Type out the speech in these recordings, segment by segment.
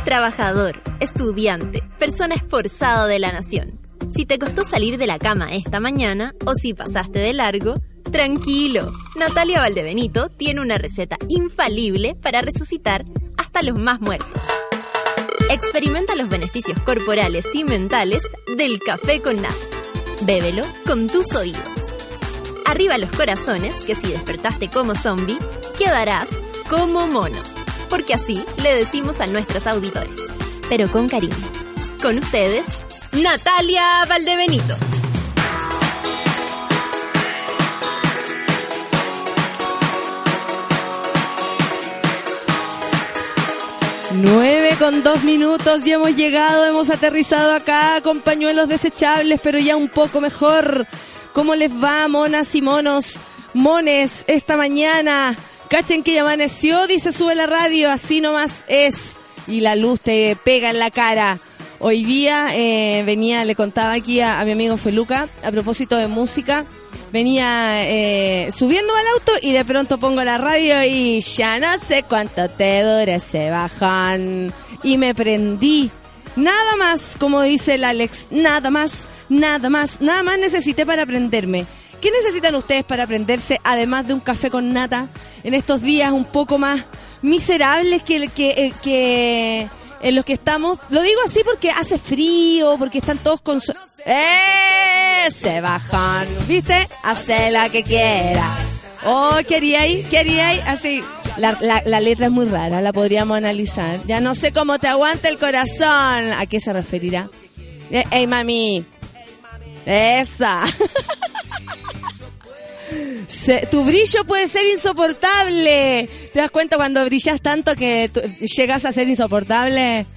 Trabajador, estudiante, persona esforzada de la nación. Si te costó salir de la cama esta mañana o si pasaste de largo, tranquilo. Natalia Valdebenito tiene una receta infalible para resucitar hasta los más muertos. Experimenta los beneficios corporales y mentales del café con nata. Bébelo con tus oídos. Arriba los corazones, que si despertaste como zombie, quedarás como mono. Porque así le decimos a nuestros auditores, pero con cariño. Con ustedes, Natalia Valdebenito. Nueve con 2 minutos, ya hemos llegado, hemos aterrizado acá con pañuelos desechables, pero ya un poco mejor. ¿Cómo les va, monas y monos? Mones, esta mañana, cachen que ya amaneció, dice Sube la Radio, así nomás es. Y la luz te pega en la cara. Hoy día venía, le contaba aquí a mi amigo Feluca, a propósito de música, venía subiendo al auto y de pronto pongo la radio y ya no sé cuánto te dura ese bajón. Y me prendí. Nada más, como dice el Alex, nada más necesité para prenderme. ¿Qué necesitan ustedes para prenderse, además de un café con nata, en estos días un poco más miserables que en los que estamos? Lo digo así porque hace frío, porque están todos con se bajan, ¿viste? Hace la que quiera. Oh, quería ir, así. La letra es muy rara, la podríamos analizar. Ya no sé cómo te aguanta el corazón. ¿A qué se referirá? Ey, mami. Esa. Tu brillo puede ser insoportable. ¿Te das cuenta cuando brillas tanto que llegas a ser insoportable?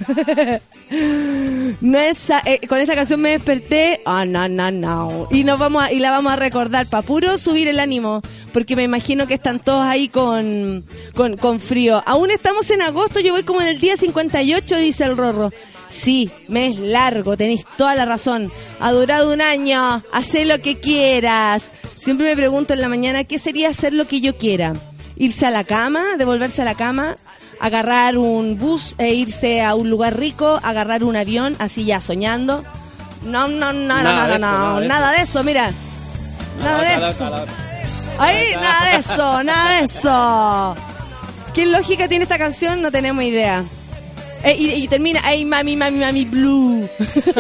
No es, con esta canción me desperté. Oh, no. Y la vamos a recordar para puro subir el ánimo, porque me imagino que están todos ahí con frío. Aún estamos en agosto, yo voy como en el día 58, dice el Rorro. Sí, mes largo, tenéis toda la razón. Ha durado un año, hacé lo que quieras. Siempre me pregunto en la mañana, ¿qué sería hacer lo que yo quiera? Irse a la cama, devolverse a la cama, agarrar un bus e irse a un lugar rico, agarrar un avión, así ya soñando. No, nada de eso, mira. Nada de eso. Ay, nada de eso. ¿Qué lógica tiene esta canción? No tenemos idea. Y termina, ay, mami, blue.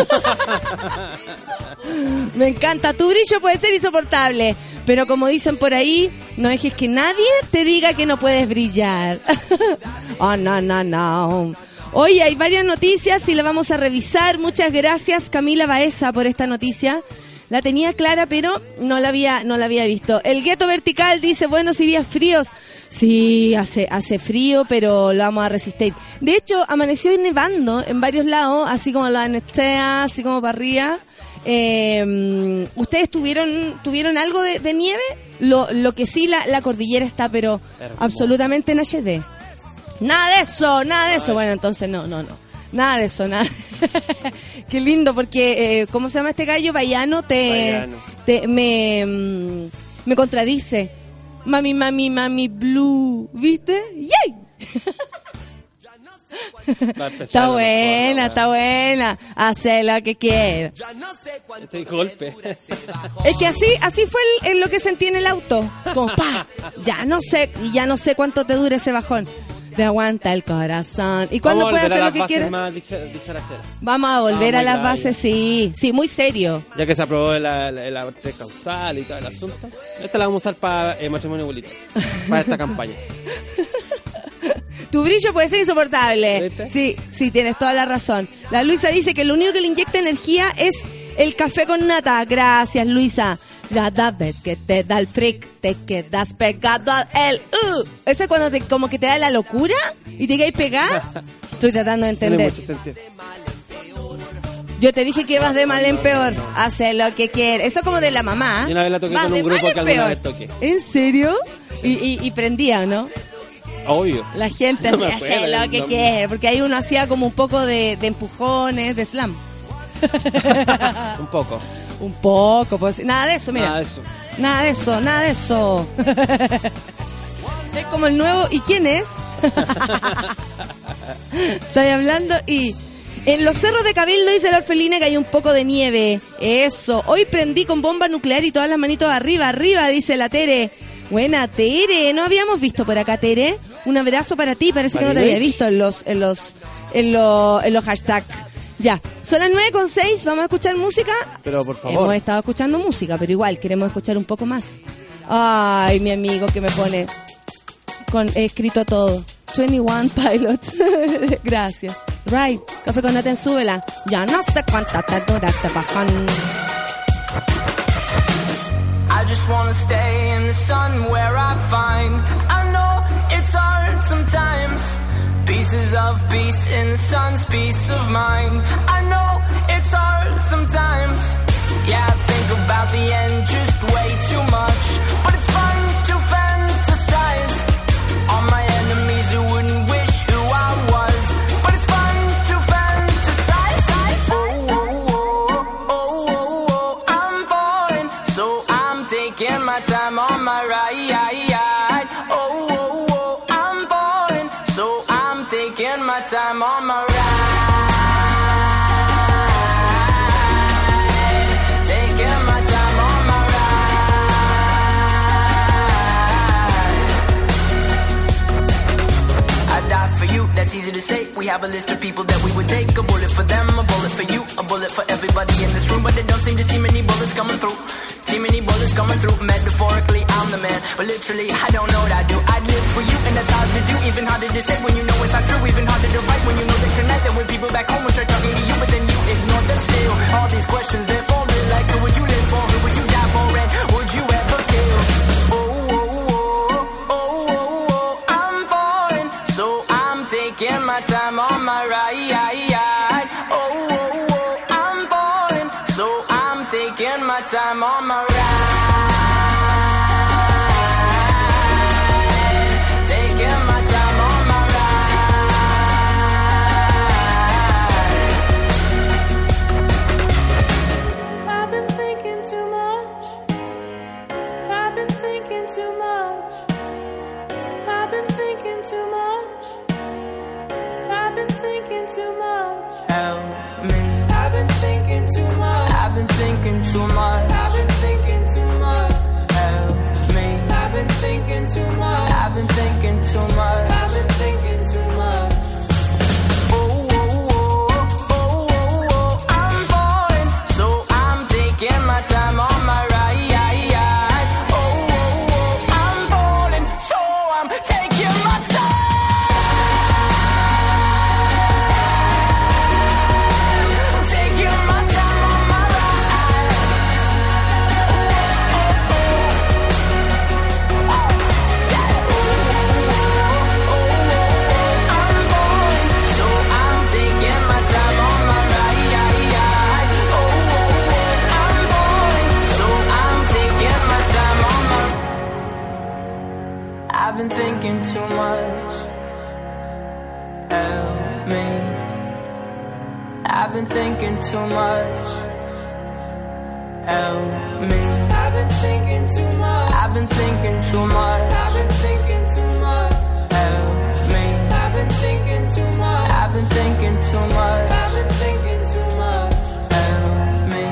Me encanta, tu brillo puede ser insoportable, pero como dicen por ahí, no dejes que nadie te diga que no puedes brillar. Oh, no. Hoy hay varias noticias y las vamos a revisar. Muchas gracias, Camila Baeza, por esta noticia. La tenía clara, pero no la había visto. El Gueto Vertical dice, buenos y días fríos. Sí, hace frío, pero lo vamos a resistir. De hecho, amaneció nevando en varios lados, así como la Anestea, así como para arriba. ¿Ustedes tuvieron algo de nieve? Lo que sí, la cordillera está, pero hermoso, absolutamente en HD. Nada de eso. Bueno, entonces no. Nada de eso. Qué lindo, porque, ¿cómo se llama este gallo? Baiano, me contradice. Mami, blue, ¿viste? ¡Yay! Está buena. Hace lo que quiera. Este golpe. Es que así fue lo que sentí en el auto. Como pa, ya no sé cuánto te dure ese bajón. Te aguanta el corazón. ¿Y cuándo puedes hacer lo que quieras? Vamos a volver a las bases, sí, muy serio. Ya que se aprobó la causal y todo el asunto, esta la vamos a usar para matrimonio igualitario, para esta campaña. Tu brillo puede ser insoportable. ¿Viste? Sí, tienes toda la razón. La Luisa dice que lo único que le inyecta energía es el café con nata. Gracias, Luisa. Cada vez que te da el freak, te quedas pegado al Ese es cuando como que te da la locura y te quedas pegada. Estoy tratando de entender. Tiene mucho sentido. Yo te dije que vas de mal en peor. Hace lo que quieres. Eso como de la mamá. Yo una vez la toqué con un grupo que alguna vez toqué. ¿En serio? Y prendía, ¿no? Obvio. La gente no hace lo que quiere. Porque ahí uno hacía como un poco de empujones, de slam. Un poco, pues nada de eso, mira. Nada de eso. Es como el nuevo, ¿y quién es? Estoy hablando y... En los cerros de Cabildo, dice la orfelina, que hay un poco de nieve. Eso. Hoy prendí con bomba nuclear y todas las manitos arriba, dice la Tere. Buena, Tere. No habíamos visto por acá, Tere. Un abrazo para ti. Parece que no te había visto en los hashtags. Ya. Son las 9:06. Vamos a escuchar música. Pero por favor. Hemos estado escuchando música, pero igual queremos escuchar un poco más. Ay, mi amigo que me pone... He escrito todo. 21 Pilot. Gracias. Right. Café con Nata en Súbela. Ya no sé cuánta te dura este bajón. I just wanna stay in the sun where I find. I know it's hard sometimes. Pieces of peace in the sun's peace of mind. I know it's hard sometimes. Yeah, I think about the end just way too much. But it's fun to fantasize. All my enemies who wouldn't wish who I was. But it's fun to fantasize. Oh, oh, oh, oh, oh, I'm falling. So I'm taking my time on my ride. Oh, oh, oh, I'm falling. So I'm taking my time on my ride. Taking my time on my ride. I die for you, that's easy to say. We have a list of people that we would take. A bullet for them, a bullet for you, a bullet for everybody in this room. But they don't seem to see many bullets coming through. See many bullets coming through. Metaphorically, I'm the man, but literally, I don't know what I do. I'd live for you, and that's hard to do. Even harder to say when you know it's not true. Even harder to write when you know that tonight there were people back home who tried talking to you, but then you ignore them still. All these questions, they're falling like, who would you live for? Who would you die for? And would you ever kill? Oh, oh, oh, oh, oh, oh, I'm falling, so I'm taking my time on my ride. Oh, oh, oh, I'm falling, so I'm taking my time on my ride. Taking my time on my ride. I've been thinking too much. I've been thinking too much. I've been thinking too much. I've been thinking too much. Help me. I've been thinking too much. I've been thinking too much. I've been thinking too much. Help me. I've been thinking too much. I've been thinking too much. I've been thinking too much. Oh, oh, oh, oh, oh, oh, I'm falling, so I'm taking my time on my ride. Oh, oh, oh, I'm falling, so I'm taking my time. Taking my time on my ride. I'm falling, so I'm taking my time on my ride. Oh, I'm falling, so I'm taking my time on my. I've been thinking too much. Help me. I've been thinking too much. Help me. I've been thinking too much. I've been thinking too much. I've been thinking too much. Help me. I've been thinking too much. I've been thinking too much. I've been thinking too much. Help me.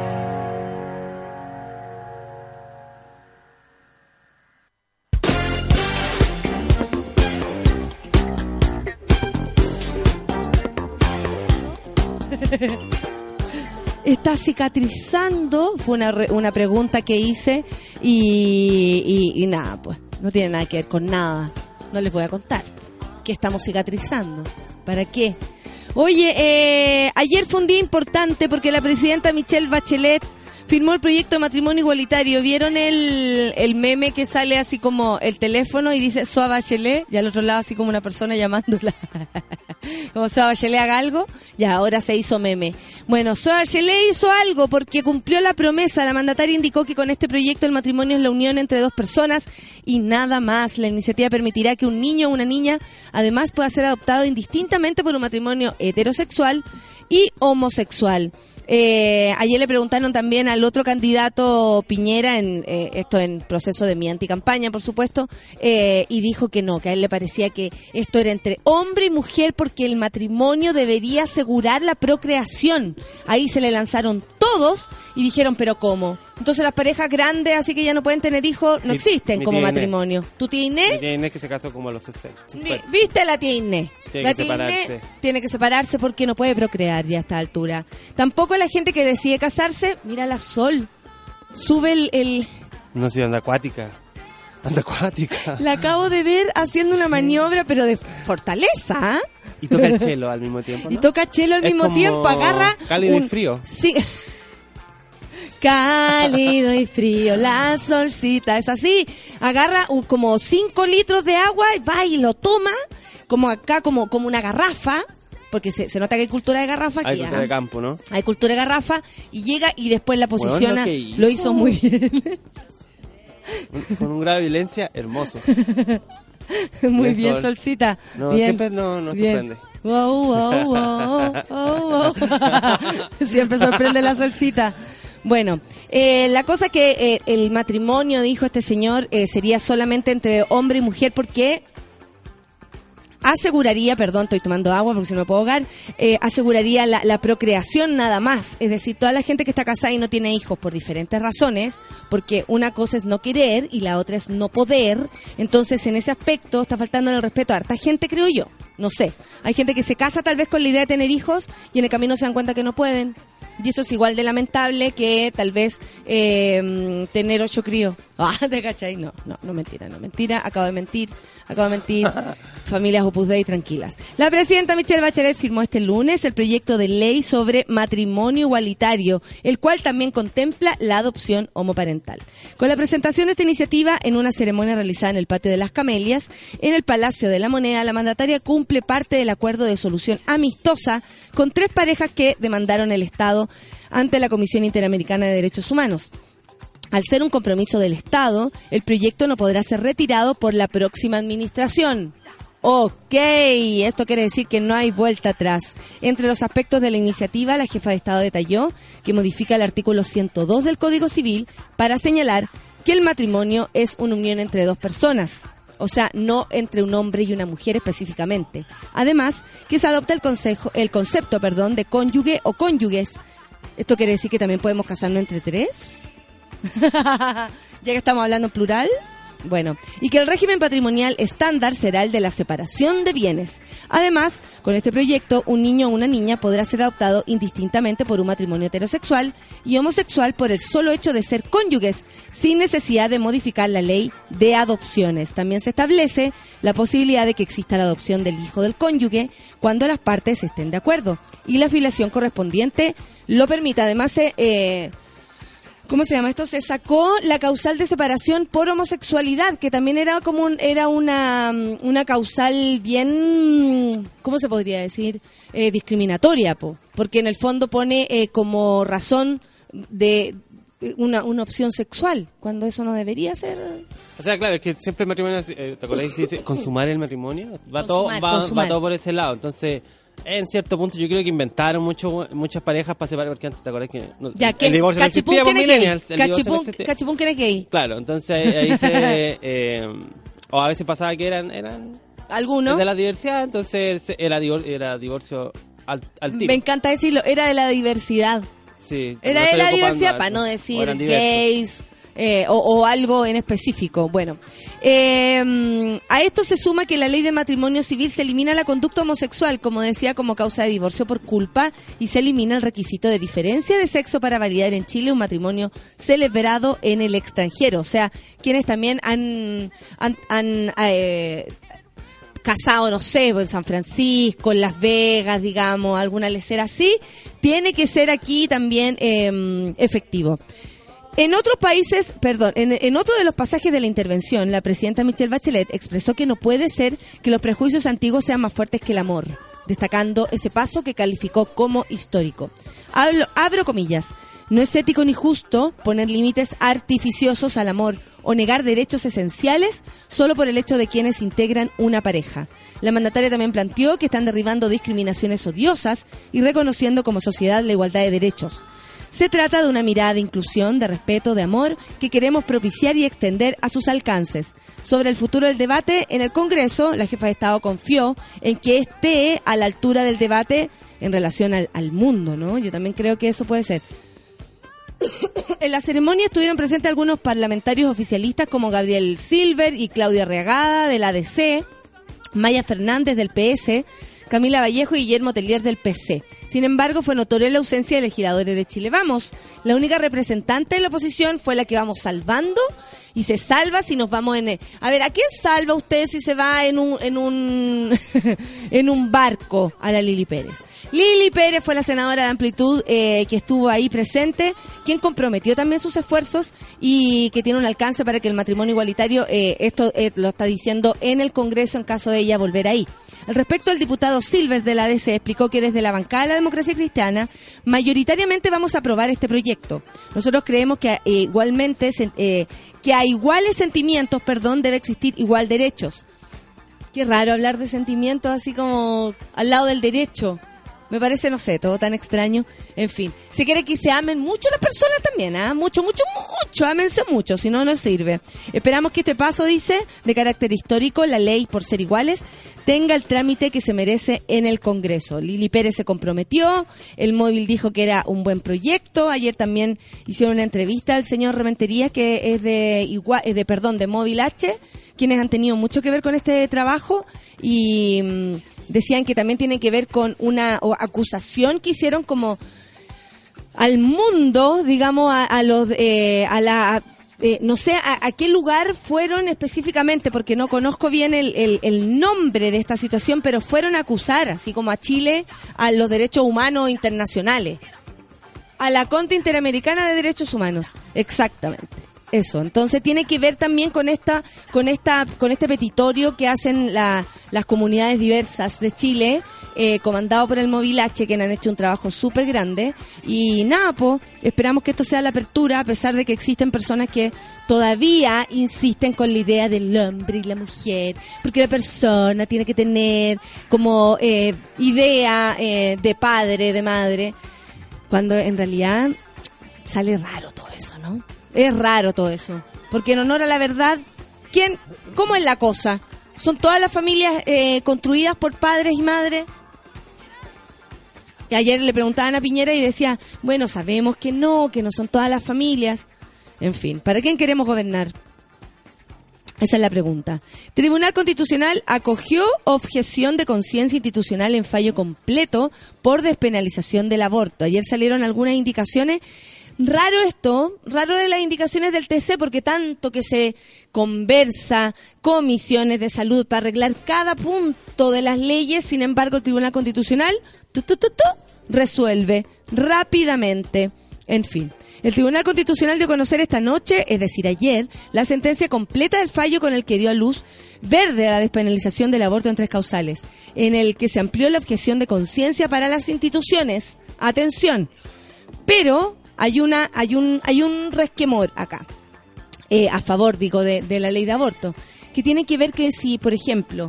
¿Está cicatrizando? Fue una pregunta que hice y nada, pues no tiene nada que ver con nada. No les voy a contar que estamos cicatrizando. ¿Para qué? Oye, ayer fue un día importante porque la presidenta Michelle Bachelet firmó el proyecto de matrimonio igualitario. ¿Vieron el meme que sale así como el teléfono y dice Soa Bachelet? Y al otro lado así como una persona llamándola. Como Soa Bachelet haga algo. Ya, ahora se hizo meme. Bueno, Soa Bachelet hizo algo porque cumplió la promesa. La mandataria indicó que con este proyecto el matrimonio es la unión entre dos personas y nada más. La iniciativa permitirá que un niño o una niña además pueda ser adoptado indistintamente por un matrimonio heterosexual y homosexual. Ayer le preguntaron también al otro candidato Piñera, esto en proceso de mi anticampaña, por supuesto, y dijo que no, que a él le parecía que esto era entre hombre y mujer porque el matrimonio debería asegurar la procreación. Ahí se le lanzaron todos y dijeron, ¿pero cómo? Entonces las parejas grandes, así que ya no pueden tener hijos, no existen como matrimonio. ¿Tu tía Inés? Mi tía Inés que se casó como a los 60. ¿Viste la tía Inés? Tiene que separarse. Tiene que separarse porque no puede procrear ya a esta altura. Tampoco la gente que decide casarse, mira la Sol. Sube el... No sé, anda acuática. Anda acuática. La acabo de ver haciendo una maniobra, pero de fortaleza. Y toca el chelo al mismo tiempo, ¿no? Y toca chelo al mismo tiempo, agarra... Cálido y frío. Sí. Cálido y frío, la solcita, es así. Agarra como 5 litros de agua y va y lo toma, como acá, como una garrafa, porque se nota que hay cultura de garrafa. Hay cultura de campo, ¿no? Hay cultura de garrafa, y llega y después la posiciona, bueno, lo hizo muy bien. Con un grado de violencia hermoso. Muy bien, Solcita. No, bien. siempre no sorprende. Wow. Siempre sorprende la Solcita. Bueno, la cosa que el matrimonio, dijo este señor, sería solamente entre hombre y mujer porque aseguraría, perdón, estoy tomando agua porque si no me puedo ahogar, aseguraría la procreación nada más. Es decir, toda la gente que está casada y no tiene hijos por diferentes razones, porque una cosa es no querer y la otra es no poder. Entonces, en ese aspecto está faltando el respeto a harta gente, creo yo. No sé. Hay gente que se casa tal vez con la idea de tener hijos y en el camino se dan cuenta que no pueden. Y eso es igual de lamentable que tal vez tener 8 críos. ¿Te cachai? No, mentira. Acabo de mentir. Familias Opus Dei tranquilas. La presidenta Michelle Bachelet firmó este lunes el proyecto de ley sobre matrimonio igualitario, el cual también contempla la adopción homoparental. Con la presentación de esta iniciativa en una ceremonia realizada en el Patio de las Camelias, en el Palacio de la Moneda, la mandataria cumple parte del acuerdo de solución amistosa con 3 parejas que demandaron el Estado ante la Comisión Interamericana de Derechos Humanos. Al ser un compromiso del Estado, el proyecto no podrá ser retirado por la próxima administración. Ok, esto quiere decir que no hay vuelta atrás. Entre los aspectos de la iniciativa, la jefa de Estado detalló que modifica el artículo 102 del Código Civil para señalar que el matrimonio es una unión entre 2 personas. O sea, no entre un hombre y una mujer específicamente. Además, que se adopta el concepto de cónyuge o cónyuges. ¿Esto quiere decir que también podemos casarnos entre 3? Ya que estamos hablando en plural. Bueno, y que el régimen patrimonial estándar será el de la separación de bienes. Además, con este proyecto, un niño o una niña podrá ser adoptado indistintamente por un matrimonio heterosexual y homosexual por el solo hecho de ser cónyuges, sin necesidad de modificar la ley de adopciones. También se establece la posibilidad de que exista la adopción del hijo del cónyuge cuando las partes estén de acuerdo y la filiación correspondiente lo permita. Además, ¿cómo se llama esto? Se sacó la causal de separación por homosexualidad, que también era como una causal bien, ¿cómo se podría decir? Discriminatoria, porque en el fondo pone como razón de una opción sexual, cuando eso no debería ser. O sea, claro, es que siempre el matrimonio, ¿te acordás que dice consumar el matrimonio? Va todo por ese lado, entonces... En cierto punto yo creo que inventaron muchas parejas para separar, porque antes te acuerdas que el divorcio no existía por millennials. Cachipún que era gay. Claro, entonces ahí se... o a veces pasaba que eran algunos de la diversidad, entonces era divorcio al tipo. Me encanta decirlo, era de la diversidad. Sí. Era de la diversidad, para no decir gays... o algo en específico. Bueno, a esto se suma que la ley de matrimonio civil se elimina la conducta homosexual, como decía, como causa de divorcio por culpa, y se elimina el requisito de diferencia de sexo para validar en Chile un matrimonio celebrado en el extranjero. O sea, quienes también han casado, no sé, en San Francisco, en Las Vegas, digamos, alguna lecera así, tiene que ser aquí también efectivo. En otros países, en otro de los pasajes de la intervención, la presidenta Michelle Bachelet expresó que no puede ser que los prejuicios antiguos sean más fuertes que el amor, destacando ese paso que calificó como histórico. Abro comillas, no es ético ni justo poner límites artificiosos al amor o negar derechos esenciales solo por el hecho de quienes integran una pareja. La mandataria también planteó que están derribando discriminaciones odiosas y reconociendo como sociedad la igualdad de derechos. Se trata de una mirada de inclusión, de respeto, de amor que queremos propiciar y extender a sus alcances. Sobre el futuro del debate en el Congreso, la jefa de Estado confió en que esté a la altura del debate en relación al mundo, ¿no? Yo también creo que eso puede ser. En la ceremonia estuvieron presentes algunos parlamentarios oficialistas como Gabriel Silver y Claudia Reagada del ADC, Maya Fernández del PS, Camila Vallejo y Guillermo Tellier del PC. Sin embargo, fue notoria la ausencia de legisladores de Chile Vamos. La única representante de la oposición fue la que vamos salvando, y se salva si nos vamos en... A ver, ¿a quién salva usted si se va en un en un barco? A la Lili Pérez. Lili Pérez fue la senadora de Amplitud que estuvo ahí presente, quien comprometió también sus esfuerzos y que tiene un alcance para que el matrimonio igualitario, esto lo está diciendo en el Congreso en caso de ella volver ahí. Al respecto, el diputado Silver de la ADC explicó que desde la bancada de la Democracia Cristiana mayoritariamente vamos a aprobar este proyecto. Nosotros creemos que igualmente que a iguales sentimientos, debe existir igual derechos. Qué raro hablar de sentimientos así como al lado del derecho. Me parece, no sé, todo tan extraño. En fin, si quiere que se amen mucho las personas también, mucho, ámense mucho, si no, no sirve. Esperamos que este paso, dice, de carácter histórico, la ley por ser iguales, tenga el trámite que se merece en el Congreso. Lili Pérez se comprometió, el móvil dijo que era un buen proyecto. Ayer también hicieron una entrevista al señor Rementería, que es de Móvil H, quienes han tenido mucho que ver con este trabajo, y decían que también tiene que ver con una acusación que hicieron como al mundo, digamos, no sé a qué lugar fueron específicamente, porque no conozco bien el nombre de esta situación, pero fueron a acusar, así como a Chile, a los derechos humanos internacionales, a la Corte Interamericana de Derechos Humanos, exactamente. Eso, entonces tiene que ver también con este petitorio que hacen las comunidades diversas de Chile, comandado por el Móvil H, que han hecho un trabajo súper grande. Y nada, esperamos que esto sea la apertura, a pesar de que existen personas que todavía insisten con la idea del hombre y la mujer, porque la persona tiene que tener como idea de padre, de madre, cuando en realidad sale raro todo eso, ¿no? Es raro todo eso, porque en honor a la verdad, ¿cómo es la cosa? ¿Son todas las familias construidas por padres y madres? Y ayer le preguntaban a Piñera y decía, bueno, sabemos que no son todas las familias. En fin, ¿para quién queremos gobernar? Esa es la pregunta. Tribunal Constitucional acogió objeción de conciencia institucional en fallo completo por despenalización del aborto. Ayer salieron algunas indicaciones. Raro de las indicaciones del TC, porque tanto que se conversa comisiones de salud para arreglar cada punto de las leyes, sin embargo el Tribunal Constitucional resuelve rápidamente. En fin, el Tribunal Constitucional dio a conocer esta noche, es decir ayer, la sentencia completa del fallo con el que dio a luz verde a la despenalización del aborto en 3 causales, en el que se amplió la objeción de conciencia para las instituciones. Atención, pero hay un resquemor acá, a favor, de la ley de aborto, que tiene que ver que si, por ejemplo,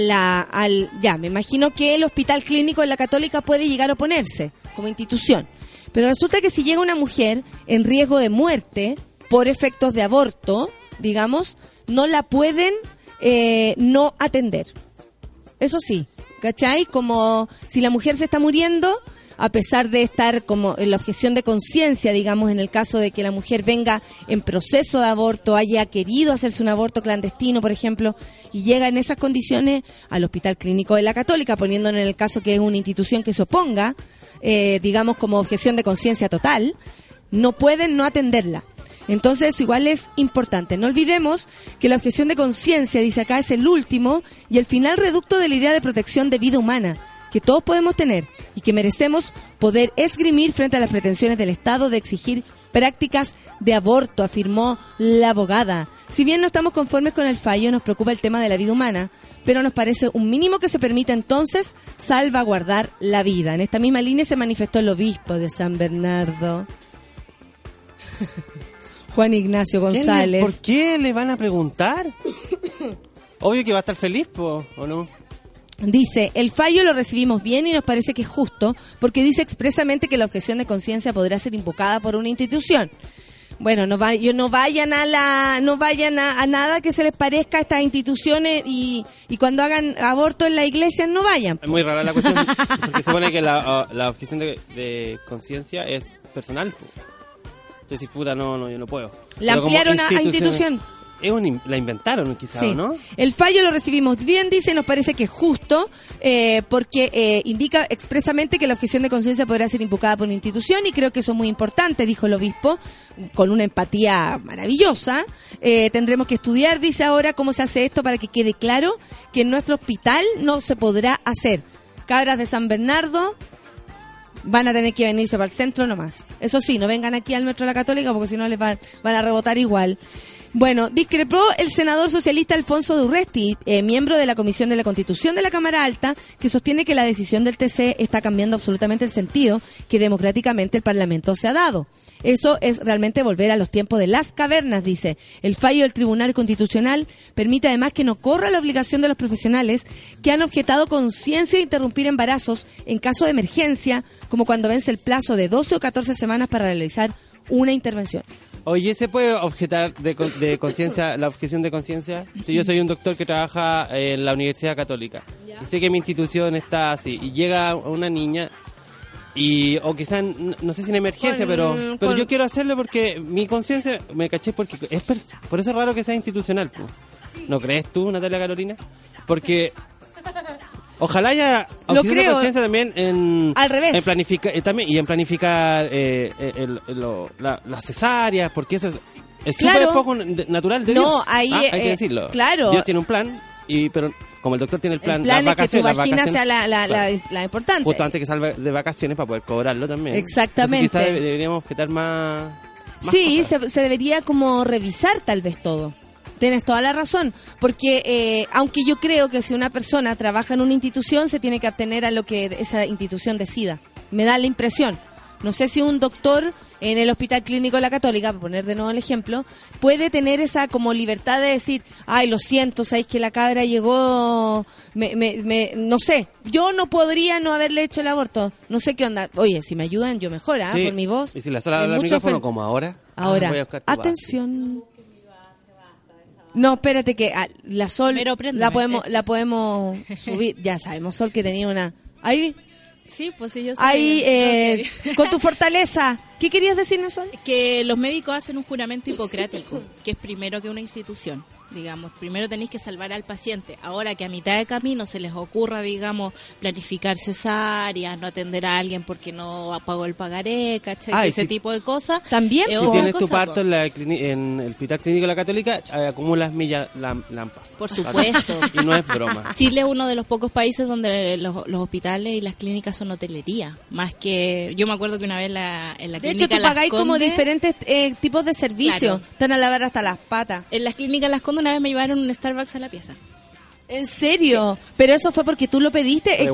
me imagino que el Hospital Clínico de la Católica puede llegar a oponerse como institución, pero resulta que si llega una mujer en riesgo de muerte por efectos de aborto, digamos, no la pueden no atender. Eso sí, ¿cachai? Como si la mujer se está muriendo, a pesar de estar como en la objeción de conciencia, digamos, en el caso de que la mujer venga en proceso de aborto, haya querido hacerse un aborto clandestino, por ejemplo, y llega en esas condiciones al Hospital Clínico de la Católica, poniéndonos en el caso que es una institución que se oponga, digamos, como objeción de conciencia total, no pueden no atenderla. Entonces eso igual es importante. No olvidemos que la objeción de conciencia, dice acá, es el último y el final reducto de la idea de protección de vida humana que todos podemos tener y que merecemos poder esgrimir frente a las pretensiones del Estado de exigir prácticas de aborto, afirmó la abogada. Si bien no estamos conformes con el fallo, nos preocupa el tema de la vida humana, pero nos parece un mínimo que se permita entonces salvaguardar la vida. En esta misma línea se manifestó el obispo de San Bernardo. Juan Ignacio González. ¿Por qué le van a preguntar? Obvio que va a estar feliz, ¿o no? Dice, el fallo lo recibimos bien y nos parece que es justo porque dice expresamente que la objeción de conciencia podrá ser invocada por una institución. Bueno, no vayan a nada que se les parezca a estas instituciones y cuando hagan aborto en la iglesia no vayan. Es muy rara la cuestión porque se supone que la objeción de conciencia es personal. Entonces, puta, no, yo no puedo. La ampliaron a institución. La inventaron quizás, sí. ¿no? El fallo lo recibimos bien, dice, nos parece que es justo, porque indica expresamente que la objeción de conciencia podrá ser invocada por una institución y creo que eso es muy importante, dijo el obispo, con una empatía maravillosa. Tendremos que estudiar, dice ahora, cómo se hace esto para que quede claro que en nuestro hospital no se podrá hacer. Cabras de San Bernardo van a tener que venirse para el centro nomás. Eso sí, no vengan aquí al Metro de la Católica porque si no les van a rebotar igual. Bueno, discrepó el senador socialista Alfonso de Urresti, miembro de la Comisión de la Constitución de la Cámara Alta, que sostiene que la decisión del TC está cambiando absolutamente el sentido que democráticamente el Parlamento se ha dado. Eso es realmente volver a los tiempos de las cavernas, dice. El fallo del Tribunal Constitucional permite además que no corra la obligación de los profesionales que han objetado conciencia de interrumpir embarazos en caso de emergencia, como cuando vence el plazo de 12 o 14 semanas para realizar una intervención. Oye, ¿se puede objetar de conciencia, la objeción de conciencia? Si yo soy un doctor que trabaja en la Universidad Católica y sé que mi institución está así y llega una niña o quizás, no sé si en emergencia, pero yo quiero hacerlo porque mi conciencia, me caché, porque por eso es raro que sea institucional, pues. ¿No crees tú, Natalia Carolina? Porque ojalá haya objeción de conciencia también al revés. En planificar las cesáreas, porque eso es súper poco natural de Dios. No, ahí hay que decirlo. Claro. Dios tiene un plan, pero como el doctor tiene el plan es que tu vagina sea claro, la importante. Justo antes que salga de vacaciones para poder cobrarlo también. Exactamente. Entonces, quizás deberíamos objetar más sí, se debería como revisar tal vez todo. Tienes toda la razón, porque aunque yo creo que si una persona trabaja en una institución se tiene que atener a lo que esa institución decida. Me da la impresión. No sé si un doctor en el Hospital Clínico de la Católica, para poner de nuevo el ejemplo, puede tener esa como libertad de decir, ay, lo siento, sabéis que la cabra llegó, no sé, yo no podría no haberle hecho el aborto, no sé qué onda. Oye, si me ayudan, yo mejor, sí. Por mi voz. Y si la sala del micrófono, como ahora. Ahora, atención. No, espérate que la Sol la podemos subir. Ya sabemos, Sol, que tenía una... Ahí. Sí, pues sí, yo sé. Ahí, con tu fortaleza. ¿Qué querías decirnos, Sol? Que los médicos hacen un juramento hipocrático, que es primero que una institución. Digamos, primero tenéis que salvar al paciente. Ahora que a mitad de camino se les ocurra, digamos, planificar cesáreas, no atender a alguien porque no pagó el pagaré, ¿cachai? Ese tipo de cosas. También. Si tienes tu parto en el Hospital Clínico de la Católica, acumulas millas lampas. Por supuesto. Y no es broma. Chile es uno de los pocos países donde los hospitales y las clínicas son hotelería. Más que, yo me acuerdo que una vez en la clínica de hecho, tú pagáis como diferentes tipos de servicios. Claro. Te van a lavar hasta las patas. En las clínicas Las Condes una vez me llevaron un Starbucks a la pieza. ¿En serio? Sí. Pero eso fue porque tú lo pediste. Yo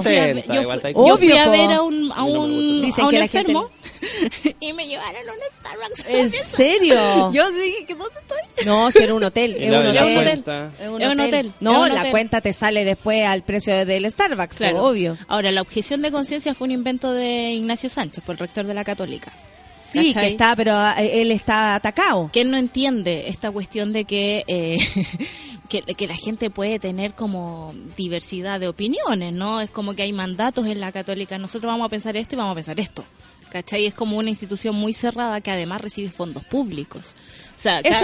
fui a ver a un enfermo y me llevaron a un Starbucks a la ¿En pieza. serio? Yo dije, ¿dónde estoy? No, si era un hotel. Es un hotel. No, la hotel. Cuenta te sale después al precio del Starbucks, claro. Obvio. Ahora, la objeción de conciencia fue un invento de Ignacio Sánchez, por el rector de la Católica. Sí, ¿cachai? Que está, pero él está atacado. Que él no entiende esta cuestión de que que la gente puede tener como diversidad de opiniones, ¿no? Es como que hay mandatos en la Católica. Nosotros vamos a pensar esto y vamos a pensar esto. ¿Cachai? Es como una institución muy cerrada que además recibe fondos públicos. O sea, esa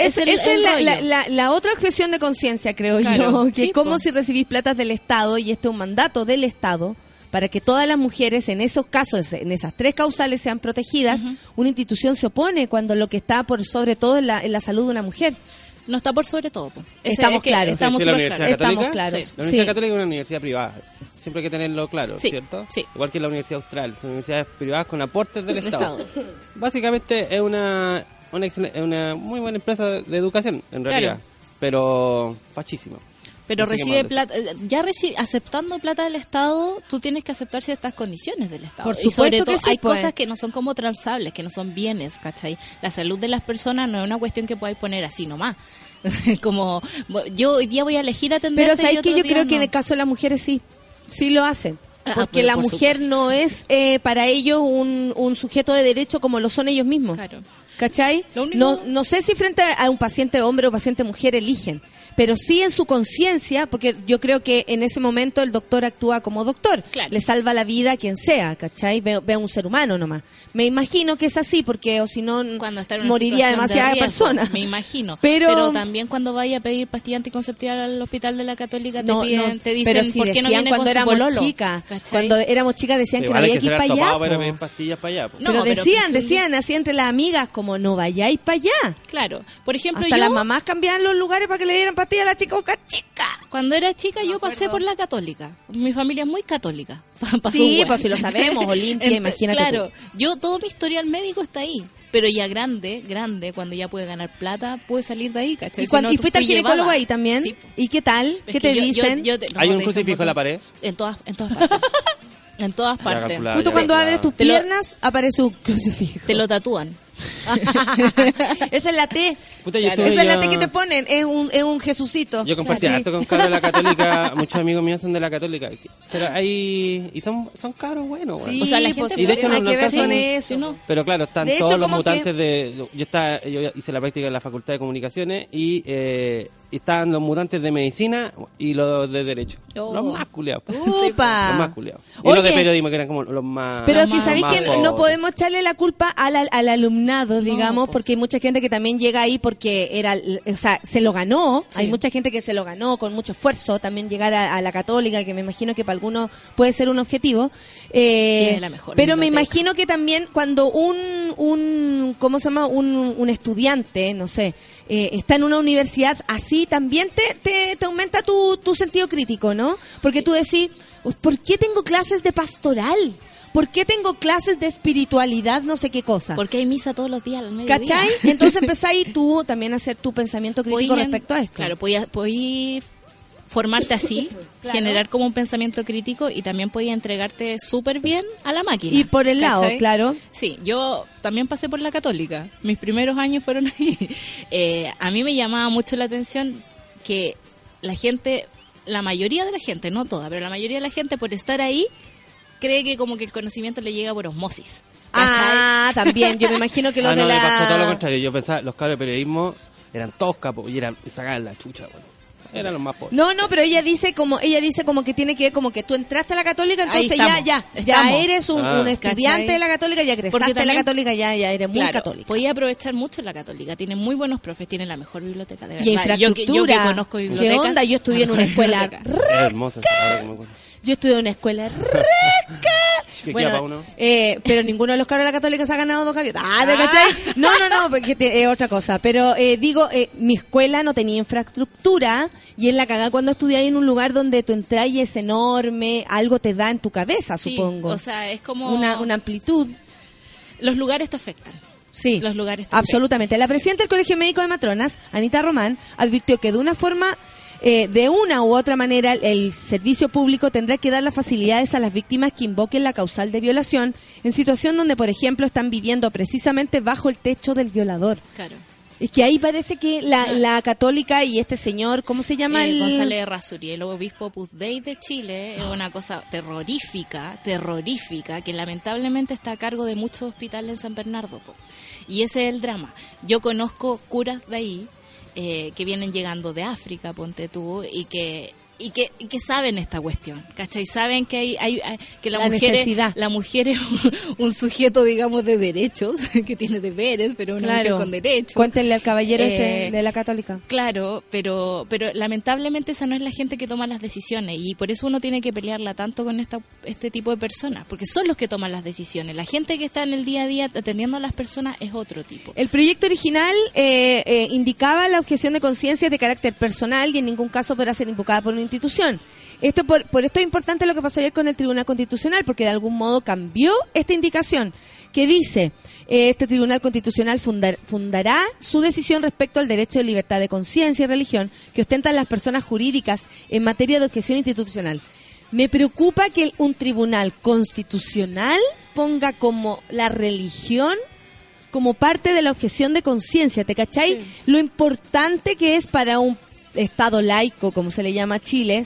es la otra objeción de conciencia, creo yo. Que sí, como si recibís platas del Estado, y este es un mandato del Estado, para que todas las mujeres en esos casos, en esas tres causales sean protegidas, una institución se opone cuando lo que está por sobre todo es la salud de una mujer. No está por sobre todo. Estamos claros. Estamos claros. Estamos claros. Sí. La Universidad Católica es una universidad privada. Siempre hay que tenerlo claro, sí, ¿cierto? Sí. Igual que la Universidad Austral. Son universidades privadas con aportes del Estado. Básicamente es una muy buena empresa de educación, en realidad. Claro. Pero fachísima. Pero No sé qué recibe más plata, aceptando plata del Estado, tú tienes que aceptar ciertas condiciones del Estado. Por Y sobre supuesto todo que sí, hay pues. cosas que no son como transables, que no son bienes, ¿cachai? La salud de las personas no es una cuestión que podáis poner así nomás. Como, yo hoy día voy a elegir atenderte. Pero ¿sabes y que otro yo día creo que no. en el caso de las mujeres sí lo hacen? Porque pero la por mujer supuesto. no es para ellos un sujeto de derecho como lo son ellos mismos. Claro. ¿Cachai? Lo único- No sé si frente a un paciente hombre o paciente mujer eligen, pero sí en su conciencia, porque yo creo que en ese momento el doctor actúa como doctor. Claro. Le salva la vida a quien sea, ¿cachai? Ve a un ser humano nomás. Me imagino que es así, porque o si no Cuando está en una moriría situación de demasiada riesgo, persona. me imagino. Pero También cuando vaya a pedir pastilla anticonceptiva al hospital de la Católica No, te piden, no, te dicen pero si ¿por qué no decían viene cuando con su éramos pololo? chicas, ¿Cachai? cuando éramos chicas decían que no Igual hay había que ir ser para allá. topado para po. pedir pastillas para allá. Po. No, pero pero decían así entre las amigas, como no vayáis para allá. Claro. Por ejemplo, Hasta yo las mamás cambiaban los lugares para que le dieran pastillas a la chica chica. cuando era chica yo pasé por la Católica. Mi familia es muy católica. Pasó Sí, hueá. pues si lo sabemos, Olimpia, imagínate Claro, tú. yo todo mi historial médico está ahí. Pero ya grande, cuando ya puede ganar plata, puede salir de ahí, ¿cachai? ¿Y, cuando, Si no, ¿y fuiste al fui ginecólogo llevada. ahí también? Sí, po. ¿Y qué tal? Es ¿Qué que te dicen? no, ¿Hay un te dicen crucifijo en la pared? En todas partes. En todas partes. calculado. Justo ya, cuando ya. abres tus Te lo- piernas, aparece un crucifijo. Te lo tatúan. Esa es la T. Puta, yo Claro. estuve Esa es la ya- T que te ponen. Es un Jesucito. Yo compartí Así. harto con cabros de la Católica, muchos amigos míos son de la Católica, pero hay y son cabros buenos, weón. Sí, O sea, la pues, gente- Y de hecho hay no que ver alcanzan- con Sí, eso. no. Pero claro, están De hecho, todos los como mutantes que- de... Yo hice la práctica en la Facultad de Comunicaciones y están los mutantes de Medicina y los de Derecho. Oh. Los más culiados. Upa. Los más culiados. Y Oye. los de Periodismo, que eran como los más... Pero Los que más- sabéis más que no pobres. podemos echarle la culpa al alumnado, digamos, po. porque hay mucha gente que también llega ahí porque se lo ganó. Sí. Hay mucha gente que se lo ganó con mucho esfuerzo también llegar a la Católica, que me imagino que para algunos puede ser un objetivo. Tiene la mejor Pero me biblioteca. imagino que también cuando ¿cómo se llama? Un estudiante, no sé, está en una universidad así, también te aumenta tu sentido crítico, ¿no? Porque tú decís, ¿por qué tengo clases de pastoral? ¿Por qué tengo clases de espiritualidad, no sé qué cosa? Porque hay misa todos los días al mediodía. ¿Cachai? Entonces empezáis tú también a hacer tu pensamiento crítico Podéis respecto a esto. Claro, podéis formarte así, Claro. generar como un pensamiento crítico y también podías entregarte súper bien a la máquina. Y por el lado, ¿cachai? claro. Sí, yo también pasé por la Católica. Mis primeros años fueron ahí. A mí me llamaba mucho la atención que la gente, la mayoría de la gente, no toda, pero la mayoría de la gente por estar ahí cree que como que el conocimiento le llega por osmosis. ¿cachai? Ah, también. Yo me imagino que lo de no, la... me pasó todo lo contrario. Yo pensaba, los cabros de periodismo eran todos capos y sacaban la chucha, bueno. Eran los más pobres. No, pero ella dice como que tiene que ver como que tú entraste a la Católica, entonces Ahí ya estamos. eres un estudiante ¿Cachai? de la Católica, ya Porque egresaste de la también- Católica, ya eres muy Claro, católica. podía aprovechar mucho la Católica. Tiene muy buenos profes, tiene la mejor biblioteca, de verdad. Y infraestructura. Yo que conozco ¿Qué bibliotecas. onda? Yo estudié en una escuela Es hermosa, ahora que me acuerdo. Yo estudié en una escuela ¿Qué queda para uno? pero ninguno de los cabros de la Católica se ha ganado 2 gaviotas. ¿Me cachai? No, porque es otra cosa. Pero mi escuela no tenía infraestructura y en la cagada cuando estudié en un lugar donde tu entrada es enorme, algo te da en tu cabeza, Sí, supongo. o sea, es como... una amplitud. Los lugares te afectan. Sí, Los lugares te absolutamente. La presidenta del Colegio Médico de Matronas, Anita Román, advirtió que de una forma, de una u otra manera, el servicio público tendrá que dar las facilidades a las víctimas que invoquen la causal de violación en situación donde, por ejemplo, están viviendo precisamente bajo el techo del violador. Claro. Es que ahí parece que la católica y este señor, ¿cómo se llama? González Razuri, el obispo Puzdey de Chile, es una cosa terrorífica, que lamentablemente está a cargo de muchos hospitales en San Bernardo. Po. Y ese es el drama. Yo conozco curas de ahí que vienen llegando de África, ponte tú, y que saben esta cuestión, ¿cachai? Saben que hay que la mujer es un sujeto, digamos, de derechos, que tiene deberes, pero una mujer con derechos. Cuéntenle al caballero de la católica. Claro, pero lamentablemente esa no es la gente que toma las decisiones y por eso uno tiene que pelearla tanto con este tipo de personas, porque son los que toman las decisiones. La gente que está en el día a día atendiendo a las personas es otro tipo. El proyecto original indicaba la objeción de conciencia de carácter personal y en ningún caso podrá ser invocada por un institución. Por esto es importante lo que pasó ayer con el Tribunal Constitucional, porque de algún modo cambió esta indicación que dice, este Tribunal Constitucional fundará su decisión respecto al derecho de libertad de conciencia y religión que ostentan las personas jurídicas en materia de objeción institucional. Me preocupa que un tribunal constitucional ponga como la religión como parte de la objeción de conciencia, ¿te cachai? Sí. Lo importante que es para un Estado laico, como se le llama a Chile,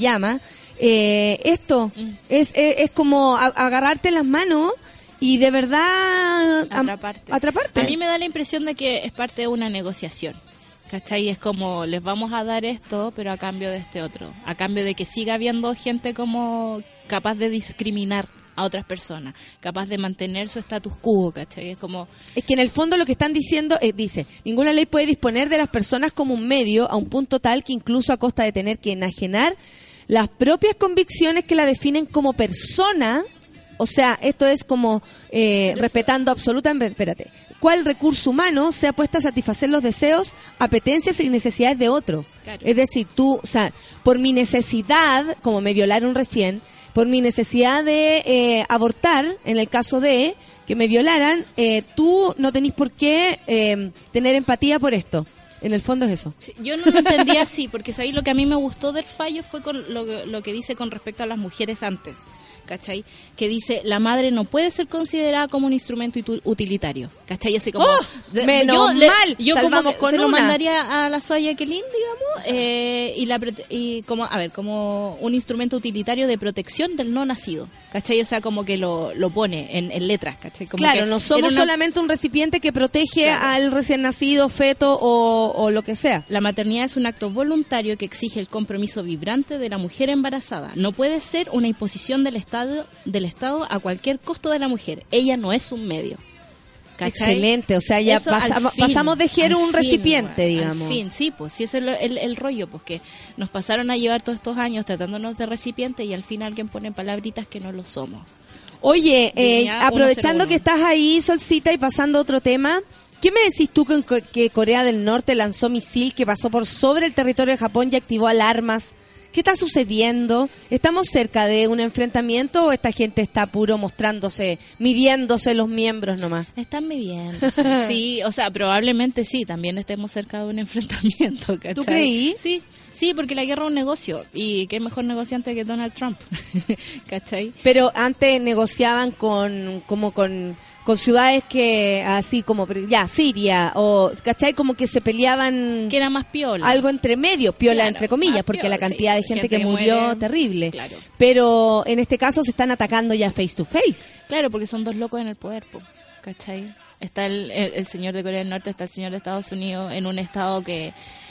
esto es como agarrarte las manos y de verdad atraparte. A mí me da la impresión de que es parte de una negociación, ¿cachai? Es como, les vamos a dar esto, pero a cambio de este otro, a cambio de que siga habiendo gente como capaz de discriminar a otras personas, capaz de mantener su status quo, ¿cachai? Es que en el fondo lo que están diciendo dice, ninguna ley puede disponer de las personas como un medio a un punto tal que incluso a costa de tener que enajenar las propias convicciones que la definen como persona, o sea, esto es como respetando absolutamente, cuál recurso humano sea puesto a satisfacer los deseos, apetencias y necesidades de otro. Claro. Es decir, tú, o sea, por mi necesidad, como me violaron recién, por mi necesidad de abortar, en el caso de que me violaran, tú no tenés por qué tener empatía por esto. En el fondo es eso. Sí, yo no lo entendía así, porque ¿sabéis? Lo que a mí me gustó del fallo fue con lo que dice con respecto a las mujeres antes, ¿cachai? Que dice, la madre no puede ser considerada como un instrumento utilitario, ¿cachai? Así como... menos mal, yo salvamos como con se una. Lo mandaría a la Zoe Jacqueline, digamos, y como un instrumento utilitario de protección del no nacido, ¿cachai? O sea, como que lo pone en letras, ¿cachai? Como claro, que no somos solamente un recipiente que protege al recién nacido, feto o lo que sea. La maternidad es un acto voluntario que exige el compromiso vibrante de la mujer embarazada. No puede ser una imposición del Estado a cualquier costo de la mujer. Ella no es un medio. ¿Cachai? Excelente, o sea, ya pasamos de ser un recipiente, digamos. Al fin, sí, pues, sí, ese es el rollo, pues que nos pasaron a llevar todos estos años tratándonos de recipiente y al fin alguien pone palabritas que no lo somos. Oye, aprovechando que estás ahí, Solcita, y pasando a otro tema, ¿qué me decís tú que Corea del Norte lanzó misil que pasó por sobre el territorio de Japón y activó alarmas? ¿Qué está sucediendo? ¿Estamos cerca de un enfrentamiento o esta gente está puro mostrándose, midiéndose los miembros nomás? Están midiéndose, sí, o sea, probablemente sí, también estemos cerca de un enfrentamiento, ¿cachai? ¿Tú creí? Sí, porque la guerra es un negocio y qué mejor negociante que Donald Trump, ¿cachai? Pero antes negociaban con ciudades que así como Siria o ¿cachai? Como que se peleaban, que era más piola, algo entre medio, piola, claro, entre comillas, porque piola, la cantidad de gente que murió muere, terrible, claro. Pero en este caso se están atacando ya face to face. Claro, porque son dos locos en el poder, ¿cachai? Está el señor de Corea del Norte, está el señor de Estados Unidos en un estado que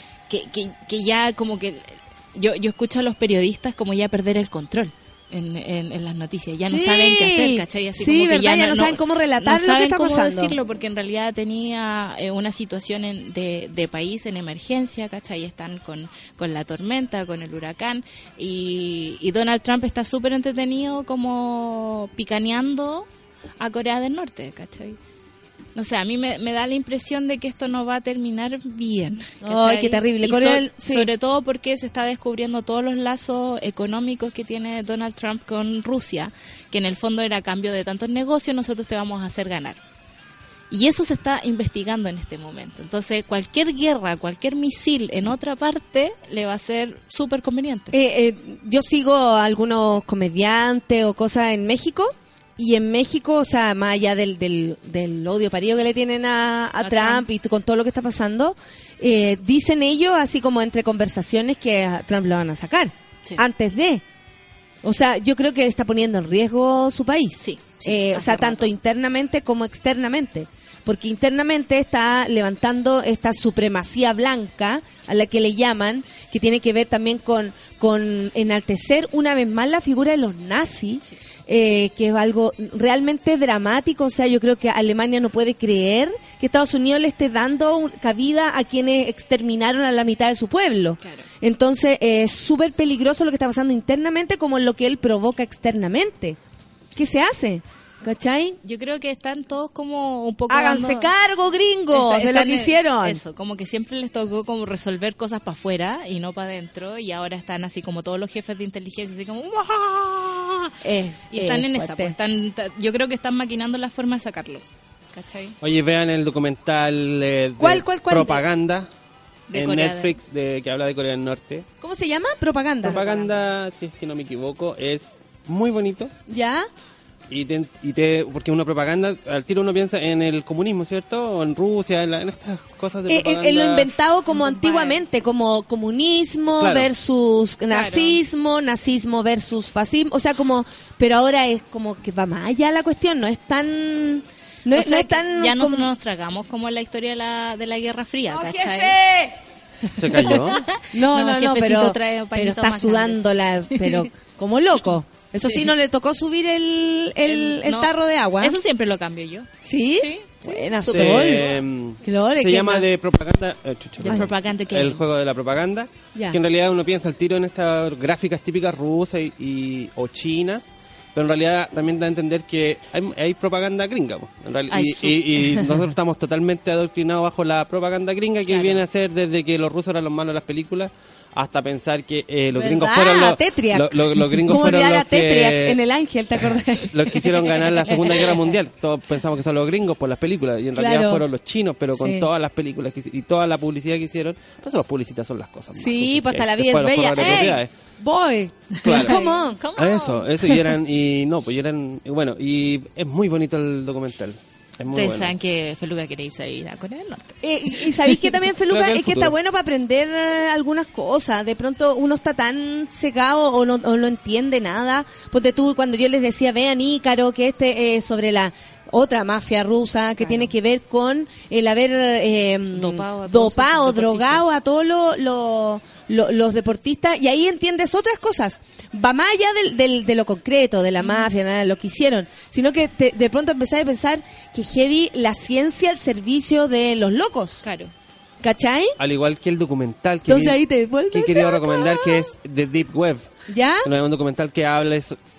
ya como que yo escucho a los periodistas como ya perder el control en las noticias, ya no saben qué hacer, ¿cachai? Así como que verdad, ya no saben cómo relatar lo que está pasando. No saben cómo decirlo, porque en realidad tenía una situación de país en emergencia, ¿cachai? Están con la tormenta, con el huracán, y Donald Trump está súper entretenido como picaneando a Corea del Norte, ¿cachai? No sé, a mí me da la impresión de que esto no va a terminar bien. ¡Ay, qué terrible! Sobre todo porque se está descubriendo todos los lazos económicos que tiene Donald Trump con Rusia, que en el fondo era a cambio de tantos negocios, nosotros te vamos a hacer ganar. Y eso se está investigando en este momento. Entonces, cualquier guerra, cualquier misil en otra parte le va a ser súper conveniente. Yo sigo a algunos comediantes o cosas en México. Y en México, o sea, más allá del odio parido que le tienen a Trump y con todo lo que está pasando, dicen ellos, así como entre conversaciones, que a Trump lo van a sacar antes de. O sea, yo creo que está poniendo en riesgo su país. Sí, o sea, tanto internamente como externamente. Porque internamente está levantando esta supremacía blanca, a la que le llaman, que tiene que ver también con enaltecer una vez más la figura de los nazis. Sí. Que es algo realmente dramático. O sea, yo creo que Alemania no puede creer que Estados Unidos le esté dando cabida a quienes exterminaron a la mitad de su pueblo. Claro. Entonces es súper peligroso lo que está pasando internamente como lo que él provoca externamente. ¿Qué se hace? ¿Cachai? Yo creo que están todos como un poco... Háganse dando- cargo, gringos, de lo están que en- hicieron. Eso, como que siempre les tocó como resolver cosas para afuera y no para adentro, y ahora están así como todos los jefes de inteligencia, así como... ¡Uah! Y están en esa, fuerte. pues, yo creo que están maquinando la forma de sacarlo, ¿cachai? Oye, vean el documental de ¿Cuál? Propaganda De en Corea Netflix que habla de Corea del Norte. ¿Cómo se llama? Propaganda. Propaganda, si es que no me equivoco, es muy bonito. ¿Ya? Porque una propaganda, al tiro uno piensa en el comunismo, ¿cierto? O en Rusia, en estas cosas de propaganda. En lo inventado como antiguamente, como comunismo Claro. versus nazismo, nazismo versus fascismo, o sea, como, pero ahora es como que va más allá la cuestión, no es tan... No, O es, sea, no es que tan... ya no como- nos tragamos como la historia de la Guerra Fría, ¡Oh, ¿cachai? jefe! ¿Se cayó? No, No, no, jefecito pero, trae pero pañitos está más sudándola, pero como loco. Eso sí, no le tocó subir el No, tarro de agua. Eso siempre lo cambio yo. ¿Sí? Sí, Buena, sí. Sol. Gloria, Se ¿qué llama más? de propaganda. De propaganda que El juego de la propaganda. Ya. Que en realidad uno piensa al tiro en estas gráficas típicas rusas o chinas. Pero en realidad también da a entender que hay propaganda gringa. Po, en realidad, Ay, y nosotros estamos totalmente adoctrinados bajo la propaganda gringa que Claro. viene a ser desde que los rusos eran los malos de las películas hasta pensar que los ¿Verdad? gringos fueron los, Tetriac. los gringos ¿Cómo fueron olvidar los a Tetriac que, en El Ángel, te acordás? los que hicieron ganar la Segunda Guerra Mundial. Todos pensamos que son los gringos por las películas y en realidad Claro. fueron los chinos, pero con Sí. todas las películas y toda la publicidad que hicieron, pues los publicistas son las cosas más Sí, sucias pues que hasta hay. la vida es Después los bella. corredores de ¡Ey! propiedades. Voy. Claro. Come on. Eso, y bueno, y es muy bonito el documental. Es muy Ustedes saben bueno. que Feluca quiere irse a ir a Corea del Norte. Y sabéis que también, Feluca, Creo que el es que futuro. está bueno para aprender algunas cosas. De pronto uno está tan cegado o no entiende nada. Ponte tú, cuando yo les decía, vean Ícaro, que sobre la otra mafia rusa que tiene que ver con el haber Dopado a todos sus drogado a todos los deportistas, y ahí entiendes otras cosas. Va más allá de lo concreto, de la mafia, nada de lo que hicieron, sino que de pronto empezás a pensar que heavy la ciencia al servicio de los locos. Claro. ¿Cachai? Al igual que el documental que, Entonces ahí te vuelves que he querido loco. recomendar, que es The Deep Web. ¿Ya? No es un documental que hable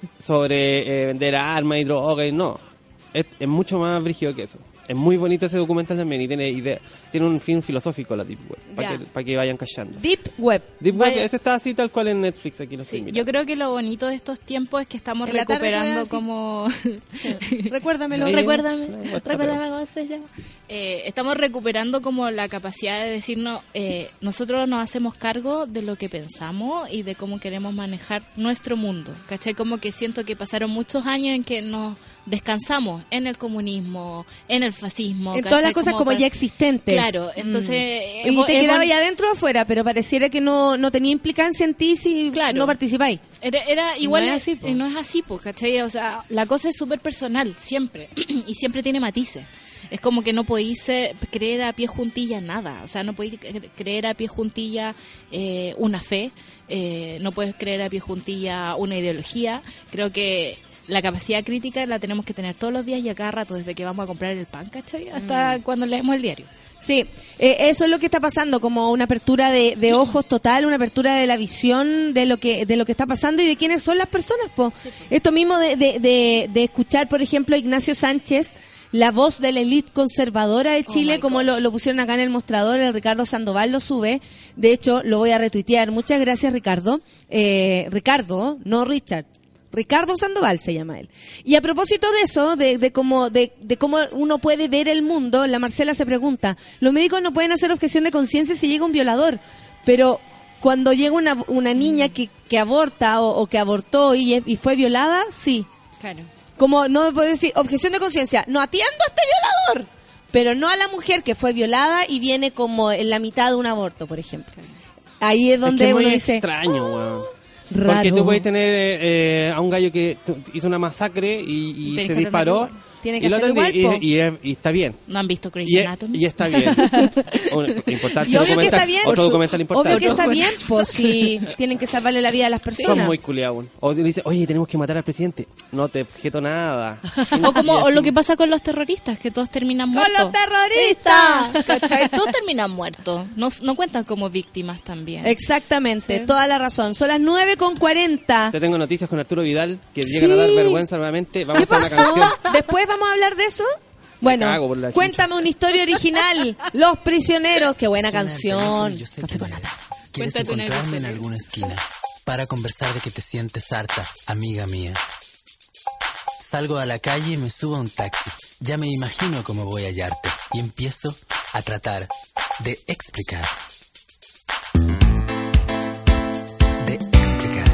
sobre vender armas y droga y no. Es mucho más brígido que eso. Es muy bonito ese documental también y tiene un fin filosófico la Deep Web, Ya. para que vayan callando. Deep Web. Deep Web, Vaya- ese está así tal cual en Netflix, aquí lo estoy Sí, mirando. yo creo que lo bonito de estos tiempos es que estamos En la tarde recuperando juegas, sí. como... Recuérdamelo. Sí. Recuérdame, WhatsApp, recuérdame cómo se llama. Estamos recuperando como la capacidad de decirnos, nosotros nos hacemos cargo de lo que pensamos y de cómo queremos manejar nuestro mundo. ¿Cachai? Como que siento que pasaron muchos años en que nos descansamos en el comunismo, en el fascismo. En ¿cachai? todas las cosas como ya existentes. Claro, entonces... Y te quedaba ya adentro o afuera, pero pareciera que no tenía implicancia en ti si Claro. no participáis. Era igual, No es así, po. no es así, pues, ¿cachai? O sea, la cosa es súper personal, siempre, y siempre tiene matices. Es como que no podéis creer a pie juntilla nada, o sea, no podéis creer a pie juntilla una fe, no puedes creer a pie juntilla una ideología. Creo que la capacidad crítica la tenemos que tener todos los días y a cada rato, desde que vamos a comprar el pan, ¿cachai? Hasta cuando leemos el diario. Sí, eso es lo que está pasando, como una apertura de ojos total, una apertura de la visión de lo que está pasando y de quiénes son las personas, po. Esto mismo de escuchar, por ejemplo, a Ignacio Sánchez, la voz de la élite conservadora de Chile, my como lo pusieron acá en el mostrador, el Ricardo Sandoval lo sube, de hecho lo voy a retuitear. Muchas gracias, Ricardo. Ricardo, no Richard. Ricardo Sandoval se llama él. Y a propósito de eso, de cómo uno puede ver el mundo, la Marcela se pregunta, los médicos no pueden hacer objeción de conciencia si llega un violador, pero cuando llega una niña que aborta o que abortó y fue violada, sí. Claro. Como no puede decir objeción de conciencia, no atiendo a este violador, pero no a la mujer que fue violada y viene como en la mitad de un aborto, por ejemplo. Ahí es donde es que es muy uno dice, extraño, weón. raro. Porque tú puedes tener a un gallo que hizo una masacre y tenés se que disparó atenderlo. Tiene que Y lo hacerlo entendí, igual, po. y está bien. ¿No han visto Grey's Anatomy? Y está bien. Importante Y obvio que documental, está bien. otro documental importante. Obvio que está bien, pues si tienen que salvarle la vida a las Son personas. muy culiados. O dice, oye, tenemos que matar al presidente. No te objeto nada. O lo que pasa con los terroristas, que todos terminan ¡Con muertos. los terroristas! ¿Cachai? Todos terminan muertos. No cuentan como víctimas también. Exactamente, Sí. toda la razón. Son las 9:40. Te tengo noticias con Arturo Vidal que llegan a dar vergüenza nuevamente. Vamos ¿Qué a hacer pasó? una canción. ¿Después vamos a hablar de eso? Bueno, cago por la cuéntame una historia original. Los prisioneros. Qué buena Suena el teléfono canción. y yo sé Café quién con eres. nata. Quieres Cuéntate una encontrarme en historia. alguna esquina para conversar de que te sientes harta, amiga mía. Salgo a la calle y me subo a un taxi. Ya me imagino cómo voy a hallarte y empiezo a tratar de explicar. De explicar.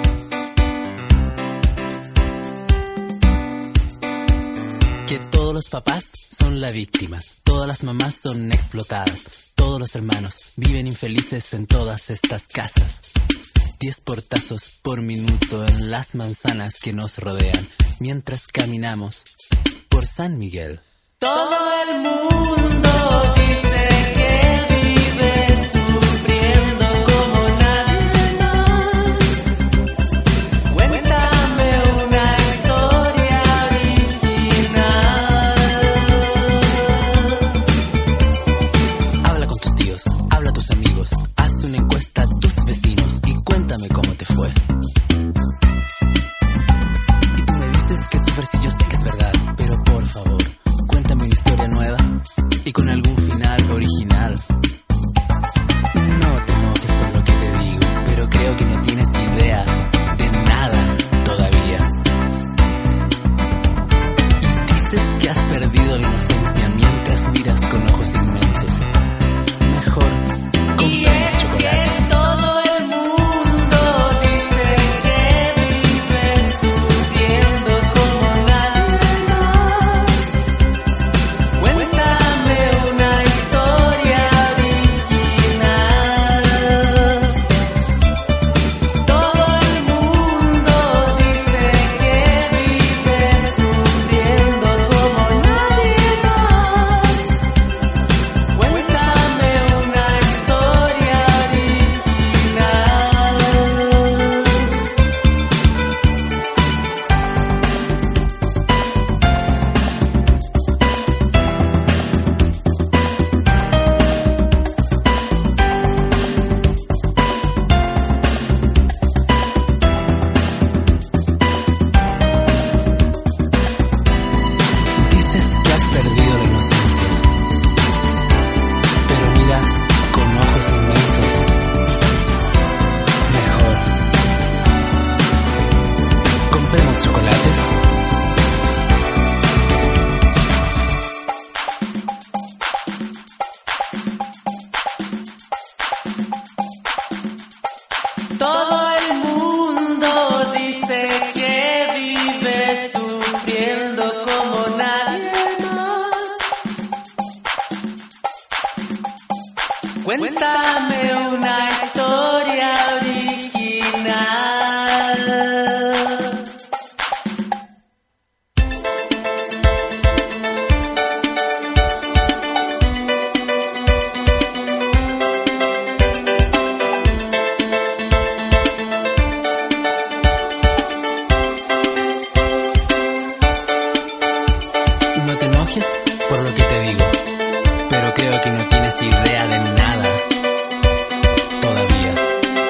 Que todos los papás son la víctima, todas las mamás son explotadas, todos los hermanos viven infelices en todas estas casas. 10 portazos por minuto en las manzanas que nos rodean mientras caminamos por San Miguel. Todo el mundo dice que vive sufriendo como nadie más. Cuéntame una historia original. Habla con tus tíos, habla a tus amigos, haz una encuesta a tus vecinos y cuéntame cómo te fue. Y tú me dices que sufres y yo sé que es verdad, pero por favor, cuéntame una historia nueva y con algún final original. No te enojes por lo que te digo, pero creo que no tienes idea de nada todavía. Y dices que has perdido la inocencia mientras miras con ojos inmensos. Mejor compremos chocolates. Todo el mundo dice que vives sufriendo como nadie más. Cuéntame una historia original. Todo el mundo dice que vives sufriendo como nadie más. Cuéntame una historia Dices que has perdido la inocencia, pero miras con ojos inmensos. Mejor compremos chocolates. Todo el mundo dice que vive sufriendo como nadie más. Cuéntame una historia original. No te enojes por lo que te digo, pero creo que no tienes idea de nada todavía.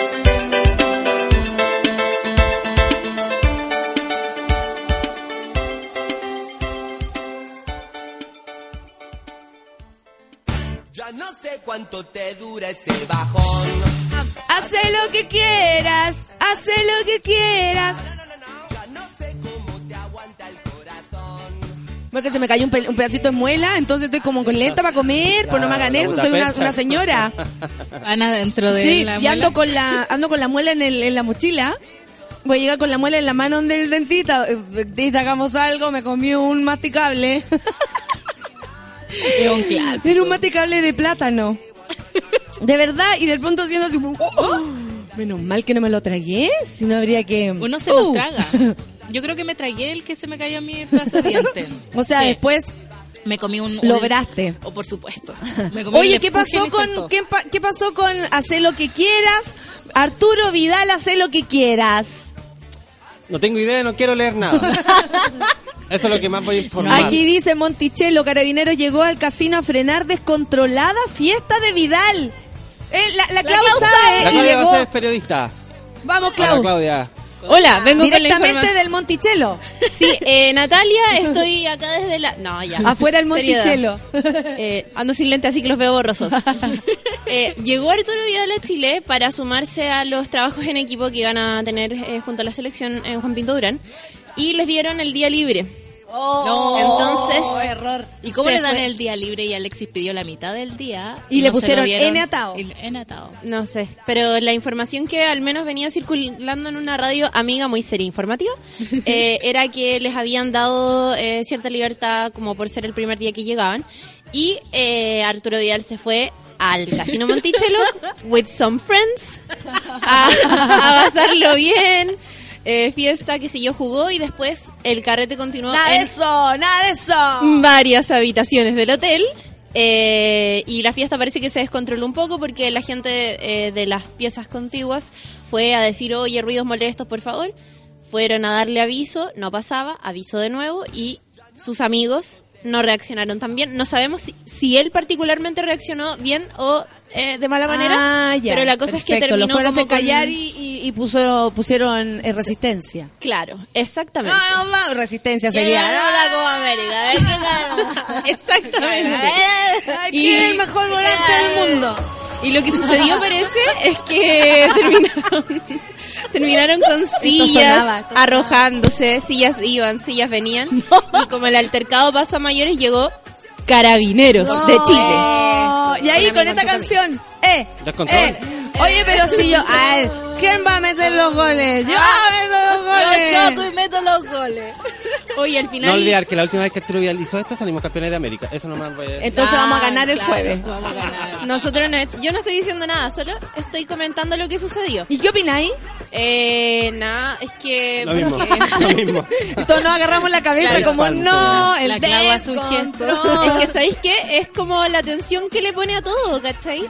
Ya no sé cuánto te dura ese bajón. Hace lo que quieras, hace lo que quieras. Ya no sé cómo te aguanta el corazón. Bueno, que se me cayó un pedacito de muela, entonces estoy como con lenta para comer, pues no me hagan La eso, puta soy percha. una señora. Van adentro de Sí, la y ando muela. con la muela en la mochila. Voy a llegar con la muela en la mano del dentista. Dentista, hagamos algo, me comí un masticable. Es un clásico. Era un masticable de plátano. De verdad, y del pronto siendo así, menos mal que no me lo tragué, si no habría que... Uno se los traga. Yo creo que me tragué el que se me cayó en mi pedazo de diente. O sea, Sí. después Me comí un... lograste. Oh, por supuesto. Me comí Oye, un ¿qué empuje y pasó me con saltó. qué pasó con Hacer lo que quieras? Arturo Vidal, Hacer lo que quieras. No tengo idea, no quiero leer nada. Eso es lo que más voy a informar. Aquí dice Monticello, Carabineros llegó al casino a frenar descontrolada fiesta de Vidal. La Clau sabe La y Claudia va llegó. a ser periodista. Vamos, Hola, Clau. Claudia. Hola, vengo con la Directamente información. del Monticello. Sí, Natalia, estoy acá desde la... No, ya. Afuera el Seriedad. Monticello. Ando sin lente, así que los veo borrosos. Llegó Arturo Vidal a Chile para sumarse a los trabajos en equipo que iban a tener junto a la selección Juan Pinto Durán. Y les dieron el día libre. No. Entonces, error. ¿Y cómo se le dan fue. el día libre y Alexis pidió la mitad del día? Y le no se pusieron lo dieron? N atado. N atado. No sé, pero la información que al menos venía circulando en una radio amiga muy seria informativa era que les habían dado cierta libertad como por ser el primer día que llegaban y Arturo Vidal se fue al Casino Monticello with some friends a pasarlo bien, fiesta, qué sé yo, jugó y después el carrete continuó Nada de en eso, nada de eso. varias habitaciones del hotel. Y la fiesta parece que se descontroló un poco porque la gente de las piezas contiguas fue a decir, oye, ruidos molestos, por favor. Fueron a darle aviso, no pasaba, aviso de nuevo y sus amigos no reaccionaron tan bien. No sabemos si él particularmente reaccionó bien o de mala manera, Ah, ya. pero la cosa es que Perfecto, terminó lo fueron a como hacer callar con... y pusieron resistencia. Claro, exactamente. No, resistencia sería. la Copa América, a ver qué gana. Exactamente. ¿Quién es el mejor volante del mundo? Y lo que sucedió parece es que terminaron con sillas sonaba. arrojándose, sillas iban, sillas venían. Y como el altercado pasó a mayores, llegó Carabineros de Chile. Y ahí Un con amigo esta en canción, Descontrol. Oye, pero si yo, a ver, ¿quién va a meter los goles? Yo meto los goles. Yo choco y meto los goles. Oye, al final... No olvidar que la última vez que Arturo Vidal hizo esto salimos campeones de América. Eso nomás voy a decir. Entonces vamos a ganar el Claro, jueves. vamos a ganar. Nosotros yo no estoy diciendo nada, solo estoy comentando lo que sucedió. ¿Y qué opináis? Nada, es que... Lo mismo. porque- Lo mismo. Todos nos agarramos la cabeza Claro. como no, La el Clau a su descontrol. Es que, ¿sabéis qué? Es como la tensión que le pone a todo, ¿cachai?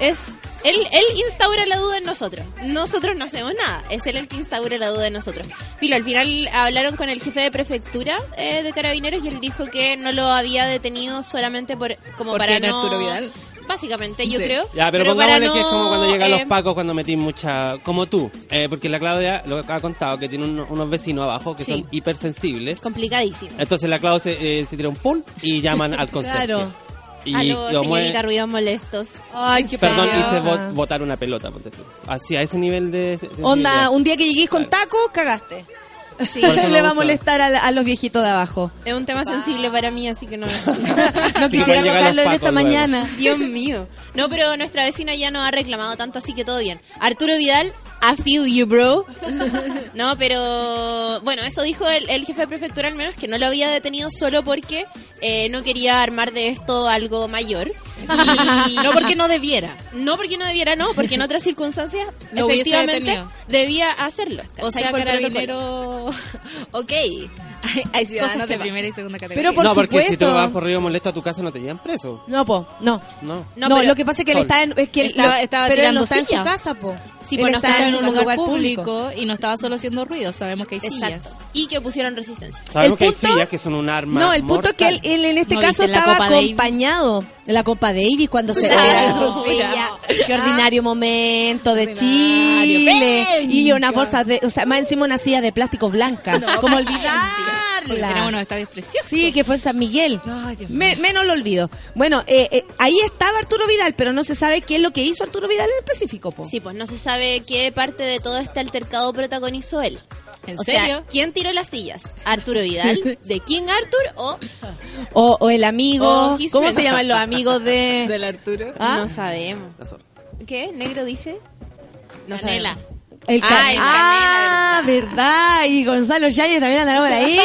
Él instaura la duda en nosotros. Nosotros no hacemos nada. Es él el que instaura la duda en nosotros. Filo, al final hablaron con el jefe de prefectura de Carabineros y él dijo que no lo había detenido solamente como ¿Por para quién, no... Arturo Vidal? Básicamente, yo Sí. creo. Ya, pero para pongámosle que es como cuando llegan los eh, pacos cuando metís mucha... Como tú. Porque la Claudia lo que ha contado, que tiene unos vecinos abajo que Sí. son hipersensibles. complicadísimo. Entonces la Claudia se tira un pool y llaman al conserje. Claro. Y Aló, lo señorita, mueve- ruidos molestos. Ay, qué Perdón, pena. hice botar una pelota, ponte tú. Así, a ese nivel de... Onda, un día que lleguéis con Claro. taco, cagaste. Sí, Por eso Le no va a uso. molestar a los viejitos de abajo. es un tema sensible para mí, así que no... No Sí, quisiera van a llegar tocarlo los en esta pacos luego. mañana. Dios mío. No, pero nuestra vecina ya no ha reclamado tanto, así que todo bien. Arturo Vidal, I feel you, bro. No, pero... Bueno, eso dijo el jefe de prefectura al menos, que no lo había detenido solo porque no quería armar de esto algo mayor. Y... No porque no debiera. No porque no debiera, no, porque en otras circunstancias Lo hubiese efectivamente detenido. debía hacerlo. O ¿cachai? sea, Por protocolo. Carabinero... Ok. Hay ciudadanos Cosas que de pasan. primera y segunda categoría. Pero por no, porque si tú supuesto. vas por Río Molesto a tu casa no te llevan preso. No, po, no. No. No, No, pero- lo que pasa es que él Sol. está en, es que él- Estaba pero él tirando no está en su sillas. casa, po. Sí, Él pues no está estaba en un su lugar público y no estaba solo haciendo ruido. Sabemos que hay sillas. Exacto. Y que pusieron resistencia. Sabemos El que hay punto- sillas que son un arma No, el punto es que mortal. él en este ¿No caso viste la estaba Copa Davis? acompañado en la Copa Davis cuando se No. Qué ordinario momento de Ordinario. Chile. Y Penca. una bolsa de, o sea, más encima una silla de plástico blanca. como Porque tenemos olvidarla. unos estadios preciosos. Sí, que fue en San Miguel. Ay, Dios mío. Menos lo olvido. Bueno, ahí estaba Arturo Vidal, pero no se sabe qué es lo que hizo Arturo Vidal en específico, po. Sí, pues no se sabe qué parte de todo este altercado protagonizó él. ¿En O serio? sea, ¿quién tiró las sillas? ¿Arturo Vidal? ¿De King Arthur? ¿O O el amigo. O his ¿Cómo friend. se llaman los amigos de...? Del Arturo. ¿Ah? no sabemos? ¿Qué? ¿Negro dice? No Canela. sabemos. El Ah, Canela. el Ah, verdad. Y Gonzalo Yáñez también andará por ahí.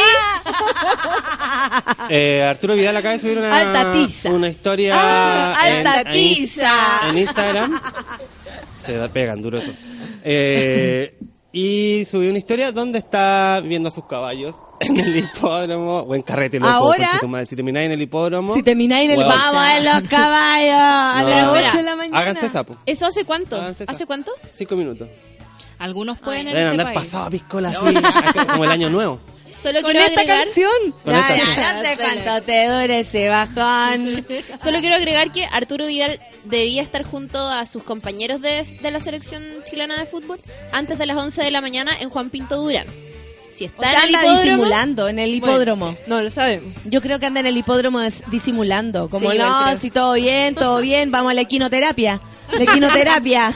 Arturo Vidal acaba de subir Alta tiza. una historia Alta en tiza. en Instagram. Se pegan duro eso. Y subí una historia donde está viendo a sus caballos en el hipódromo. Buen carrete, loco. Ahora, concha tu madre. Si termináis en el hipódromo. Si termináis en el... Weón. ¡Vamos a los caballos! A No. las Pero 8 de la mañana. Háganse sapo. ¿Eso hace cuánto? Háganse esa. ¿Hace cuánto? 5 minutos. Algunos pueden en Deben este andar país. pasado a piscola así, acá, como el año nuevo. Solo Con quiero esta agregar, canción. Con esta Ya, canción. no sé cuánto te dure ese bajón. solo quiero agregar que Arturo Vidal debía estar junto a sus compañeros de la selección chilena de fútbol antes de las 11 de la mañana en Juan Pinto Durán. Si O está sea, en el anda hipódromo, disimulando en el hipódromo. No lo sabemos. Yo creo que anda en el hipódromo disimulando. Como, Sí, igual no, creo. si todo bien, vamos a la equinoterapia. La equinoterapia.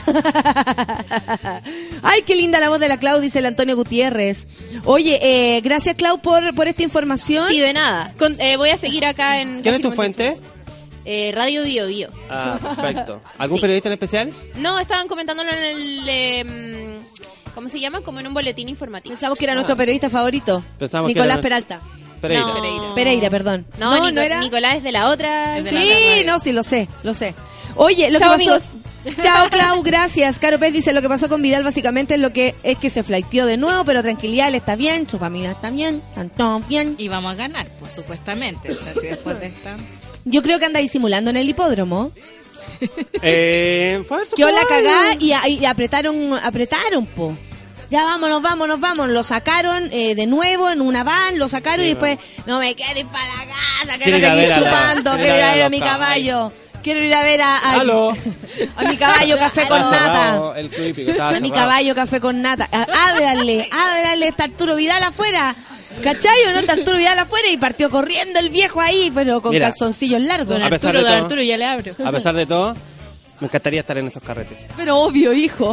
Ay, qué linda la voz de la Clau, dice el Antonio Gutiérrez. Oye, gracias Clau por esta información. Sí, de nada. Voy a seguir acá en... ¿Quién es Casi tu Monte- fuente? Radio Bio Bio. Ah, perfecto. ¿Algún Sí. periodista en especial? No, estaban comentándolo en el... ¿cómo se llama? Como en un boletín informativo. Pensamos que era nuestro periodista favorito. Pensamos que Nicolás era- Peralta. Pereira. No. Pereira, perdón. No, no era. Nicolás es de la otra... Sí, no, sí, lo sé. Oye, lo Chao, que pasó... amigos. Chao, Clau, gracias. Caro Pérez dice, lo que pasó con Vidal básicamente es que se flaiteó de nuevo, pero tranquilidad, él está bien, su familia está bien, están todos bien. Y vamos a ganar, pues supuestamente. O sea, si después de esta... Yo creo que anda disimulando en el hipódromo. Fue a ver su Quedó la caballo. cagada y apretaron, po. Ya vámonos, lo sacaron de nuevo en una van, lo sacaron y Sí, después, no me quiero ir para la casa, Quiero quiero ir a seguir ver a la- chupando, quiero quiero ir a ver a los mi caballos. caballo, quiero ir a ver Aló. a mi caballo café con Estaba nata. cerrado el club hípico, estaba A mi cerrado. caballo café con nata. Ábrale, está Arturo Vidal afuera. ¿Cachai o no? Está Arturo Vidal afuera y partió corriendo el viejo ahí, pero con Mira, calzoncillos largos. Con A pesar Arturo, de todo- Arturo ya le abro. A pesar de todo, me encantaría estar en esos carretes. Pero obvio, hijo.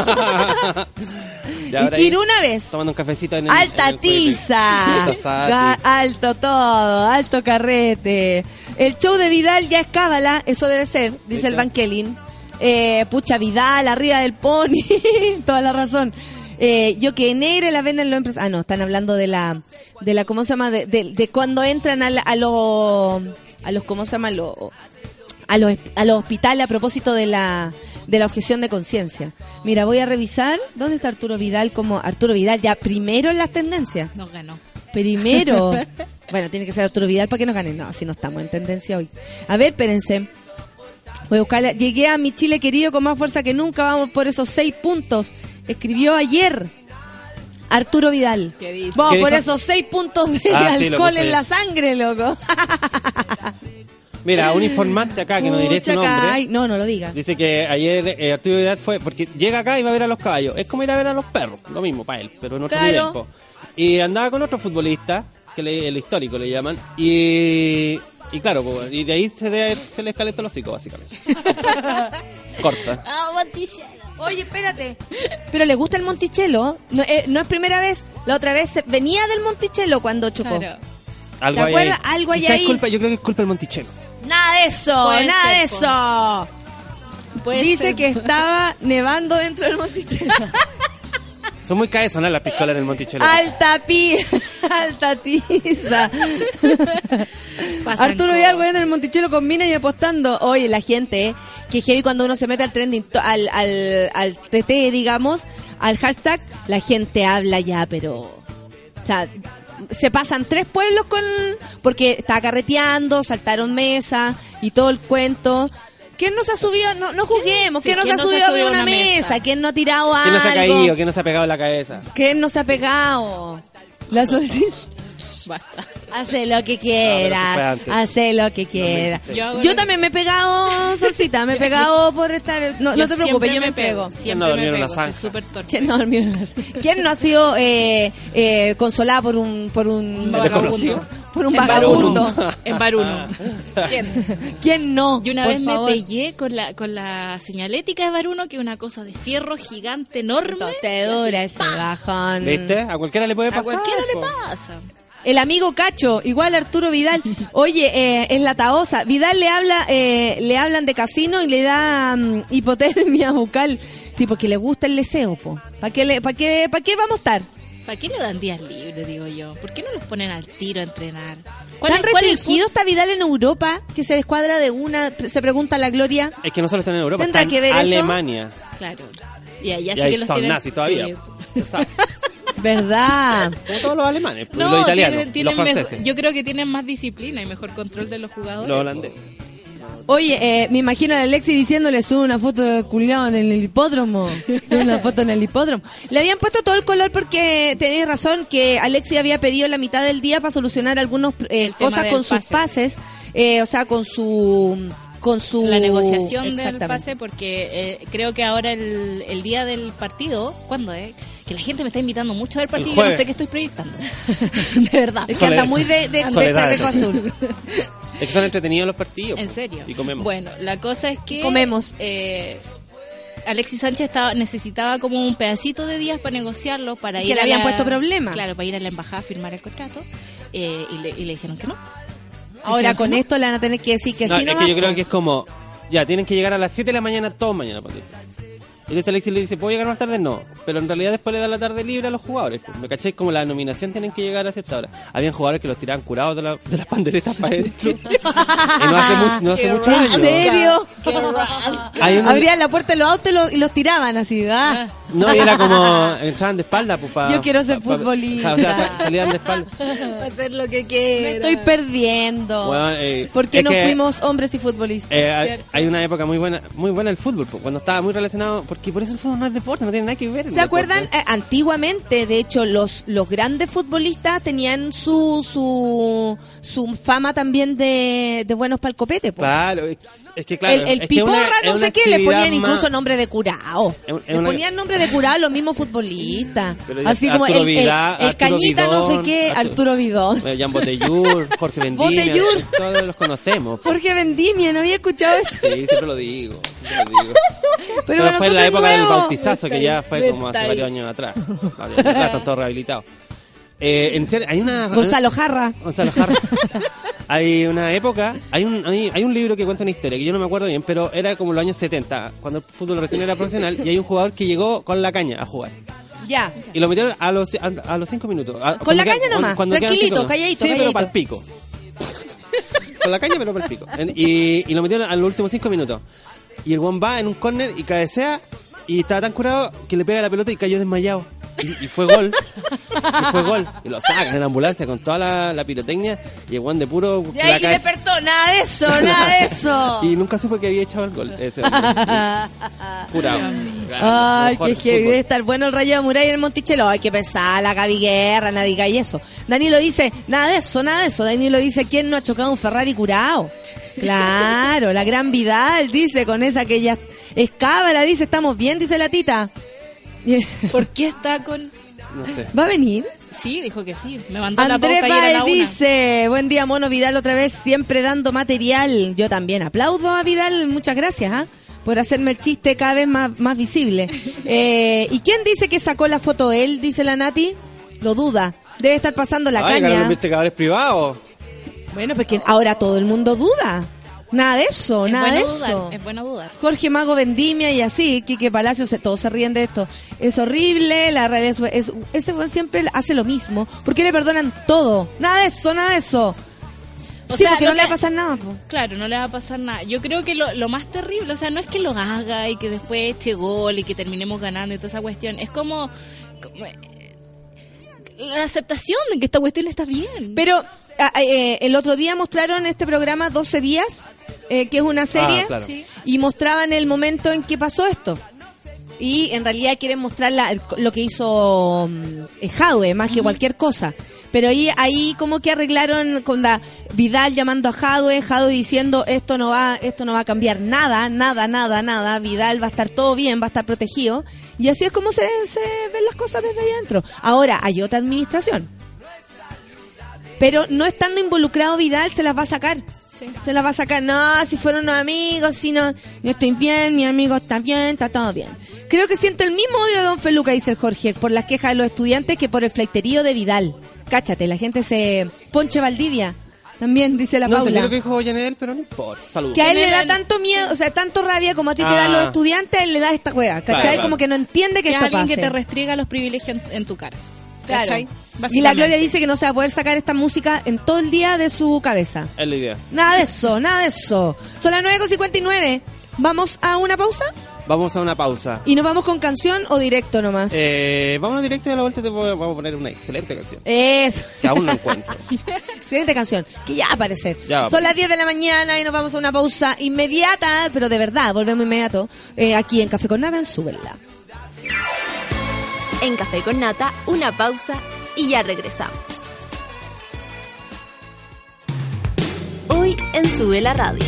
Y ahora Ir ahí, una vez. tomando un cafecito en el Alta en el club hípico. tiza. Alta sati. Alto todo, alto carrete. El show de Vidal ya es cábala, eso debe ser, dice ¿Viste? el Van Kelin. Pucha, Vidal, arriba del pony. Toda la razón. Yo que negra la venden los empresarios. Ah, no, están hablando de la ¿cómo se llama? De cuando entran a los, ¿cómo se llama? A los hospitales a propósito de la objeción de conciencia. Mira, voy a revisar. ¿Dónde está Arturo Vidal? Como Arturo Vidal ya primero en las tendencias. Nos ganó. Primero. Bueno, tiene que ser Arturo Vidal para que nos gane. No, si no estamos en tendencia hoy. A ver, espérense. Voy a buscarla. Llegué a mi Chile querido con más fuerza que nunca. Vamos por esos 6 puntos. Escribió ayer Arturo Vidal. ¿Qué dice? Vamos ¿Qué por dijo? esos 6 puntos de Ah, sí, lo alcohol puse en yo. la sangre, loco. Mira, un informante acá, que no diré su Pucha, nombre, ay, no lo digas. dice que ayer Arturo Vidal fue, porque llega acá y va a ver a los caballos. Es como ir a ver a los perros, lo mismo para él, pero en otro Claro. nivel, po. Y andaba con otro futbolista, el histórico le llaman, y claro, po, y de ahí se les calentó el hocico, básicamente. Corta. Oye, espérate. Pero le gusta el Monticello. No, no es primera vez. La otra vez venía del Monticello cuando chocó. Claro. Algo ¿Te hay acuerdas? ahí. Algo hay Quizás es ahí. culpa, yo creo que es culpa del Monticello. Nada de eso, Puede nada ser, de po. eso. Puede Dice ser. que estaba nevando dentro del Monticello. Son muy cabezonas las piscolas en el Monticello. Alta tiza. Pasan Arturo Vidal cosas. güeyando en el Monticello con mina y apostando. Oye, la gente, que heavy cuando uno se mete al trending, al TT, digamos, al hashtag, la gente habla ya, pero... O sea, se pasan 3 pueblos porque está carreteando, saltaron mesa y todo el cuento. ¿Quién no se ha subido? No juguemos. Sí, ¿Quién no se ¿quién ha no se subido ha a subido a una una mesa? mesa? ¿Quién no ha tirado algo? ¿Quién no se ha caído? ¿Quién no se ha pegado en la cabeza? ¿Quién no se ha pegado? La solcita. Basta. Hace lo que No, pero eso fue quiera, antes. hace lo que quiera. 2016. Yo hago Yo lo también me he pegado, Solcita, me he pegado por estar... No te preocupes, siempre yo me pego. ¿Quién no Siempre durmió en me una pego, soy zanja? súper torpe. ¿Quién no dormió en las- ¿Quién no ha sido consolada por un Desconocido. por un En vagabundo? Baruno. En Baruno. ¿Quién? ¿Quién no? Y una Por vez favor. me pegué con la señalética de Baruno, que es una cosa de fierro gigante, enorme. Te dura ese bajón. ¿Viste? A cualquiera le puede A pasar. cualquiera le po. pasa. El amigo Cacho, igual Arturo Vidal. Oye, es la taosa. Vidal le hablan de casino y le da hipotermia bucal. Sí, porque le gusta el leseo, po. ¿Para qué vamos a estar? ¿Para qué le dan días libres, digo yo? ¿Por qué no los ponen al tiro a entrenar? ¿Tan es el restringido está Vidal en Europa que se descuadra de una? Se pregunta la Gloria. Es que no solo están en Europa, ¿Tendrá están que ver en eso? Alemania. Claro. Y allá Y sí ahí que los son tienen. nazis todavía. Sí. Exacto. ¿Verdad? Como todos los alemanes, pues, y No, los italianos, tienen los franceses, yo creo que tienen más disciplina y mejor control de los jugadores. los holandeses. Oye, me imagino a Alexi diciéndole, sube una foto de culiao en el hipódromo. Sube una foto en el hipódromo. Le habían puesto todo el color porque tenéis razón que Alexi había pedido la mitad del día para solucionar algunas cosas con sus pases. O sea, con su la negociación del Exactamente. pase, porque creo que ahora el día del partido, ¿cuándo es? Que la gente me está invitando mucho a ver el partido y yo no sé qué estoy proyectando. De verdad. Es que anda muy de Soledad. chaleco azul. Es que son entretenidos los partidos. ¿En serio? Y comemos. Bueno, la cosa es que Comemos. Alexis Sánchez necesitaba como un pedacito de días para negociarlo, para Que ir le a habían la- puesto problema. Claro, para ir a la embajada a firmar el contrato, y le dijeron que no. Ahora con esto le van a tener que decir que No, sí, es no que yo creo que es como, ya, tienen que llegar a las 7 de la mañana, todos mañana. Y entonces Alexis le dice, ¿puedo llegar más tarde? No. Pero en realidad después le da la tarde libre a los jugadores. Pues. ¿Me cacháis? Como la nominación tienen que llegar a cierta hora. Habían jugadores que los tiraban curados de las panderetas para adentro. Y no hace muchos años. ¿En serio? Hay un- Abrían la puerta de los autos y los tiraban así, ¿verdad? No, y era como, entraban de espalda. Pues, Yo quiero ser futbolista. O sea, salían de espalda. Hacer lo que quiera. Me estoy perdiendo. Bueno, ¿Por qué es no que, fuimos hombres y futbolistas? hay una época muy buena el fútbol, pues, cuando estaba muy relacionado, porque por eso el fútbol no es deporte, no tiene nada que ver. ¿Se acuerdan? Antiguamente, de hecho, los grandes futbolistas tenían su fama también de buenos pa'l copete. Po. Claro, es que claro. El es que Piporra, es no una sé qué, le actividad ponían incluso más- nombre de curado. Es Le una- ponían nombre de curado los mismos futbolistas. Pero ya Así como Arturo el Vidal, Arturo Cañita, no sé Vidón, qué, Arturo Vidón. Jan Botellur, Jorge Vendimia, Botellur. todos los conocemos. Jorge Vendimia, no había escuchado eso. Sí, siempre lo digo. Pero Pero para fue en la nosotros época del nuevo. bautizazo, que ya fue como hace varios años atrás. Están todos rehabilitados. En serio, hay una... Gonzalo Jarra. Gonzalo Jarra. Hay una época, hay un libro que cuenta una historia que yo no me acuerdo bien, pero era como los años 70, cuando el fútbol recién era profesional, y hay un jugador que llegó con la caña a jugar. Ya. Y lo metieron a los 5 minutos. Con la caña nomás, quedan tranquilito, 5 minutos. calladito, Sí, pero calladito. para el pico. Con la caña, pero para el pico. Y lo metieron a los últimos 5 minutos. Y el guan va en un córner y cabecea, y estaba tan curado que le pega la pelota y cayó desmayado. Y fue gol. Y fue gol. Y lo sacan en la ambulancia con toda la pirotecnia. Y el guan de puro... Y ahí despertó, nada de eso, nada de eso. Y nunca supe que había echado el gol. Ese hombre. Curado. Ay, Mejor qué heavy. fútbol. Debe estar bueno el Rayo de Muralla y el Monticello. Hay que pensar, la Gaby Guerra, nadie diga y eso. Danilo dice, nada de eso, nada de eso. Danilo dice, ¿quién no ha chocado un Ferrari curado? Claro, la gran Vidal, dice, con esa que ya es cábala, dice, estamos bien, dice la tita. ¿Por qué está con...? No sé. ¿Va a venir? Sí, dijo que sí. Me mandó la Andrés pauta ayer a la Baez una. dice, buen día Mono Vidal otra vez, siempre dando material. Yo también aplaudo a Vidal, muchas gracias por hacerme el chiste cada vez más visible. ¿Y quién dice que sacó la foto él? Dice la Nati. Lo duda, debe estar pasando la Ay, caña. ganaron investigadores privados. Bueno, porque ahora todo el mundo duda. Nada de eso, nada de eso. Es bueno dudar. Jorge Mago Vendimia y así, Quique Palacios, todos se ríen de esto. Es horrible, la realidad ese buen siempre hace lo mismo. ¿Por qué le perdonan todo? Nada de eso, nada de eso. O Sí, sea, porque no no le va a te- pasar nada. Po. Claro, no le va a pasar nada. Yo creo que lo más terrible, o sea, no es que lo haga y que después eche gol y que terminemos ganando y toda esa cuestión. Es como la aceptación de que esta cuestión está bien. Pero el otro día mostraron en este programa 12 días, que es una serie, claro. Sí. y mostraban el momento en que pasó esto. Y en realidad quieren mostrar lo que hizo Jadwe, más que cualquier cosa. Pero ahí como que arreglaron con Vidal llamando a Jadwe diciendo esto no va a cambiar nada, Vidal va a estar todo bien, va a estar protegido. Y así es como se ven las cosas desde ahí adentro. Ahora, hay otra administración. Pero no estando involucrado Vidal, se las va a sacar. Sí. Se las va a sacar. No, si fueron unos amigos, si no, yo estoy bien, mi amigo está bien, está todo bien. Creo que siento el mismo odio de Don Feluca, dice el Jorge, por las quejas de los estudiantes que por el fleiterío de Vidal. Cáchate, la gente se... Ponche Valdivia, también, dice la No entendí Paula. lo que dijo Yanel, pero no importa. Saludos. Que a él le da tanto miedo, o sea, tanto rabia como a ti te dan los estudiantes, a él le da esta hueá, ¿cachai? Claro, claro. Como que no entiende que Que es esto alguien pase. que te restriega los privilegios en tu cara. Claro. ¿Cachai? Y la Básicamente. Gloria dice que no se va a poder sacar esta música en todo el día de su cabeza. Es la idea. Nada de eso, nada de eso. Son las 9:59. ¿Vamos a una pausa? Vamos a una pausa. ¿Y nos vamos con canción o directo nomás? Vamos directo y a la vuelta vamos a poner una excelente canción. Eso. Que aún no encuentro. Excelente canción, que ya va a aparecer. Ya va a Son aparecer. las 10 de la mañana y nos vamos a una pausa inmediata, pero de verdad, volvemos inmediato, aquí en Café con Nata en Súbela. En Café con Nata, una pausa y ya regresamos. Hoy en Sube la Radio.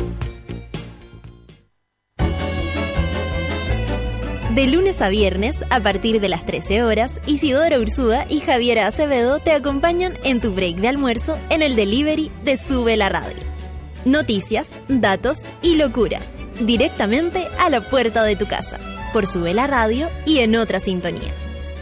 De lunes a viernes, a partir de las 13 horas, Isidora Ursúa y Javiera Acevedo te acompañan en tu break de almuerzo en el delivery de Sube la Radio. Noticias, datos y locura, directamente a la puerta de tu casa, por Sube la Radio y en otra sintonía.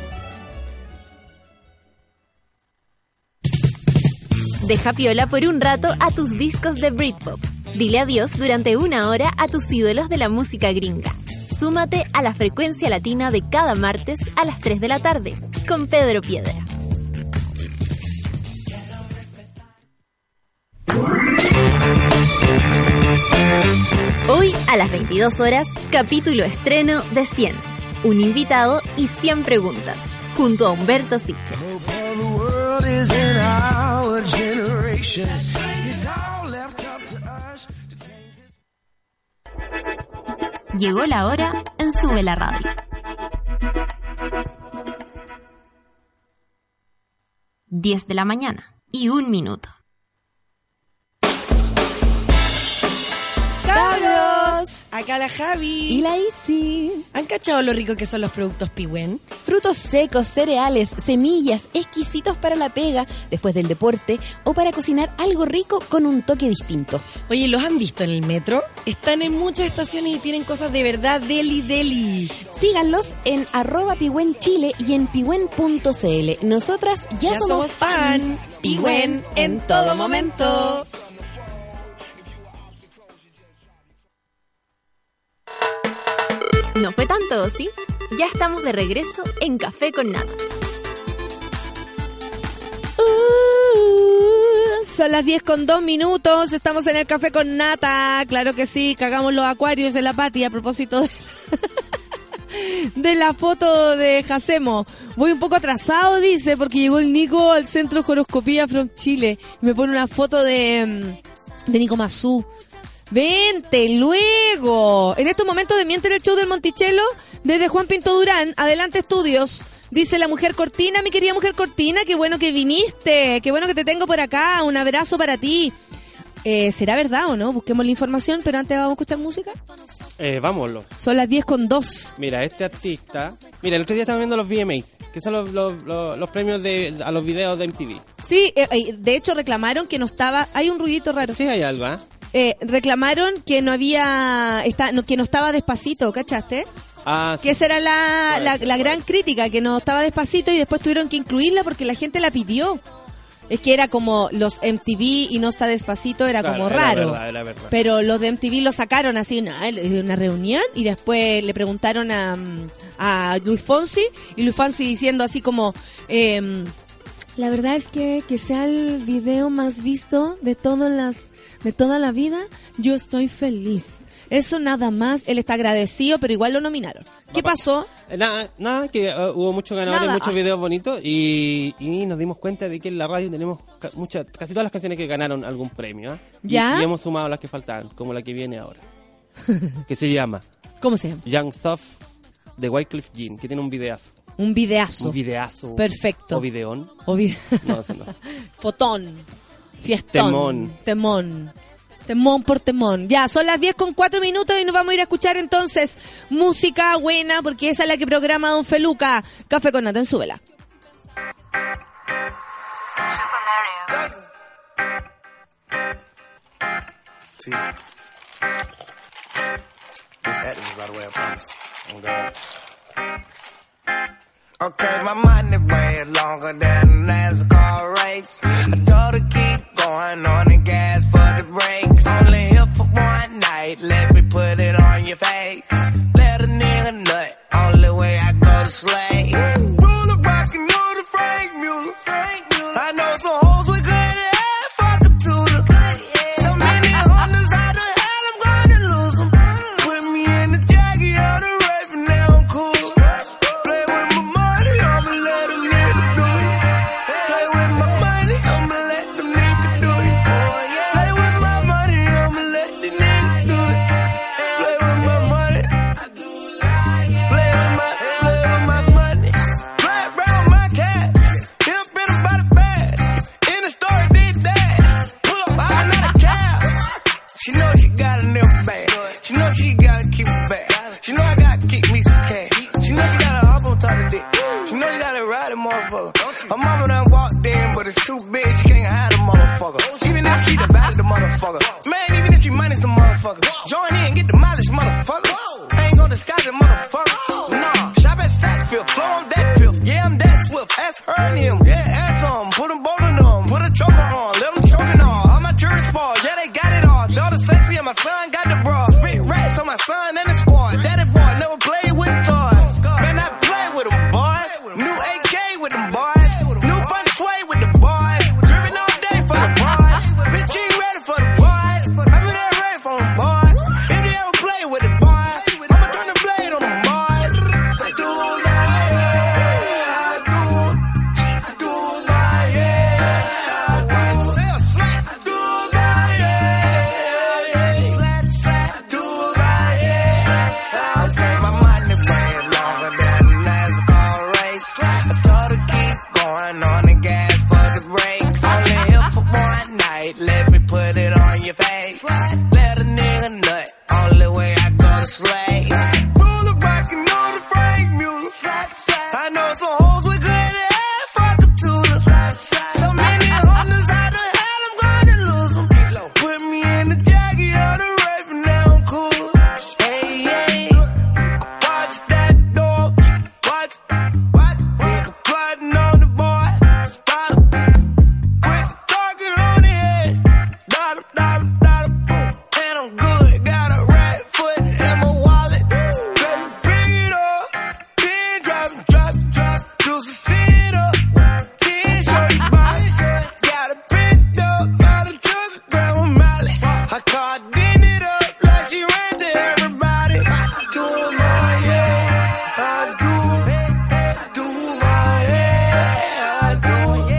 Deja piola por un rato a tus discos de Britpop. Dile adiós durante una hora a tus ídolos de la música gringa. Súmate a la frecuencia latina de cada martes a las 3 de la tarde con Pedro Piedra. Hoy a las 22 horas, capítulo estreno de 100. Un invitado y 100 preguntas, junto a Humberto Siche. Llegó la hora en Sube la Radio. 10 de la mañana y 1 minuto. ¡Cabros! Acá la Javi. Y la Isi. ¿Han cachado lo rico que son los productos Pihuen? Frutos secos, cereales, semillas, exquisitos para la pega, después del deporte o para cocinar algo rico con un toque distinto. Oye, ¿los han visto en el metro? Están en muchas estaciones y tienen cosas de verdad deli. Síganlos en @PihuenChile y en pihuen.cl. Nosotras ya somos fans. Pihuen en todo momento. No fue tanto, ¿sí? Ya estamos de regreso en Café con Nata. Son las 10 con 2 minutos, estamos en el Café con Nata, claro que sí, cagamos los acuarios en la Pati a propósito de la foto de Jacemo. Voy un poco atrasado, dice, porque llegó el Nico al Centro de Horoscopía from Chile y me pone una foto de Nico Mazú. Vente luego. En estos momentos de Miente en el show del Monticello, desde Juan Pinto Durán, adelante estudios. Dice la mujer Cortina, mi querida mujer Cortina, qué bueno que viniste, qué bueno que te tengo por acá, un abrazo para ti. ¿Será verdad o no? Busquemos la información, pero antes vamos a escuchar música. Vámonos. Son las 10 con 2. Mira, este artista... Mira, el otro día estaba viendo los VMAs, que son los premios a los videos de MTV. Sí, de hecho reclamaron que no estaba... Hay un ruidito raro. Sí, hay algo, ¿eh? Reclamaron que no había... que no estaba Despacito, ¿cachaste? Ah, sí. Que esa era la gran crítica, que no estaba Despacito y después tuvieron que incluirla porque la gente la pidió. Es que era como los MTV y no está Despacito, era Claro, como era raro. verdad, era verdad. Pero los de MTV lo sacaron así en una reunión y después le preguntaron a Luis Fonsi y Luis Fonsi diciendo así como... la verdad es que sea el video más visto de toda la vida, yo estoy feliz. Eso nada más, él está agradecido, pero igual lo nominaron. ¿Qué pasó? Nada, que hubo muchos ganadores, Nada. muchos videos bonitos y nos dimos cuenta de que en la radio tenemos casi todas las canciones que ganaron algún premio. ¿Eh? ¿Ya? Y hemos sumado las que faltaban, como la que viene ahora. Que se llama ¿Cómo se llama? Young Thug de Wyclef Jean, que tiene un videazo. Un videazo. Un videazo. Perfecto. O videón. No, eso no. Fotón. Fiestón. Temón. Temón por temón. Ya, son las 10 con 4 minutos y nos vamos a ir a escuchar entonces música buena, porque esa es la que programa Don Feluca. Café con Nata en Súbela. See, this acting, by the way, I promise. Oh, God. Okay, my money way longer than a NASCAR race. I told her keep going on the gas for the brakes. Only here for one night, let me put it on your face. Let a nigga nut, only way I go to slay. Ruler rockin' know the Frank Mueller. I know some hoes with good hair, fuck a tutor. So many Hondas out the hell, I'm gonna lose them. Put me in the jacket, She know I gotta keep me some cash. She know she gotta hop on top of dick. She know you gotta ride a motherfucker. Her mama done walked in, but it's too big, she can't hide the motherfucker. Even if she the baddest, the motherfucker. Man, even if she minus the motherfucker. Join in, get the mileage, motherfucker. Ain't gon' disguise it, motherfucker. Nah, shop at Sackville, flow on that piff. Yeah, I'm that swift, ask her and him. Yeah, ask them, put them both in them. Put a choker on, let them choking on. All my jewelry's fall, yeah, they got it all. Daughter sexy and my son got the bra. Spit rats on my son and the squad. Daddy boy never played with toys. Man, I play with them boys. New AK with them boys. New fun sway with the boys. Driven all day for the boys. Bitch, you ain't ready for the boys. I be there ready for them boys. If they ever play with the boys, I'ma turn the blade on them boys. I do my yeah, I do my yeah, I do slap, I do my yeah, slap, slap, I do my yeah, slap, slap, slap. My money way longer than a NASCAR race. I told her keep going on the gas for the brakes. Only here for one night, let me put it on your face. Let a nigga nut, only way I go to slay. Ruler rockin' on the Frank Mueller. I know some hoes with good hair, fuck a Tula. So many hunters, how the hell I'm gonna lose them? Put me in the jacket of the rape and now I'm cool. Hey, hey, watch that door, watch, nigga plotting on the boy, spot him, put the target on the head, dot him, boom, and I'm good, got a right foot in my wallet, baby, bring it up, then drop, juice and sit up, then show you body, got a bent up, got a sugar grandma Molly, I carded it up like she ran to everybody. I do my yeah, I do my yeah, I do my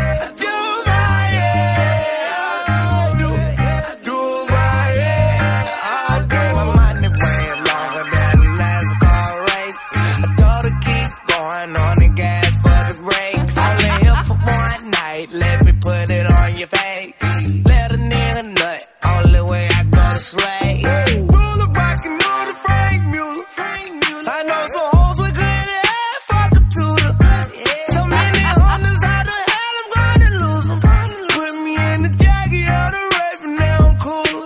yeah, I do. My money way longer than a NASCAR race. I told her keep going on the gas for the brakes. Only here for one night, let me put it on your face. Let a nigga nut, only way I go to slay. Ruler rockin' on the Frank Mueller. I know some hoes with good hair, fuck a Tula. So many hunters, how the hell I'm gonna lose them? Put me in the jacket of the rape and now I'm cool.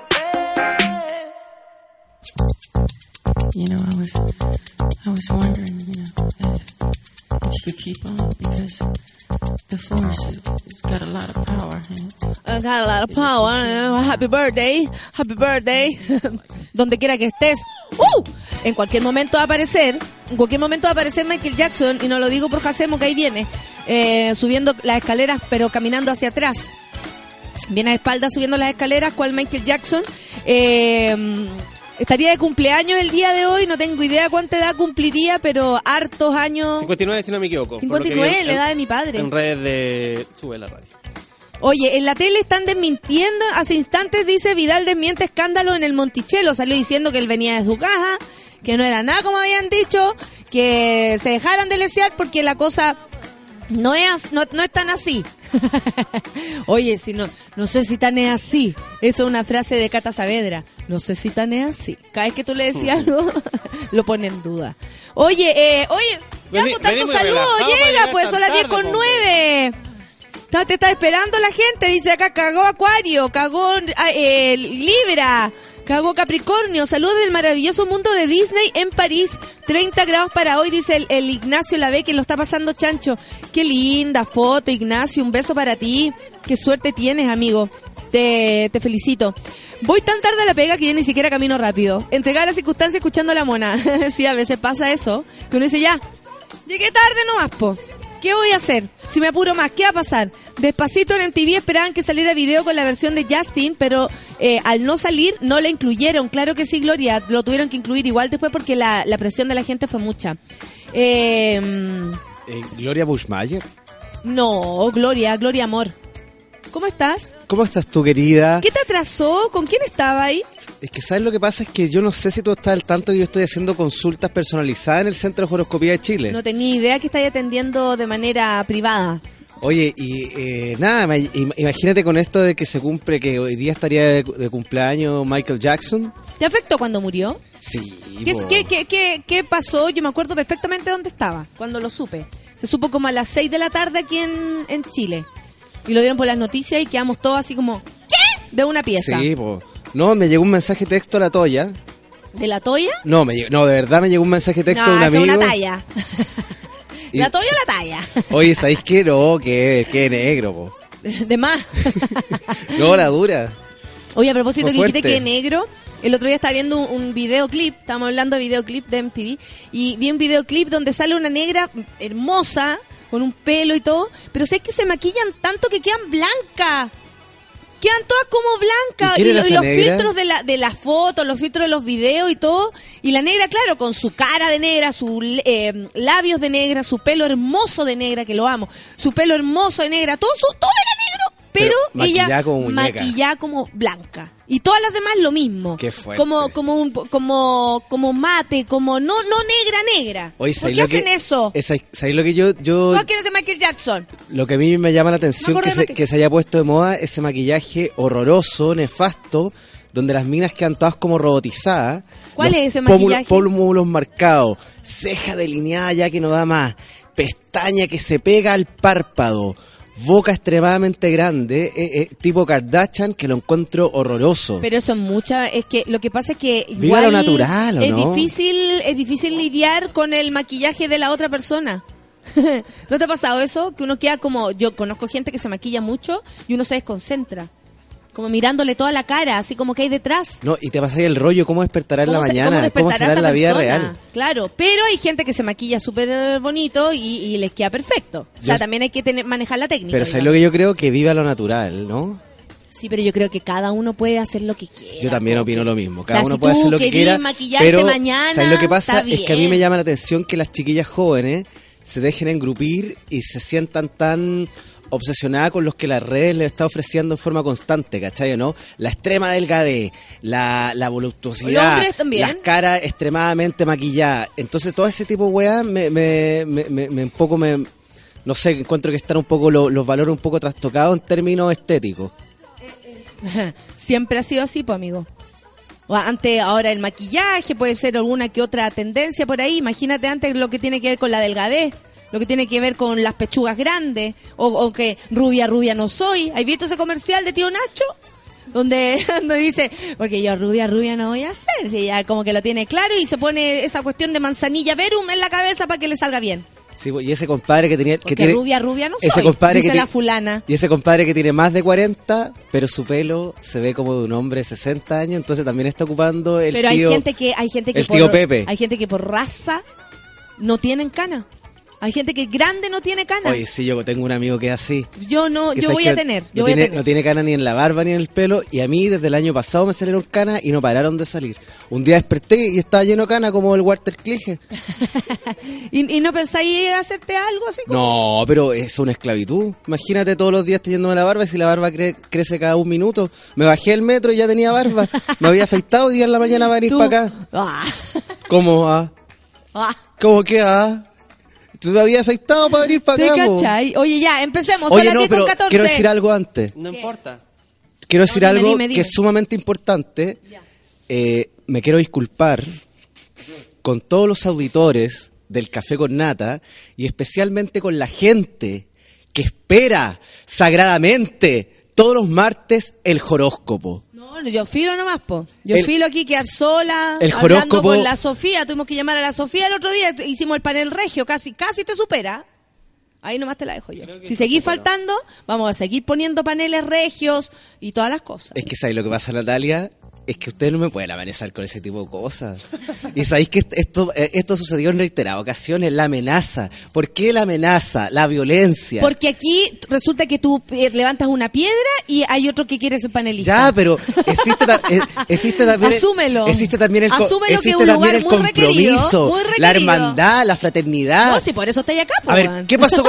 You know, I was wondering, you know, if you could keep on, because the force has got a lot of power. I got a lot of power. Happy birthday. Donde quiera que estés. En cualquier momento va a aparecer Michael Jackson, y no lo digo por Jacemo, que ahí viene, subiendo las escaleras, pero caminando hacia atrás. Viene a espaldas subiendo las escaleras, cual Michael Jackson. Estaría de cumpleaños el día de hoy, no tengo idea cuánta edad cumpliría, pero hartos años. 59, si no me equivoco. 59, la edad de mi padre. En redes de Sube la Radio. Oye, en la tele están desmintiendo, hace instantes dice Vidal desmiente escándalo en el Monticello, salió diciendo que él venía de su caja, que no era nada como habían dicho, que se dejaran de lesear porque la cosa no es tan así. Oye, si no sé si tan es así. Eso es una frase de Cata Saavedra. No sé si tan es así. Cada vez que tú le decías algo, lo pone en duda. Oye, ya por tanto saludos, llega, pues son las 10:09. Te está esperando la gente, dice acá, cagó Acuario, cagó Libra, cagó Capricornio. Saludos del maravilloso mundo de Disney en París. 30 grados para hoy, dice el Ignacio Lavé, que lo está pasando chancho. Qué linda foto, Ignacio, un beso para ti. Qué suerte tienes, amigo. Te felicito. Voy tan tarde a la pega que ya ni siquiera camino rápido. Entregada la circunstancia escuchando a la mona. Sí, a veces pasa eso, que uno dice ya, llegué tarde nomás, po. ¿Qué voy a hacer? Si me apuro más, ¿qué va a pasar? Despacito en MTV esperaban que saliera video con la versión de Justin, pero al no salir no la incluyeron. Claro que sí, Gloria, lo tuvieron que incluir igual después porque la presión de la gente fue mucha. ¿Gloria Bushmayer? No, Gloria Amor. ¿Cómo estás? ¿Cómo estás tú, querida? ¿Qué te atrasó? ¿Con quién estaba ahí? Es que ¿sabes lo que pasa? Es que yo no sé si tú estás al tanto que yo estoy haciendo consultas personalizadas en el Centro de Horoscopía de Chile. No tenía idea que estáis atendiendo de manera privada. Oye, y nada, imagínate con esto de que se cumple, que hoy día estaría de cumpleaños Michael Jackson. ¿Te afectó cuando murió? Sí. ¿Qué pasó? Yo me acuerdo perfectamente dónde estaba cuando lo supe. Se supo como a las 6 de la tarde aquí en Chile. Y lo dieron por las noticias y quedamos todos así como, ¿qué? De una pieza. Sí, po. No, me llegó un mensaje de texto a la Toya. ¿De la Toya? No, de verdad me llegó un mensaje de texto de un esa amigo. es una talla. ¿La Toya o la talla? Oye, ¿sabéis qué? No, que negro, po. De más. No, la dura. Oye, a propósito Fue que dijiste fuerte. que negro, el otro día estaba viendo un videoclip, estábamos hablando de videoclip de MTV, y vi un videoclip donde sale una negra hermosa, con un pelo y todo, pero sé que se maquillan tanto que quedan blancas. Quedan todas como blancas. ¿Y quién era esa los negra? filtros de las fotos, los filtros de los videos y todo. Y la negra, claro, con su cara de negra, sus labios de negra, su pelo hermoso de negra, que lo amo, su pelo hermoso de negra, todo era negro, pero ella maquillada como muñeca. maquillada como blanca. Y todas las demás lo mismo. Qué fuerte. Como mate, como no negra. Oye, ¿Por ¿sabéis qué lo que- hacen eso? ¿Sabéis lo que yo ¿No quieren ser Michael Jackson? Lo que a mí me llama la atención Me acordé de que se haya puesto de moda ese maquillaje horroroso, nefasto, donde las minas quedan todas como robotizadas. ¿Cuál Los es ese maquillaje? Pómulos marcados, ceja delineada ya que no da más, pestaña que se pega al párpado, boca extremadamente grande, tipo Kardashian, que lo encuentro horroroso. Pero eso es mucha, es que lo que pasa es que Viva igual lo natural, ¿o es no? difícil lidiar con el maquillaje de la otra persona. ¿No te ha pasado eso? Que uno queda como, yo conozco gente que se maquilla mucho y uno se desconcentra. Como mirándole toda la cara, así como que hay detrás. No, y te pasa ahí el rollo, ¿cómo despertará en la ¿Cómo mañana? ¿Cómo despertará será en esa la vida persona? real? Claro, pero hay gente que se maquilla súper bonito y les queda perfecto. O sea, Yo- también hay que manejar la técnica. Pero ¿sabes digamos. lo que yo creo? Que viva lo natural, ¿no? Sí, pero yo creo que cada uno puede hacer lo que quiera. Yo también opino lo mismo. Cada O sea, uno si puede tú hacer lo que querís quiera. maquillarte Pero, mañana, ¿sabes lo que pasa? está Es que a mí bien. me llama la atención que las chiquillas jóvenes se dejen engrupir y se sientan tan obsesionada con los que las redes les está ofreciendo en forma constante, ¿cachai o no? La extrema delgadez, la voluptuosidad, Los hombres también. las caras extremadamente maquilladas. Entonces todo ese tipo de weas un poco no sé, encuentro que están un poco los valores un poco trastocados en términos estéticos. Siempre ha sido así, pues, amigo. O antes, ahora el maquillaje, puede ser alguna que otra tendencia por ahí. Imagínate antes lo que tiene que ver con la delgadez, lo que tiene que ver con las pechugas grandes, o que rubia no soy. ¿Has visto ese comercial de Tío Nacho? Donde dice, porque yo rubia no voy a ser. Y ella como que lo tiene claro y se pone esa cuestión de manzanilla verum en la cabeza para que le salga bien. Sí, y ese compadre que tenía... Porque que tiene, rubia no soy, ese compadre dice que la ti- fulana. Y ese compadre que tiene más de 40, pero su pelo se ve como de un hombre de 60 años, entonces también está ocupando el Pero tío... hay gente que el tío Pepe. Hay gente que por raza no tienen cana. Hay gente que grande no tiene cana. Oye, sí, yo tengo un amigo que es así. Yo no, que yo sabes voy que a tener, yo no voy a tiene, tener. no tiene cana ni en la barba ni en el pelo, y a mí desde el año pasado me salieron canas y no pararon de salir. Un día desperté y estaba lleno de cana como el Walter Clige. ¿Y no pensáis hacerte algo así como? No, pero es una esclavitud. Imagínate todos los días teniéndome la barba y si la barba crece cada un minuto. Me bajé del metro y ya tenía barba. Me había afeitado y día en la mañana va a venir Tú- para acá. Ah. ¿Cómo ah? Ah. ¿Cómo que ah? ¿Tú me habías afeitado para venir para ¿Te acá, po? cachai? Oye, ya, empecemos. Oye, Son las no, 10 con pero 14. quiero decir algo antes. No importa. Quiero decir dime, algo dime. que es sumamente importante. Me quiero disculpar con todos los auditores del Café con Nata y especialmente con la gente que espera sagradamente todos los martes el horóscopo. No, yo filo nomás, po. Yo El- filo aquí quedar sola, el hablando horóscopo- con la Sofía. Tuvimos que llamar a la Sofía el otro día. Hicimos el panel regio, casi te supera. Ahí nomás te la dejo yo. Si seguís faltando, vamos a seguir poniendo paneles regios y todas las cosas. Es que ¿sabéis lo que pasa, Natalia? Es que ustedes no me pueden amenazar con ese tipo de cosas. Y sabéis que esto sucedió en reiteradas ocasiones, la amenaza. ¿Por qué la amenaza? La violencia. Porque aquí resulta que tú levantas una piedra y hay otro que quiere ser panelista. Ya, pero existe también Asúmelo. existe también el Asúmelo que existe es un también lugar el muy requerido, compromiso, muy requerido. la hermandad, la fraternidad. No, si por eso estáis acá, po, A ver, weón. ¿qué pasó?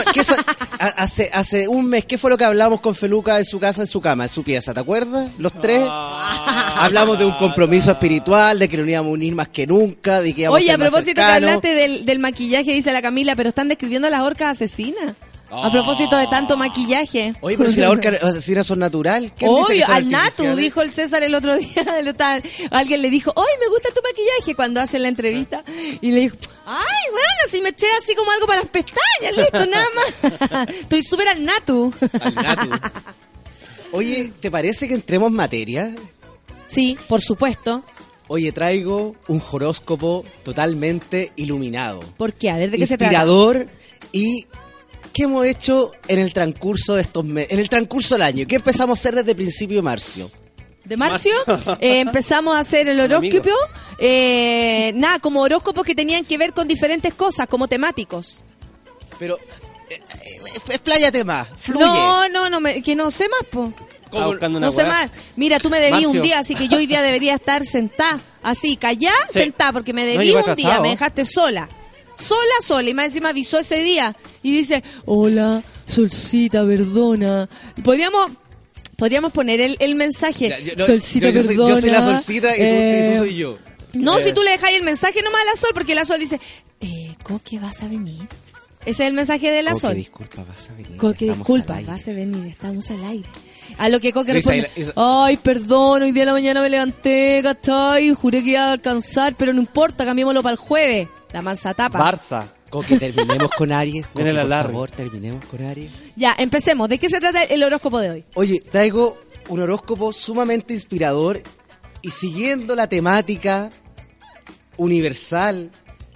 Hace un mes, ¿qué fue lo que hablamos con Feluca en su casa, en su cama, en su pieza? ¿Te acuerdas? Los tres. Hablamos de un compromiso espiritual, de que nos íbamos a unir más que nunca, de que íbamos Oye, a a ser más propósito que cercanos. hablaste del maquillaje, dice la Camila, pero están describiendo a las orcas asesinas. A propósito de tanto maquillaje. Oye, pero si la orca asesina son natural. ¿Quién dice Oye, que son al Natu, artificiales? dijo el César el otro día. Alguien le dijo, oye, me gusta tu maquillaje cuando hace la entrevista. Y le dijo, ay, bueno, si me eché así como algo para las pestañas, listo, nada más. Estoy súper al Natu. Al Natu. Oye, ¿te parece que entremos en materia? Sí, por supuesto. Oye, traigo un horóscopo totalmente iluminado. ¿Por qué? A ver, ¿de qué se trata? Inspirador. Y ¿qué hemos hecho en el transcurso de estos meses? En el transcurso del año. ¿Qué empezamos a hacer desde principio de marzo? ¿De marzo? Empezamos a hacer el horóscopo. Nada, como horóscopos que tenían que ver con diferentes cosas, como temáticos. Pero, expláyate más, fluye. No, que no sé más, po. No sé más. Mira, tú me debí un día, así que yo hoy día debería estar sentada, así, callada, Sí. sentada, porque me debí un día, me dejaste sola. Sola, y más encima avisó ese día. Y dice, hola, Solcita, perdona. Podríamos poner el mensaje. Solcita, perdona. Yo soy la Solcita y tú soy yo. No, si tú le dejáis el mensaje nomás a la Sol, porque la Sol dice, Coque, ¿vas a venir? Ese es el mensaje de la Coque, Sol. disculpa, vas a venir. Coque, Estamos disculpa, al aire. vas a venir, estamos al aire. A lo que Coque Luisa, responde, ay, perdón, hoy día de la mañana me levanté, ¿cachai? Juré que iba a alcanzar, pero no importa, cambiémoslo para el jueves. La mansa tapa. Barça. Coque, terminemos con Aries. Coque, Viene la por Larry. favor, terminemos con Aries. Ya, empecemos. ¿De qué se trata el horóscopo de hoy? Oye, traigo un horóscopo sumamente inspirador y siguiendo la temática universal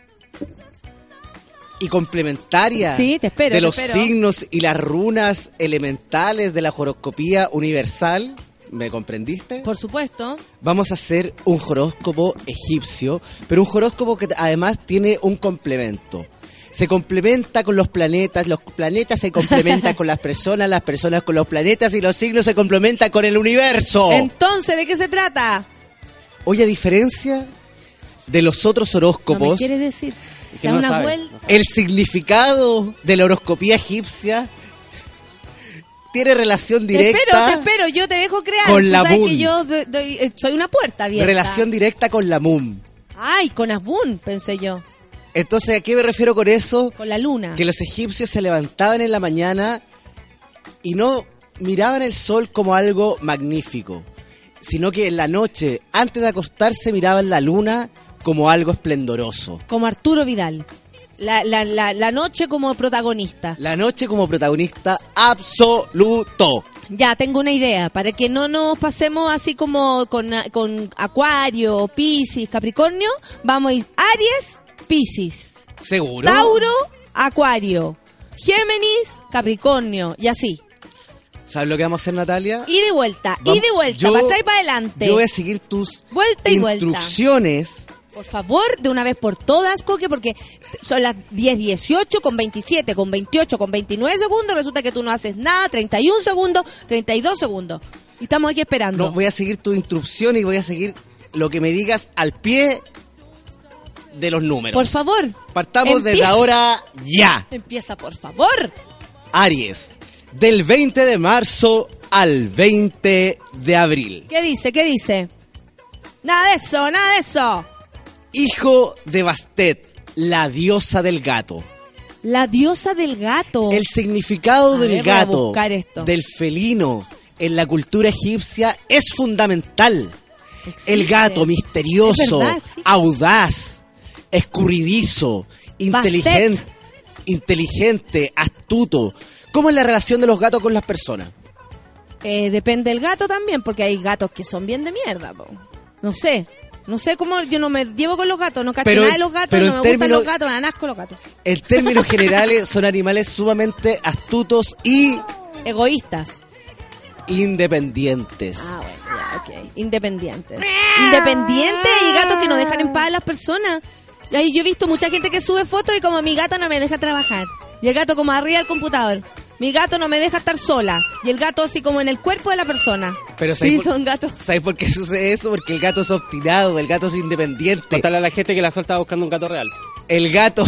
y complementaria Sí, te espero, de te los espero. signos y las runas elementales de la horoscopía universal. ¿Me comprendiste? Por supuesto. Vamos a hacer un horóscopo egipcio, pero un horóscopo que además tiene un complemento. Se complementa con los planetas se complementan con las personas con los planetas y los signos se complementan con el universo. Entonces, ¿de qué se trata? Oye, a diferencia de los otros No me horóscopos, quiere decir. que Da no una sabe, vuelta. no sabe. el significado de la horoscopía egipcia tiene relación directa. Te espero, yo te dejo crear. con Tú la sabes Moon. que yo soy una puerta abierta. Relación directa con la Moon. Ay, con Abun, pensé yo. Entonces, ¿a qué me refiero con eso? Con la luna. Que los egipcios se levantaban en la mañana y no miraban el sol como algo magnífico, sino que en la noche, antes de acostarse, miraban la luna como algo esplendoroso. Como Arturo Vidal. La noche como protagonista. La noche como protagonista absoluto. Ya, tengo una idea. Para que no nos pasemos así como con Acuario, Piscis, Capricornio, vamos a ir Aries, Piscis, ¿Seguro? Tauro, Acuario, Géminis, Capricornio y así. ¿Sabes lo que vamos a hacer, Natalia? Ida y vuelta, Yo- para atrás y para adelante. Yo voy a seguir tus Vuelta y vuelta. instrucciones. Por favor, de una vez por todas, Coque, porque son las 10:18 con 27, con 28, con 29 segundos. Resulta que tú no haces nada, 31 segundos, 32 segundos. Y estamos aquí esperando. No, voy a seguir tu instrucción y voy a seguir lo que me digas al pie de los números. Por favor. Partamos desde empieza. ahora ya. Empieza, por favor. Aries, del 20 de marzo al 20 de abril. ¿Qué dice? ¿Qué dice? Nada de eso, nada de eso. Hijo de Bastet, la diosa del gato. La diosa del gato. El significado A del ver, voy a gato, buscar esto. del felino, en la cultura egipcia es fundamental. Existe. El gato misterioso, Es verdad, existe. audaz, escurridizo, inteligente, astuto. ¿Cómo es la relación de los gatos con las personas? Depende del gato también, porque hay gatos que son bien de mierda, po. No sé cómo, yo no me llevo con los gatos, no cacho Pero- nada de los gatos, pero no en me gustan términos- los gatos, me dan asco los gatos. En términos generales son animales sumamente astutos y Egoístas. independientes. Ah, bueno, ya, ok. Independientes y gatos que no dejan en paz a las personas. Y ahí yo he visto mucha gente que sube fotos y como mi gato no me deja trabajar. Y el gato como arriba del computador. Mi gato no me deja estar sola. Y el gato así como en el cuerpo de la persona. Pero Sí, ¿sabes son gatos. ¿Sabes por qué sucede eso? Porque el gato es obstinado, el gato es independiente. Contale a la gente que la Sol estaba buscando un gato real. El gato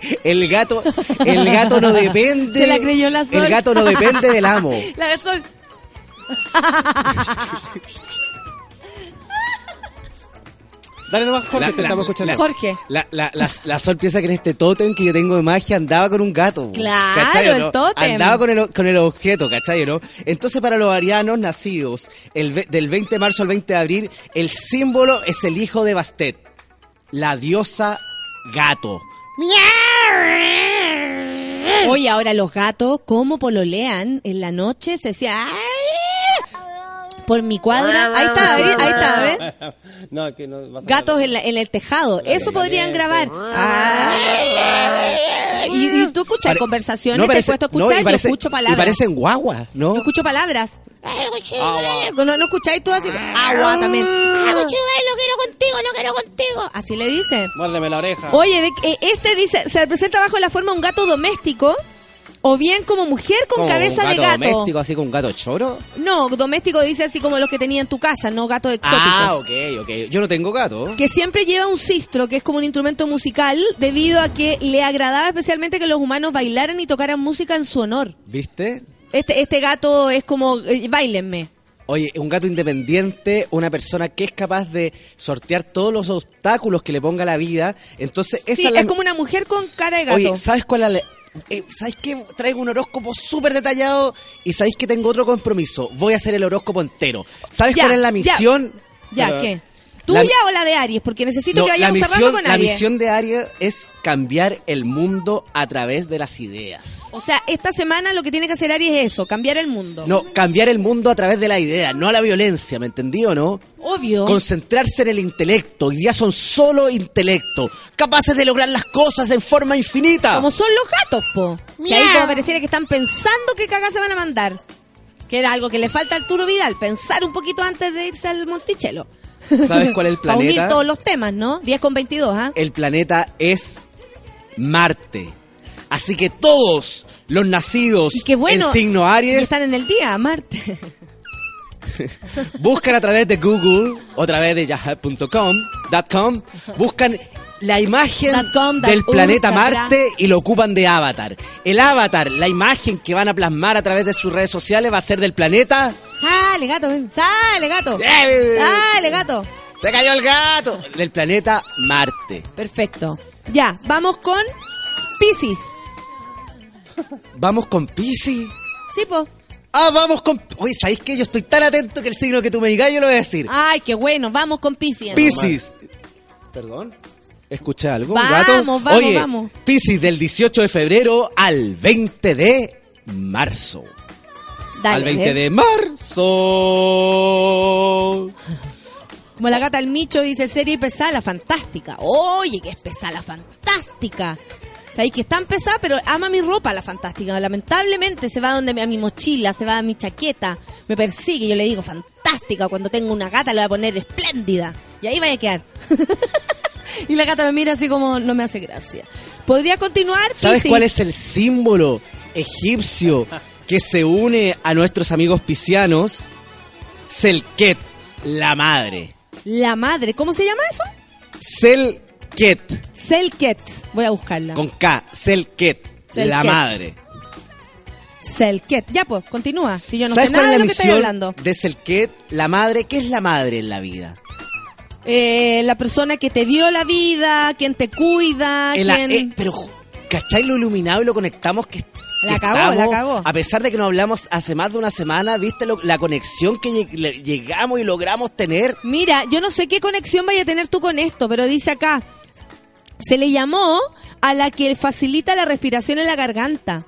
no depende. Se la creyó la Sol. El gato no depende del amo. La de Sol. Dale nomás, Jorge, te estamos escuchando. Jorge. La Sol piensa que en este tótem que yo tengo de magia andaba con un gato. Claro, ¿cachai, o no? el tótem. Andaba con el objeto, ¿cachai, o no? Entonces, para los arianos nacidos del 20 de marzo al 20 de abril, el símbolo es el hijo de Bastet, la diosa gato. Oye, ahora los gatos, ¿cómo pololean en la noche? Se decía... Por mi cuadra. Ahí está, ¿ves? No, que no vas a Gatos en el tejado. Eso podrían grabar. Y tú escuchas conversaciones, te he puesto a escuchar, yo escucho palabras. Y parecen guagua, ¿no? Yo escucho palabras. No escucháis tú así. Agua también. No quiero contigo. Así le dice. Muérdeme la oreja. Oye, este dice, se representa bajo la forma de un gato doméstico. O bien como mujer con cabeza de gato. ¿Doméstico, así con un gato choro? No, doméstico dice así como los que tenía en tu casa, no gatos exóticos. Ok. Yo no tengo gato. Que siempre lleva un sistro, que es como un instrumento musical, debido a que le agradaba especialmente que los humanos bailaran y tocaran música en su honor. ¿Viste? Este gato es como, báilenme. Oye, un gato independiente, una persona que es capaz de sortear todos los obstáculos que le ponga la vida. Entonces, esa es como una mujer con cara de gato. Oye, ¿sabes cuál es ¿sabéis qué? Traigo un horóscopo súper detallado y ¿sabéis que tengo otro compromiso? Voy a hacer el horóscopo entero. ¿Sabes cuál es la misión? ¿Qué? ¿Tuya o la de Aries? Porque necesito que vayamos cerrando con Aries. La misión de Aries es cambiar el mundo a través de las ideas. O sea, esta semana lo que tiene que hacer Aries es eso, cambiar el mundo. No, cambiar el mundo a través de la idea, no a la violencia, ¿me entendí o no? Obvio. Concentrarse en el intelecto. Hoy día son solo intelecto, capaces de lograr las cosas en forma infinita. Como son los gatos, po. Que ahí como pareciera que están pensando qué cagada se van a mandar. Que era algo que le falta a Arturo Vidal, pensar un poquito antes de irse al Monticello. ¿Sabes cuál es el planeta? Para unir todos los temas, ¿no? 10:22, ¿ah? El planeta es Marte. Así que todos los nacidos en signo Aries... Y están en el día, Marte. Buscan a través de Google o a través de yahoo.com, buscan la imagen del planeta Marte y lo ocupan de avatar. El avatar, la imagen que van a plasmar a través de sus redes sociales va a ser del planeta... ¡Sale, gato! ¡Sale, gato! ¡Sale, gato! ¡Se cayó el gato! Del planeta Marte. Perfecto. Ya, vamos con Piscis. ¿Vamos con Piscis? Sí, po. Vamos con... Oye, ¿sabéis qué? Yo estoy tan atento que el signo que tú me digas yo lo voy a decir. Ay, qué bueno. Vamos con Piscis. Piscis. ¿Perdón? ¿Escuché algo? Vamos. Oye, Piscis del 18 de febrero al 20 de marzo. Dale, al 20 de marzo. Como la gata al Micho dice, serie pesada, la fantástica. Oye, que es pesada, la fantástica. Sabéis que es tan pesada, pero ama mi ropa, la fantástica. Lamentablemente se va a mi mochila, se va a mi chaqueta, me persigue. Yo le digo, fantástica, cuando tengo una gata le voy a poner espléndida. Y ahí vaya a quedar. Y la gata me mira así como, no me hace gracia. ¿Podría continuar? ¿Sabes Piscis? cuál es el símbolo egipcio que se une a nuestros amigos piscianos? Selket, la madre. La madre, ¿cómo se llama eso? Selket, voy a buscarla. con K, Selket, la madre. Selket, ya pues, continúa. Si yo no ¿Sabes sé cuál nada es de la lo que estoy misión hablando. de Selket, la madre? ¿Qué es la madre en la vida? La persona que te dio la vida, quien te cuida, Pero, ¿cachai lo iluminado y lo conectamos que La cagó. A pesar de que nos hablamos hace más de una semana, ¿viste la conexión que llegamos y logramos tener? Mira, yo no sé qué conexión vaya a tener tú con esto, pero dice acá, se le llamó a la que facilita la respiración en la garganta.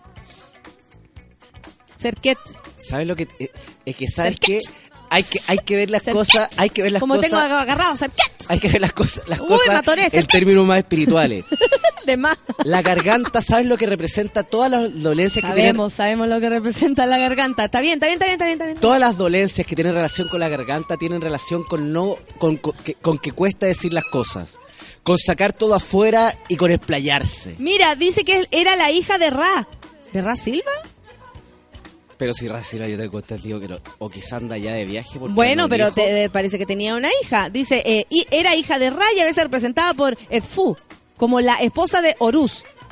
Serket. ¿Sabes lo que es que sabes qué? Hay que ver las cosas, Como cosas. tengo agarrado, Serket. Hay que ver las cosas me atoré, en Serket. términos más espirituales. De más. La garganta, ¿sabes lo que representa? Todas las dolencias que tienen. Sabemos lo que representa la garganta. Está bien. Todas las dolencias que tienen relación con la garganta tienen relación con que cuesta decir las cosas, con sacar todo afuera y con explayarse. Mira, dice que era la hija de Ra. ¿De Ra Silva? Pero si Racila, yo te cuento el tío que o quizá anda ya de viaje. Bueno, no pero dijo. parece que tenía una hija. Dice, y era hija de Ra y a veces representada por Edfu, como la esposa de Horus.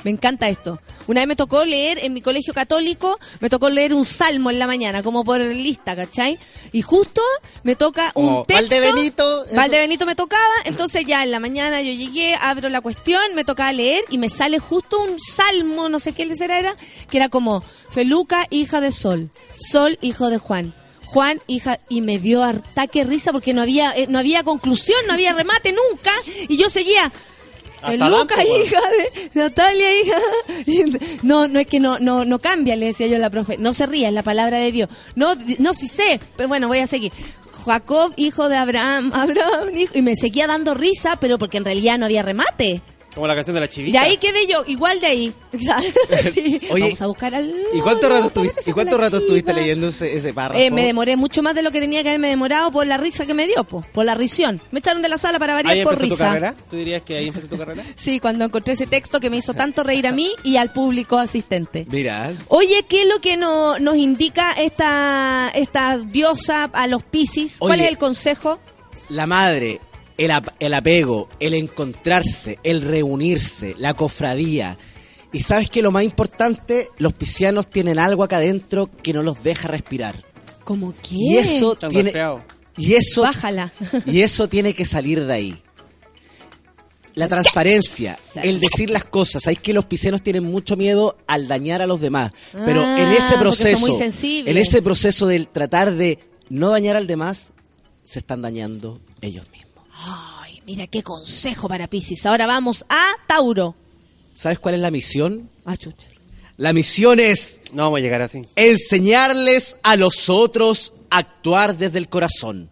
Me encanta esto. Una vez me tocó leer, en mi colegio católico, me tocó leer un salmo en la mañana, como por lista, ¿cachai? Y justo me toca un texto. Valdebenito me tocaba, entonces ya en la mañana yo llegué, abro la cuestión, me tocaba leer y me sale justo un salmo, no sé qué era, que era como Feluca, hija de Sol, Sol, hijo de Juan, Juan, hija, y me dio ataque de risa porque no había conclusión, no había remate nunca, y yo seguía... Feluca, hija de Natalia, hija. No es que no cambia, le decía yo a la profe. No se ría, es la palabra de Dios. No, sí sé, pero bueno, voy a seguir. Jacob, hijo de Abraham, hijo. Y me seguía dando risa, pero porque en realidad no había remate. Como la canción de la chivita. De ahí quedé yo, igual de ahí. Sí. Oye, vamos a buscar al... ¿Y cuánto rato estuviste leyendo ese párrafo? Me demoré mucho más de lo que tenía que haberme demorado por la risa que me dio, por la risión. Me echaron de la sala para variar por risa. ¿Ahí empezó tu carrera? ¿Tú dirías que ahí empezó tu carrera? Sí, cuando encontré ese texto que me hizo tanto reír a mí y al público asistente. Mira. Oye, ¿qué es lo que nos indica esta diosa a los Piscis? ¿Cuál es el consejo? La madre... El apego, el encontrarse, el reunirse, la cofradía. Y ¿sabes qué? Lo más importante, los piscianos tienen algo acá adentro que no los deja respirar. ¿Cómo qué? Y eso Bájala. Y eso tiene que salir de ahí. La transparencia, el decir las cosas. ¿Sabes que los piscianos tienen mucho miedo al dañar a los demás? Pero en ese proceso del tratar de no dañar al demás, se están dañando ellos mismos. Ay, mira qué consejo para Piscis. Ahora vamos a Tauro. ¿Sabes cuál es la misión? Chucha. La misión es... No vamos a llegar así. Enseñarles a los otros a actuar desde el corazón.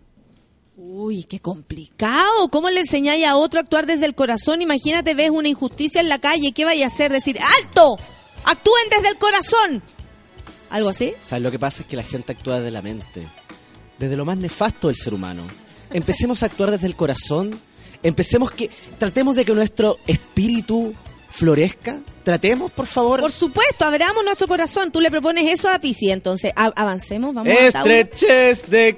Uy, qué complicado. ¿Cómo le enseñáis a otro a actuar desde el corazón? Imagínate, ves una injusticia en la calle. ¿Qué vais a hacer? Decir, ¡alto! ¡Actúen desde el corazón! ¿Algo así? ¿Sabes lo que pasa? Es que la gente actúa desde la mente. Desde lo más nefasto del ser humano. Empecemos a actuar desde el corazón, tratemos de que nuestro espíritu florezca, tratemos, por favor. Por supuesto, abramos nuestro corazón, tú le propones eso a Piscis, entonces avancemos, vamos a estrechez de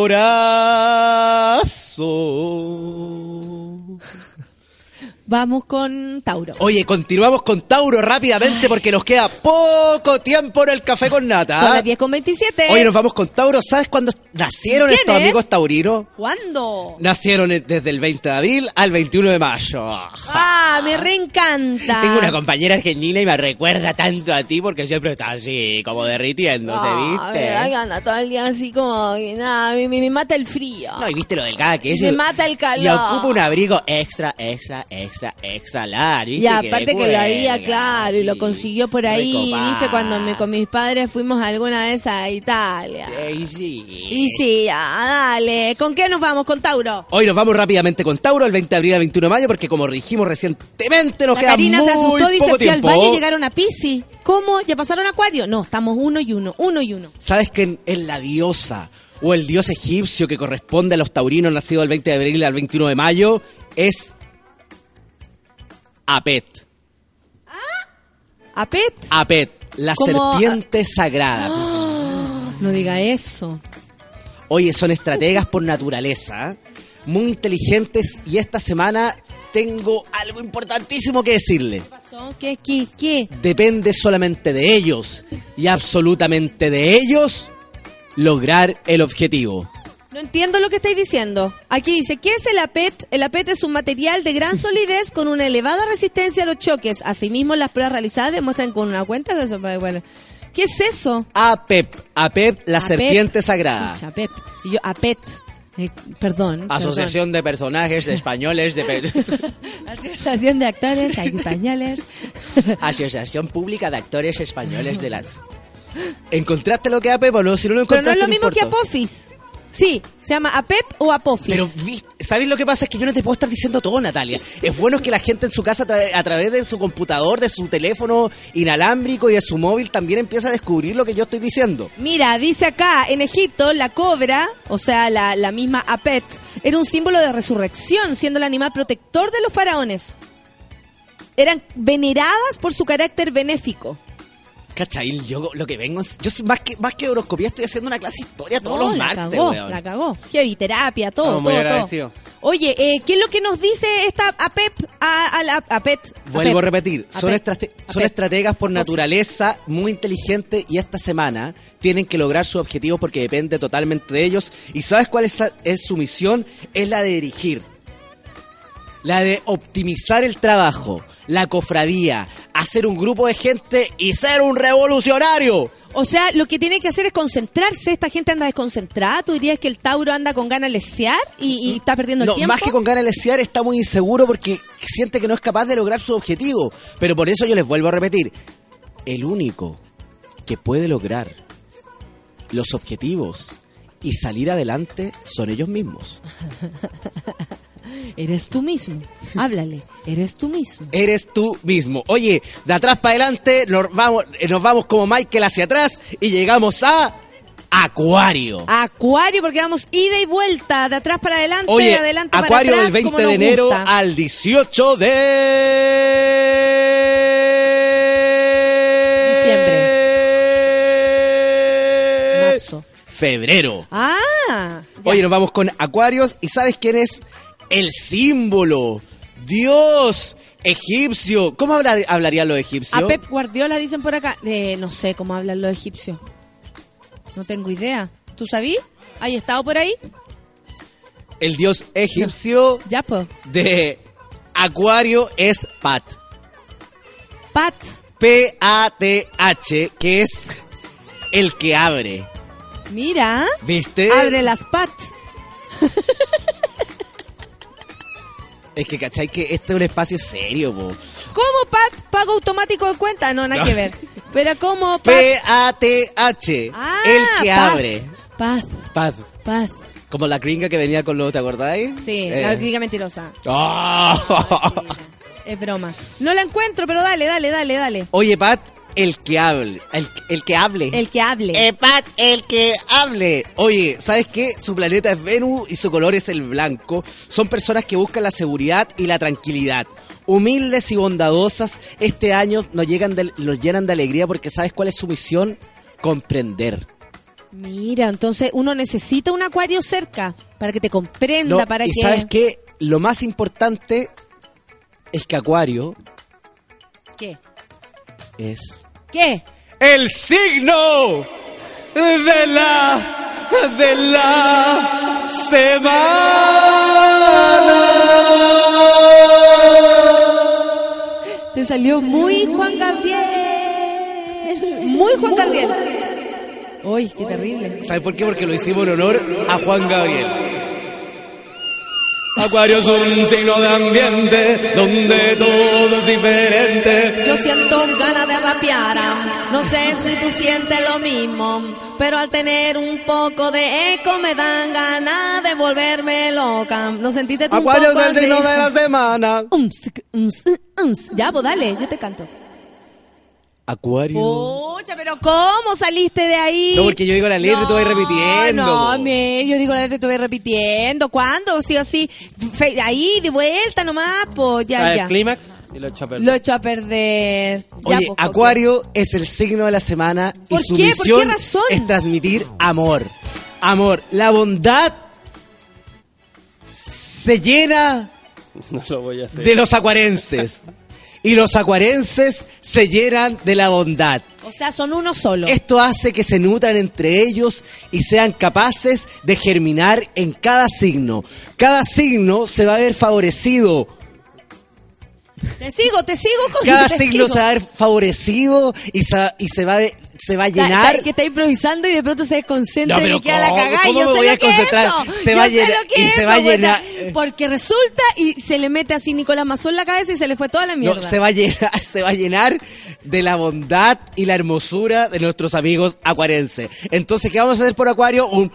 corazón. Vamos con Tauro. Oye, continuamos con Tauro rápidamente porque nos queda poco tiempo en el Café con Nata. Son las 10:27. Oye, nos vamos con Tauro. ¿Sabes cuándo nacieron estos amigos taurinos? ¿Cuándo? Nacieron desde el 20 de abril al 21 de mayo. Me reencanta. Tengo una compañera argentina y me recuerda tanto a ti porque siempre está así, como derritiéndose, ¿viste? Anda todo el día así como, nada, me mata el frío. No, y viste lo delgada que es. Me mata el calor. Y ocupa un abrigo extra largo. Y aparte que lo había, claro, y lo consiguió por ahí, viste, cuando con mis padres fuimos alguna vez a Italia. Y sí. Y sí, dale. ¿Con qué nos vamos? ¿Con Tauro? Hoy nos vamos rápidamente con Tauro, el 20 de abril al 21 de mayo, porque como dijimos recientemente, nos queda Karina muy se asustó, dice, poco fui tiempo. al valle y llegaron a Piscis. ¿Cómo? ¿Ya pasaron a Acuario? No, estamos 1 y 1. ¿Sabes que en la diosa o el dios egipcio que corresponde a los taurinos nacidos el 20 de abril al 21 de mayo es Apet? Apet, la serpiente sagrada. No diga eso. Oye, son estrategas por naturaleza, muy inteligentes, y esta semana tengo algo importantísimo que decirle. ¿Qué pasó? ¿Qué? Depende solamente de ellos y absolutamente de ellos lograr el objetivo. No entiendo lo que estáis diciendo. Aquí dice, ¿qué es el APET? El APET es un material de gran solidez con una elevada resistencia a los choques. Asimismo, las pruebas realizadas demuestran con una cuenta de eso. ¿Qué es eso? APEP, la serpiente sagrada. Escucha, APEP. Y yo, APET. Perdón. Asociación de personajes españoles Asociación de actores españoles. Asociación Pública de Actores Españoles de las... ¿Encontraste lo que es APEP o no? Si no lo encontraste, pero no es lo mismo que Apophis. Sí, se llama APEP o Apophis. Pero, ¿sabes lo que pasa? Es que yo no te puedo estar diciendo todo, Natalia. Es bueno que la gente en su casa, a través de su computador, de su teléfono inalámbrico y de su móvil, también empiece a descubrir lo que yo estoy diciendo. Mira, dice acá, en Egipto, la cobra, o sea, la misma Apet, era un símbolo de resurrección, siendo el animal protector de los faraones. Eran veneradas por su carácter benéfico. ¿Cachai? Yo lo que vengo, yo soy más que horoscopía, estoy haciendo una clase de historia todos los martes, weón. La cagó. Heavy terapia, todo. Muy agradecido. Oye, ¿qué es lo que nos dice esta APEP? Vuelvo a repetir, son APEP. estrategas por naturaleza, muy inteligentes, y esta semana tienen que lograr sus objetivos porque depende totalmente de ellos. ¿Y sabes cuál es su misión? Es la de dirigir, la de optimizar el trabajo, la cofradía, hacer un grupo de gente y ser un revolucionario. O sea, lo que tiene que hacer es concentrarse. Esta gente anda desconcentrada. ¿Tú dirías que el Tauro anda con ganas de lesear y está perdiendo el tiempo? No, más que con ganas de lesear, está muy inseguro porque siente que no es capaz de lograr su objetivo. Pero por eso yo les vuelvo a repetir, el único que puede lograr los objetivos y salir adelante son ellos mismos. Eres tú mismo. Háblale. Eres tú mismo. Eres tú mismo. Oye, de atrás para adelante nos vamos como Michael hacia atrás y llegamos a Acuario. Acuario, porque vamos ida y vuelta, de atrás para adelante, Oye, de adelante para Acuario atrás. del 20 de enero gusta. al 18 de diciembre. Marzo. Febrero. Ah. Ya. Oye, nos vamos con Acuarios. ¿Y sabes quién es el símbolo? Dios egipcio. ¿Cómo hablarían los egipcios? A Pep Guardiola dicen por acá. No sé cómo hablan los egipcios. No tengo idea. ¿Tú sabís? ¿Has estado por ahí? El dios egipcio Ya, po. de Acuario es Pat. Pat. P-A-T-H, que es el que abre. Mira. ¿Viste? Abre las pat. Es que, ¿cachai? Que este es un espacio serio, po. ¿Cómo Pat? ¿Pago automático de cuenta? No, nada que ver. Pero ¿cómo Pat? P-A-T-H, el que Paz. abre. Paz. Paz. Paz. Como la gringa que venía con los, ¿te acordáis? Sí, la gringa mentirosa. Oh. Es broma. No la encuentro, pero dale. Oye, Pat, el que hable. El que hable. El que hable. Pat, el que hable. Oye, ¿sabes qué? Su planeta es Venus y su color es el blanco. Son personas que buscan la seguridad y la tranquilidad. Humildes y bondadosas, este año nos llenan de alegría porque ¿sabes cuál es su misión? Comprender. Mira, entonces uno necesita un Acuario cerca para que te comprenda, No, para y que... ¿sabes qué? Lo más importante es que Acuario ¿Qué? es... ¿Qué? ¡el signo de la semana! Te salió muy Juan Gabriel. Muy Juan Gabriel. Uy, qué terrible. ¿Sabes por qué? Porque lo hicimos en honor a Juan Gabriel. Acuario es un signo de ambiente donde todo es diferente. Yo siento ganas de rapear. No sé si tú sientes lo mismo, pero al tener un poco de eco me dan ganas de volverme loca. ¿No sentiste tú Acuario un poco es el signo de la semana. Ya, pues dale, yo te canto. Acuario. Pucha, pero ¿cómo saliste de ahí? No, porque yo digo la letra y tú vas repitiendo. No, yo digo la letra y tú vas repitiendo. ¿Cuándo? Sí o sí. Ahí, de vuelta nomás, pues ya. El clímax y lo echo a perder. Lo echo a perder. Ya, Oye, pues, Acuario es el signo de la semana y ¿Por su qué? misión ¿Por qué razón? es transmitir amor. Amor. La bondad se llena No lo voy a hacer. de los acuarenses. Y los acuarenses se llenan de la bondad. O sea, son uno solo. Esto hace que se nutran entre ellos y sean capaces de germinar en cada signo. Cada signo se va a ver favorecido. Te sigo, Cada signo se va a ver favorecido y se va a llenar. Que está improvisando y de pronto se desconcentra No, pero y queda la ¿cómo? cagada. ¿Cómo Yo me sé voy a lo que es concentrar? eso. Se va a Yo sé llenar- lo que y es se eso, va a buena. llenar- Porque resulta y se le mete así Nicolás Mazú en la cabeza y se le fue toda la mierda. No, se va a llenar de la bondad y la hermosura de nuestros amigos acuarenses. Entonces, ¿qué vamos a hacer por Acuario? Un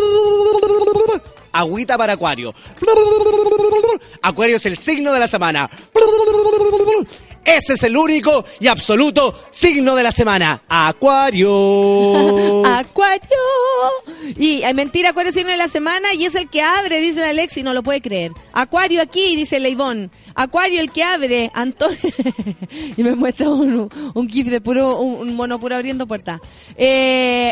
agüita para Acuario. Acuario es el signo de la semana. Ese es el único y absoluto signo de la semana. Acuario. Acuario. Y hay mentira, Acuario es signo de la semana y es el que abre, dice la Alexi, no lo puede creer. Acuario aquí, dice la Ivonne. Acuario el que abre, Antonio. Y me muestra un gif de un mono puro abriendo puertas.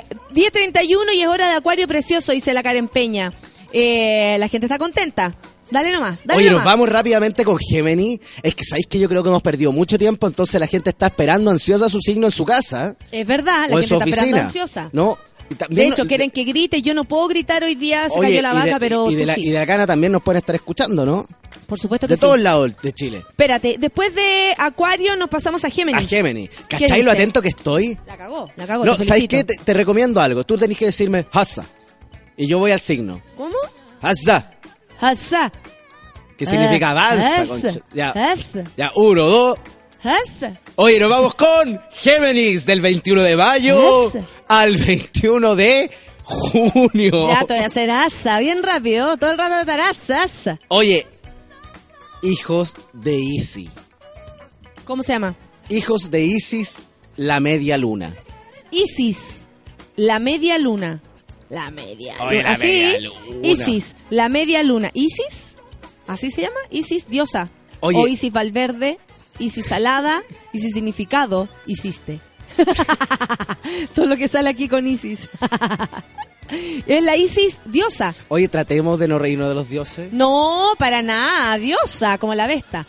10:31 y es hora de Acuario precioso, dice la Karen Peña. La gente está contenta. Dale nomás, dale Oye, nomás. nos vamos rápidamente con Géminis. Es que sabéis que yo creo que hemos perdido mucho tiempo, entonces la gente está esperando ansiosa su signo en su casa. Es verdad, la o gente en su está esperando oficina. ansiosa. No. Y De también hecho, quieren que grite. Yo no puedo gritar hoy día, se cayó la vaca, pero y de tú la, sí. y de la cana también nos pueden estar escuchando, ¿no? Por supuesto que De sí. todos lados de Chile. Espérate, después de Acuario nos pasamos a Géminis. A Géminis. ¿Qué ¿Cachai lo dice? atento que estoy? La cagó. No, te ¿sabes felicito. qué? Te recomiendo algo. Tú tenés que decirme Hasa. Y yo voy al signo. ¿Cómo? Hasa. Hasa. Que significa avanza. Hasa. Concha. Ya. Hasa. Ya, 1, 2. Hasa. Oye, nos vamos con Géminis del 21 de mayo Hasa. al 21 de junio. Ya te voy a hacer asa, bien rápido. Todo el rato de estar asa. Oye, hijos de Isis. ¿Cómo se llama? Hijos de Isis, la media luna. Isis, la media luna. La media Oye, luna. la Así, media luna. Isis, la media luna. ¿Isis? ¿Así se llama? Isis, diosa. Oye. O Isis Valverde, Isis Salada, Isis Significado, Isiste. Todo lo que sale aquí con Isis. Es la Isis diosa. Oye, tratemos de no reírnos de los dioses. No, para nada, diosa, como la Vesta.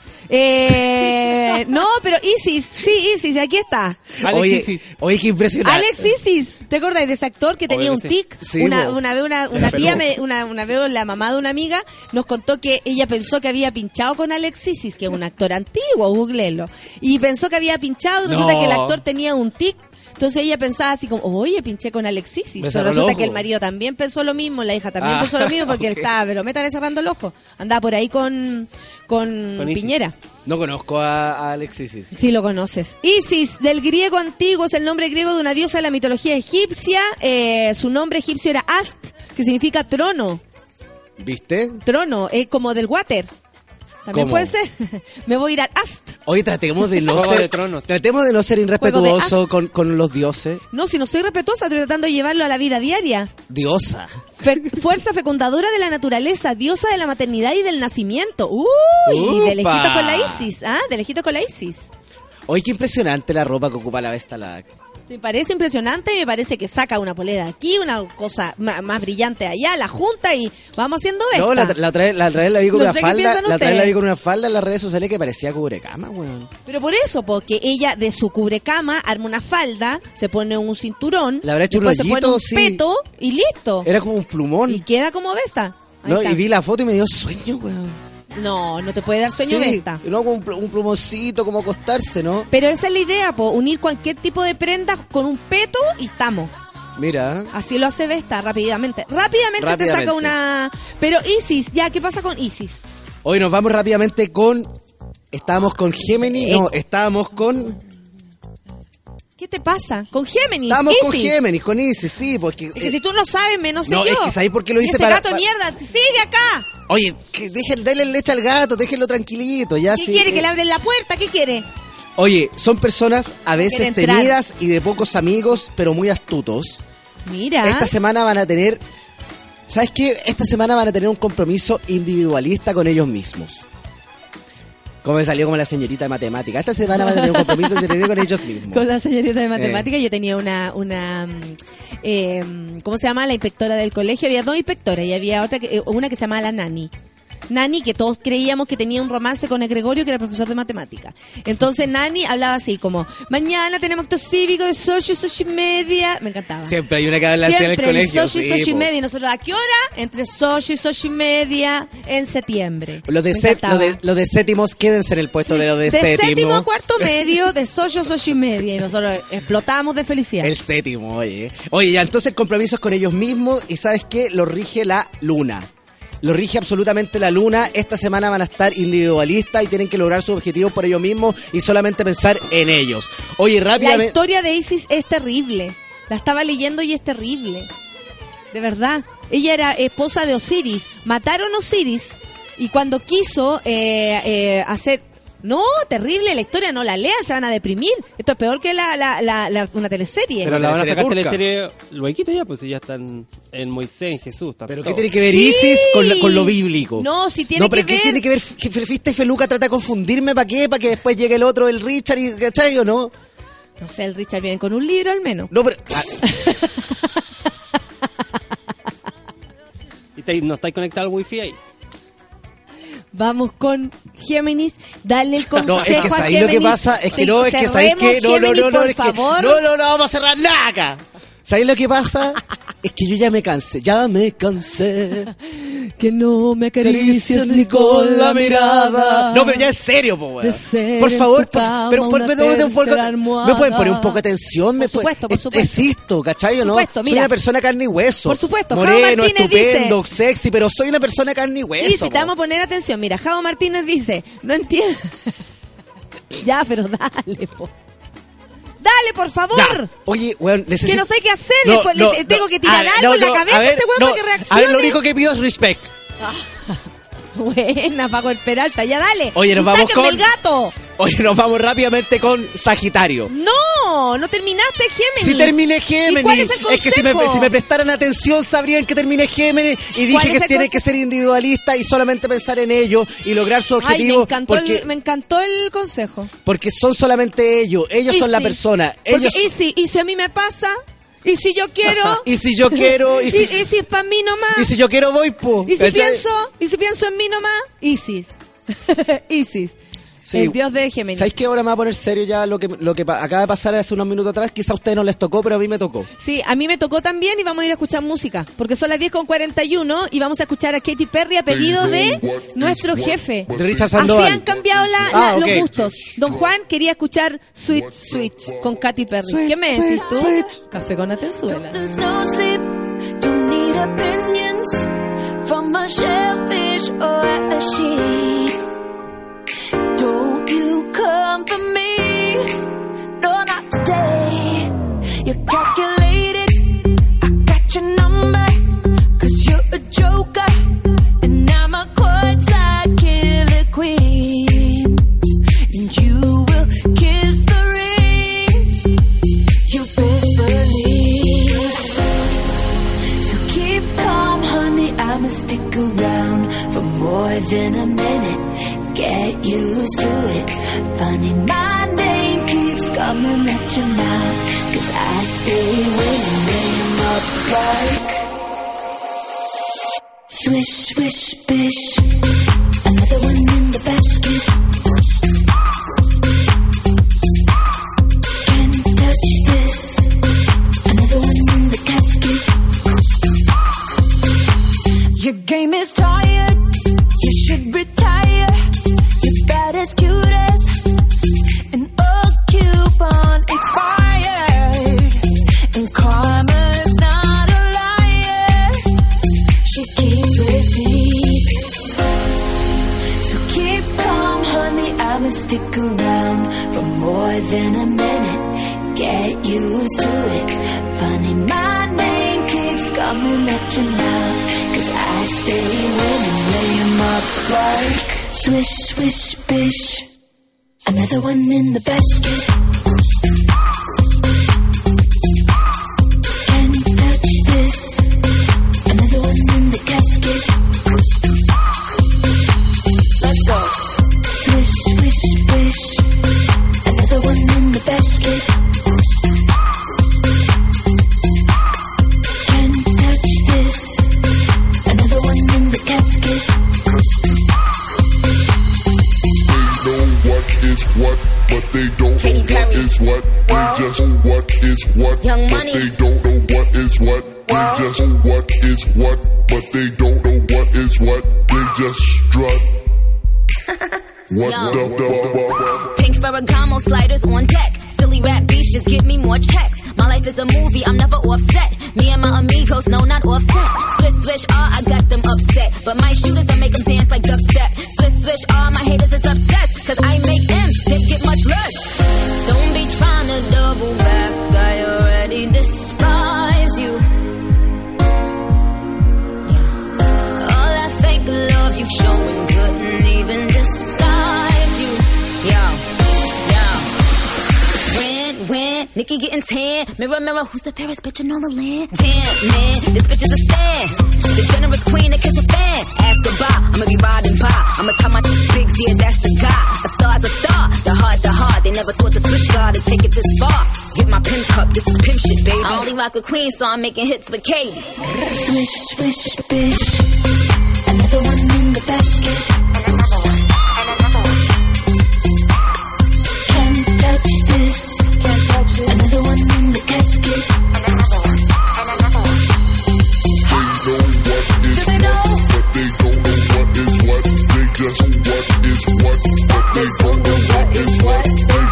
No, pero Isis, sí, Isis, aquí está. Oye, qué impresionante. Alex Isis, ¿te acordáis de ese actor que tenía un sí. tic? Sí, una po. vez una tía, una vez la mamá de una amiga nos contó que ella pensó que había pinchado con Alex Isis, que es un actor antiguo, googlelo. Y pensó que había pinchado y resulta No. que el actor tenía un tic. Entonces ella pensaba así como, oye, pinché con Alex Isis. Me Pero cerró el resulta ojo. que el marido también pensó lo mismo, la hija también Ah, pensó lo mismo, porque él ok. estaba, pero métale cerrando el ojo. Andaba por ahí con Isis. Piñera. No conozco a Alex Isis. Sí, lo conoces. Isis, del griego antiguo, es el nombre griego de una diosa de la mitología egipcia. Su nombre egipcio era Ast, que significa trono. ¿Viste? Trono, como del water. También ¿Cómo? puede ser. Me voy a ir al Ast. Oye, tratemos de no Juego ser, de Tronos. tratemos de no ser Juego de irrespetuosos con los dioses. No, si no soy respetuosa, estoy tratando de llevarlo a la vida diaria. Diosa. Fuerza fecundadora de la naturaleza, diosa de la maternidad y del nacimiento. Uy, de lejito ¡Upa! con la Isis. Ah, de lejito con la Isis. Oye, qué impresionante la ropa que ocupa la Vesta. Me parece impresionante y me parece que saca una polera aquí, una cosa más brillante allá, la junta y vamos haciendo esto. No, la otra vez la vi con No una sé qué falda. piensan La otra vez ustedes. la vi con una falda en las redes sociales que parecía cubrecama, weón. Pero por eso, porque ella de su cubrecama arma una falda, se pone un cinturón, Le habrá hecho un después se pone hoyito, un sí. peto y listo. Era como un plumón. Y queda como Vesta. Ahí No, está. y vi la foto y me dio sueño, weón. No, no te puede dar sueño Sí, Vesta. no, como un plumoncito, como acostarse, ¿no? Pero esa es la idea, unir cualquier tipo de prenda con un peto y estamos. Mira. Así lo hace Vesta, rápidamente. Rápidamente te saca una... Pero Isis, ya, ¿qué pasa con Isis? Hoy nos vamos rápidamente con... Estábamos con Géminis. No, estábamos con... ¿Qué te pasa? Con Géminis. Estábamos con Isis. Géminis, con Isis, sí, porque... Es que si tú no sabes, menos sé no, yo. es que ¿sabes por qué lo Y hice ese para- gato de mierda, sigue acá. Oye, que denle leche al gato, déjenlo tranquilito, ya ¿Qué sí. quiere? ¿Que le abren la puerta? ¿Qué quiere? Oye, son personas a veces Quiere entrar. temidas y de pocos amigos, pero muy astutos. Mira. Esta semana van a tener... ¿Sabes qué? Esta semana van a tener un compromiso individualista con ellos mismos. Como me salió como la señorita de matemática. Esta semana van a tener un compromiso individual con ellos mismos. Con la señorita de matemática yo tenía una ¿cómo se llama? La inspectora del colegio. Había dos inspectoras y había otra una que se llamaba la Nani. Nani, que todos creíamos que tenía un romance con el Gregorio, que era el profesor de matemática. Entonces Nani hablaba así como, mañana tenemos acto cívico de socio y media. Me encantaba. Siempre hay una que habla así en el Siempre colegio. socio y sí, socio y po. media. Y nosotros, ¿a qué hora? Entre socio y media en septiembre. Los de, Me encantaba. los de séptimos, quédense en el puesto de los de, De séptimo. séptimo a cuarto medio, de socio y media. Y nosotros explotamos de felicidad. El séptimo, oye. Oye, ya entonces el compromiso es con ellos mismos y ¿sabes qué? Lo rige la luna. Lo rige absolutamente la luna. Esta semana van a estar individualistas y tienen que lograr sus objetivos por ellos mismos y solamente pensar en ellos. Oye, La rápidamente... historia de Isis es terrible. La estaba leyendo y es terrible. De verdad. Ella era esposa de Osiris. Mataron a Osiris y cuando quiso hacer... No, terrible la historia, no la lean, se van a deprimir. Esto es peor que una teleserie. Pero la van a teleserie sacar turca. teleserie luego ya, pues si ya están en Moisés, en Jesús. están ¿Pero qué todos. tiene que ver Sí. Isis con lo bíblico? No, si tiene No, pero que ¿qué ver... tiene que ver? Que Festa y Feluca trata de confundirme, ¿para qué? ¿Para que después llegue el otro, el Richard, y ¿cachai o no? No sé, el Richard viene con un libro al menos. No, pero... ¿Y no estáis conectado al wifi ahí? Vamos con Géminis, dale el consejo No, es que a sabéis Géminis. lo que pasa, es que Sí, no, es que sabéis que no, Géminis, por es que favor. no, vamos a cerrar nada acá. ¿Sabéis lo que pasa? Es que yo ya me cansé. Que no me acaricias Caricias ni con la mirada. No, pero ya en serio, po, weón. De ser Por favor, en tu cama pero una ¿me tercera pueden poner un poco de atención? Por supuesto. Existo, ¿cachai o no? Por supuesto, Soy mira. una persona carne y hueso. Por supuesto, Javo Moreno, Martínez estupendo, sexy, pero soy una persona carne y hueso. Sí, te vamos a poner atención. Mira, Javo Martínez dice, no entiendo. Ya, pero dale, po. Dale, por favor. Ya. Oye, weón, necesito... Que no sé qué hacerle. Pues, tengo que tirar algo en la cabeza a este weón para que reaccione. A ver, lo único que pido es respect. Buena, Paco el Peralta, ya dale. Oye, nos vamos ¡Sáquenme con... el gato! Oye, nos vamos rápidamente con Sagitario. No terminaste Géminis. Sí terminé Géminis. ¿Y cuál es el consejo? Es que si me prestaran atención sabrían que terminé Géminis y dije que tienen que ser individualistas y solamente pensar en ellos y lograr su objetivo. Ay, me encantó el consejo. Porque son solamente ellos son la persona. Ellos... ¿Y si a mí me pasa? ¿Y si yo quiero? ¿Y si yo quiero? ¿Y si es para mí nomás? ¿Y si yo quiero voy, po? ¿Y si pienso en mí nomás? Isis. Sí. El dios de Géminis. ¿Sabéis que ahora me va a poner serio ya lo que acaba de pasar hace unos minutos atrás? Quizá a ustedes no les tocó, pero a mí me tocó. Sí, a mí me tocó también y vamos a ir a escuchar música. Porque son las 10:41 y vamos a escuchar a Katy Perry a pedido de nuestro jefe. De Richard Sandoval. Así han cambiado okay. los gustos. Don Juan quería escuchar Sweet Switch con Katy Perry. ¿Qué me decís tú? Café con Atenzuela. Don't need opinions from a shellfish or a sheep. Don't you come for me, no, not today. You're calculated, I got your number, 'cause you're a joker, and I'm a courtside killer queen. And you will kiss the ring, you best believe. So keep calm, honey, I'ma stick around for more than a minute. Get used to it. Funny, my name keeps coming at your mouth, 'cause I stay winning them up like swish, swish, bish. Another one in the basket. Can't touch this. Another one in the casket. Your game is tired. You should retire. As cute as an old coupon expired, and karma's not a liar, she keeps receipts. So keep calm, honey, I'ma stick around for more than a minute. Get used to it. Funny, my name keeps coming at your mouth, 'cause I stay winning, lay 'em up like swish, swish, bish. Another one in the basket. Can't touch this. Another one in the casket. Let's go. Swish, swish, bish. Another one in the basket. Can't touch this. Another one in the casket. What, but they don't know what is what. They just know what is what, Young but Money. they don't know what is what. They just know what is what, but they don't know what is what. They just strut. What the fuck? Pink Ferragamo sliders on deck. Silly rap beef, just give me more checks. My life is a movie, I'm never offset. Me and my amigos, no, not offset. Swish, swish, I got them upset. But my shooters, I make them dance like dubstep. Swish, swish, my haters is upset. 'Cause I make them, they get much less. Don't be trying to double back, I already despise you. All that fake love you showing couldn't even disguise you. When Nikki getting tan, mirror, mirror, who's the fairest bitch in all the land? Damn, man, this bitch is a stand. The generous queen that kiss a fan. Ask goodbye, I'ma be riding by. I'ma tell my bigs, yeah, that's the guy. A star's a star, the heart. They never thought the switch guard would take it this far. Get my pimp cup, this is pimp shit, baby. I only rock a queen, so I'm making hits with Katie. Swish, swish, bish. Another one in the basket.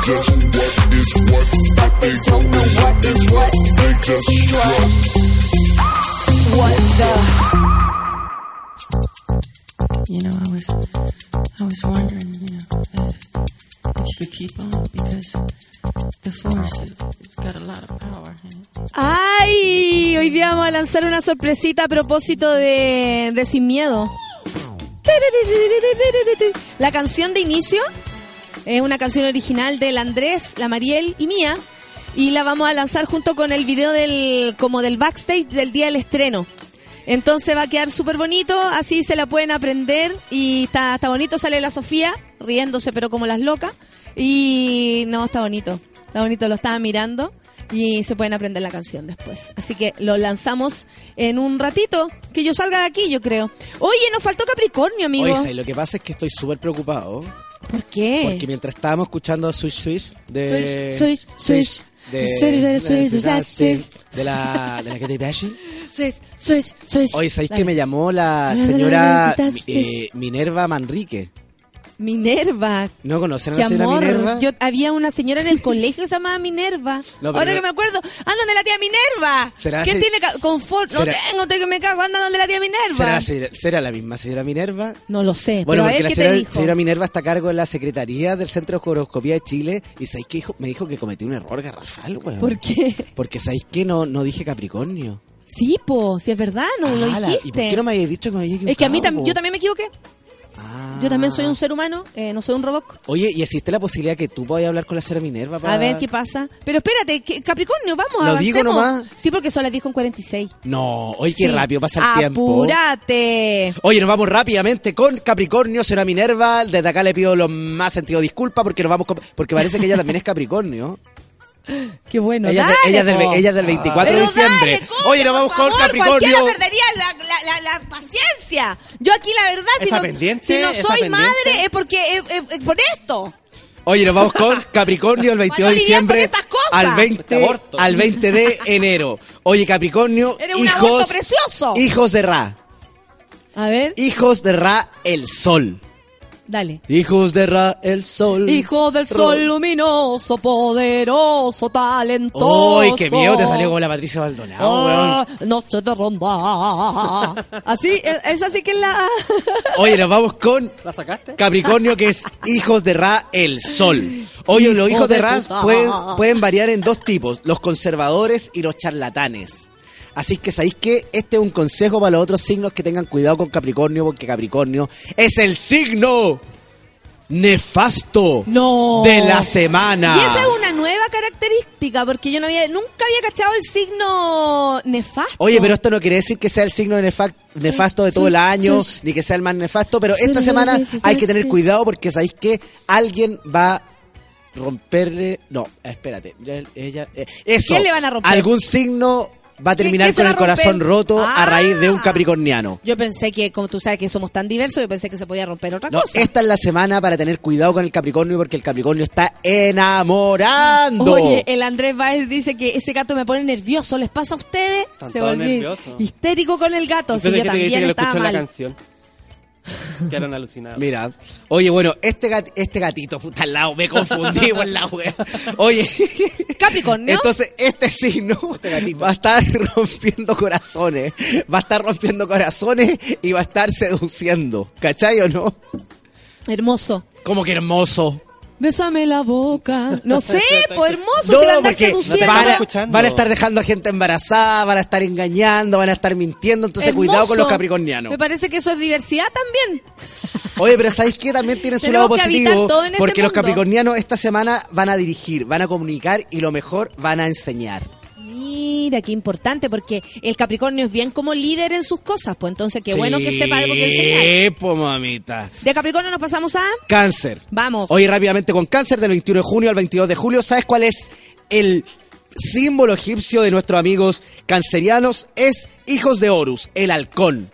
just what is what, but they don't know what is what. They just strut. What the? You know, I was wondering, you know, if you could keep on because the force it's got a lot of power in it. ¡Ay! Hoy día vamos a lanzar una sorpresita a propósito de Sin Miedo. La canción de inicio es una canción original del Andrés, la Mariel y mía, y la vamos a lanzar junto con el video del backstage del día del estreno. Entonces va a quedar súper bonito, así se la pueden aprender y está bonito. Sale la Sofía riéndose pero como las locas y no, está bonito, lo estaba mirando y se pueden aprender la canción después. Así que lo lanzamos en un ratito, que yo salga de aquí, yo creo. Oye, nos faltó Capricornio, amigo. Oye, lo que pasa es que estoy súper preocupado. ¿Por qué? Porque mientras estábamos escuchando Swish Swish de... Swish, Swish. De la Katy Perry. Swish. Oye, ¿sabéis que me llamó la señora Minerva Manrique? Minerva. ¿No conocen a Qué la señora amor. Minerva? Había una señora en el colegio que se llamaba Minerva. No, pero ahora no. que me acuerdo, anda donde la tía Minerva. ¿Será ¿Quién así? tiene confort? No ¿Será? tengo, que me cago, anda donde la tía Minerva. ¿Será la misma señora Minerva? No lo sé, Bueno, pero a porque ver la qué te dijo. señora Minerva está a cargo de la Secretaría del Centro de Horoscopía de Chile y ¿sabéis qué me dijo que cometí un error garrafal, weón? ¿Por qué? Porque ¿sabéis que no dije Capricornio? Sí, po, si es verdad, no lo dijiste. ¿Y por qué no me habéis dicho que me había equivocado? Es que a mí po? yo también me equivoqué. Yo también soy un ser humano, no soy un robot. Oye, ¿y existe la posibilidad que tú puedas hablar con la señora Minerva? A ver qué pasa. Pero espérate, Capricornio, vamos, ¿Lo digo avancemos. nomás? Sí, porque son las 10:46. No, oye, qué Sí. rápido pasa el tiempo. ¡Apúrate! Oye, nos vamos rápidamente con Capricornio, señora Minerva. Desde acá le pido los más sentidos disculpas porque nos vamos porque parece que ella también es Capricornio. Qué bueno, Ella es del 24 de Pero diciembre. dale, coño, Oye, nos vamos por con favor, Capricornio. Cualquiera perdería la paciencia. Yo aquí, la verdad, ¿Esa pendiente? si no ¿Esa soy pendiente? madre es porque es por esto. Oye, nos vamos con Capricornio el 22 de Para no lidiar con diciembre estas cosas. al 20 de enero. Oye, Capricornio, Eres un aborto precioso. hijos de Ra. A ver, Hijos de Ra, el sol. dale. Hijos de Ra, el sol. Hijo del sol luminoso, poderoso, talentoso. ¡Ay, qué miedo! Te salió como la Patricia Maldonado, weón. Noche de ronda. Así, es así que es la... Oye, nos vamos con ¿La sacaste? Capricornio, que es hijos de Ra, el sol. Oye, los hijos de Ra pueden variar en dos tipos, los conservadores y los charlatanes. Así que sabéis que este es un consejo para los otros signos, que tengan cuidado con Capricornio, porque Capricornio es el signo nefasto de la semana. Y esa es una nueva característica, porque yo nunca había cachado el signo nefasto. Oye, pero esto no quiere decir que sea el signo nefasto de todo el año, ni que sea el más nefasto, pero esta semana hay que tener cuidado porque sabéis que alguien va a romperle... No, espérate. Eso. ¿Quién le van a romper? Algún signo va a terminar ¿Qué se con va el a romper? corazón roto a raíz de un Ah. capricorniano. Yo pensé que, como tú sabes que somos tan diversos, yo pensé que se podía romper otra No, cosa. esta es la semana para tener cuidado con el Capricornio, porque el Capricornio está enamorando. Oye, el Andrés Báez dice que ese gato me pone nervioso. ¿Les pasa a ustedes? Están Se todos volvió nerviosos. histérico con el gato. Si Entonces, yo ¿qué te dice también que lo estaba escuchó en la mal. canción? Quedaron alucinados. Mira, oye, bueno, este gatito, puta, al lado, me confundí por la wea. Oye, Capricornio. entonces este signo va a estar rompiendo corazones. Va a estar rompiendo corazones y va a estar seduciendo. ¿Cachai o no? Hermoso. Como que hermoso. Bésame la boca. No sé, pues hermoso. No, si va a andar porque seduciendo. van a estar dejando a gente embarazada, van a estar engañando, van a estar mintiendo. Entonces, Hermoso. cuidado con los capricornianos. Me parece que eso es diversidad también. Oye, pero ¿sabéis qué? También tiene su Tenemos lado que habitar positivo. todo en este Porque los mundo. capricornianos esta semana van a dirigir, van a comunicar y lo mejor, van a enseñar. Mira, qué importante, porque el Capricornio es bien como líder en sus cosas, pues entonces qué bueno que sepa algo que enseñar. Sí, pues mamita. De Capricornio nos pasamos a... Cáncer. Vamos. Hoy rápidamente con Cáncer, del 21 de junio al 22 de julio. ¿Sabes cuál es el símbolo egipcio de nuestros amigos cancerianos? Es hijos de Horus, el halcón.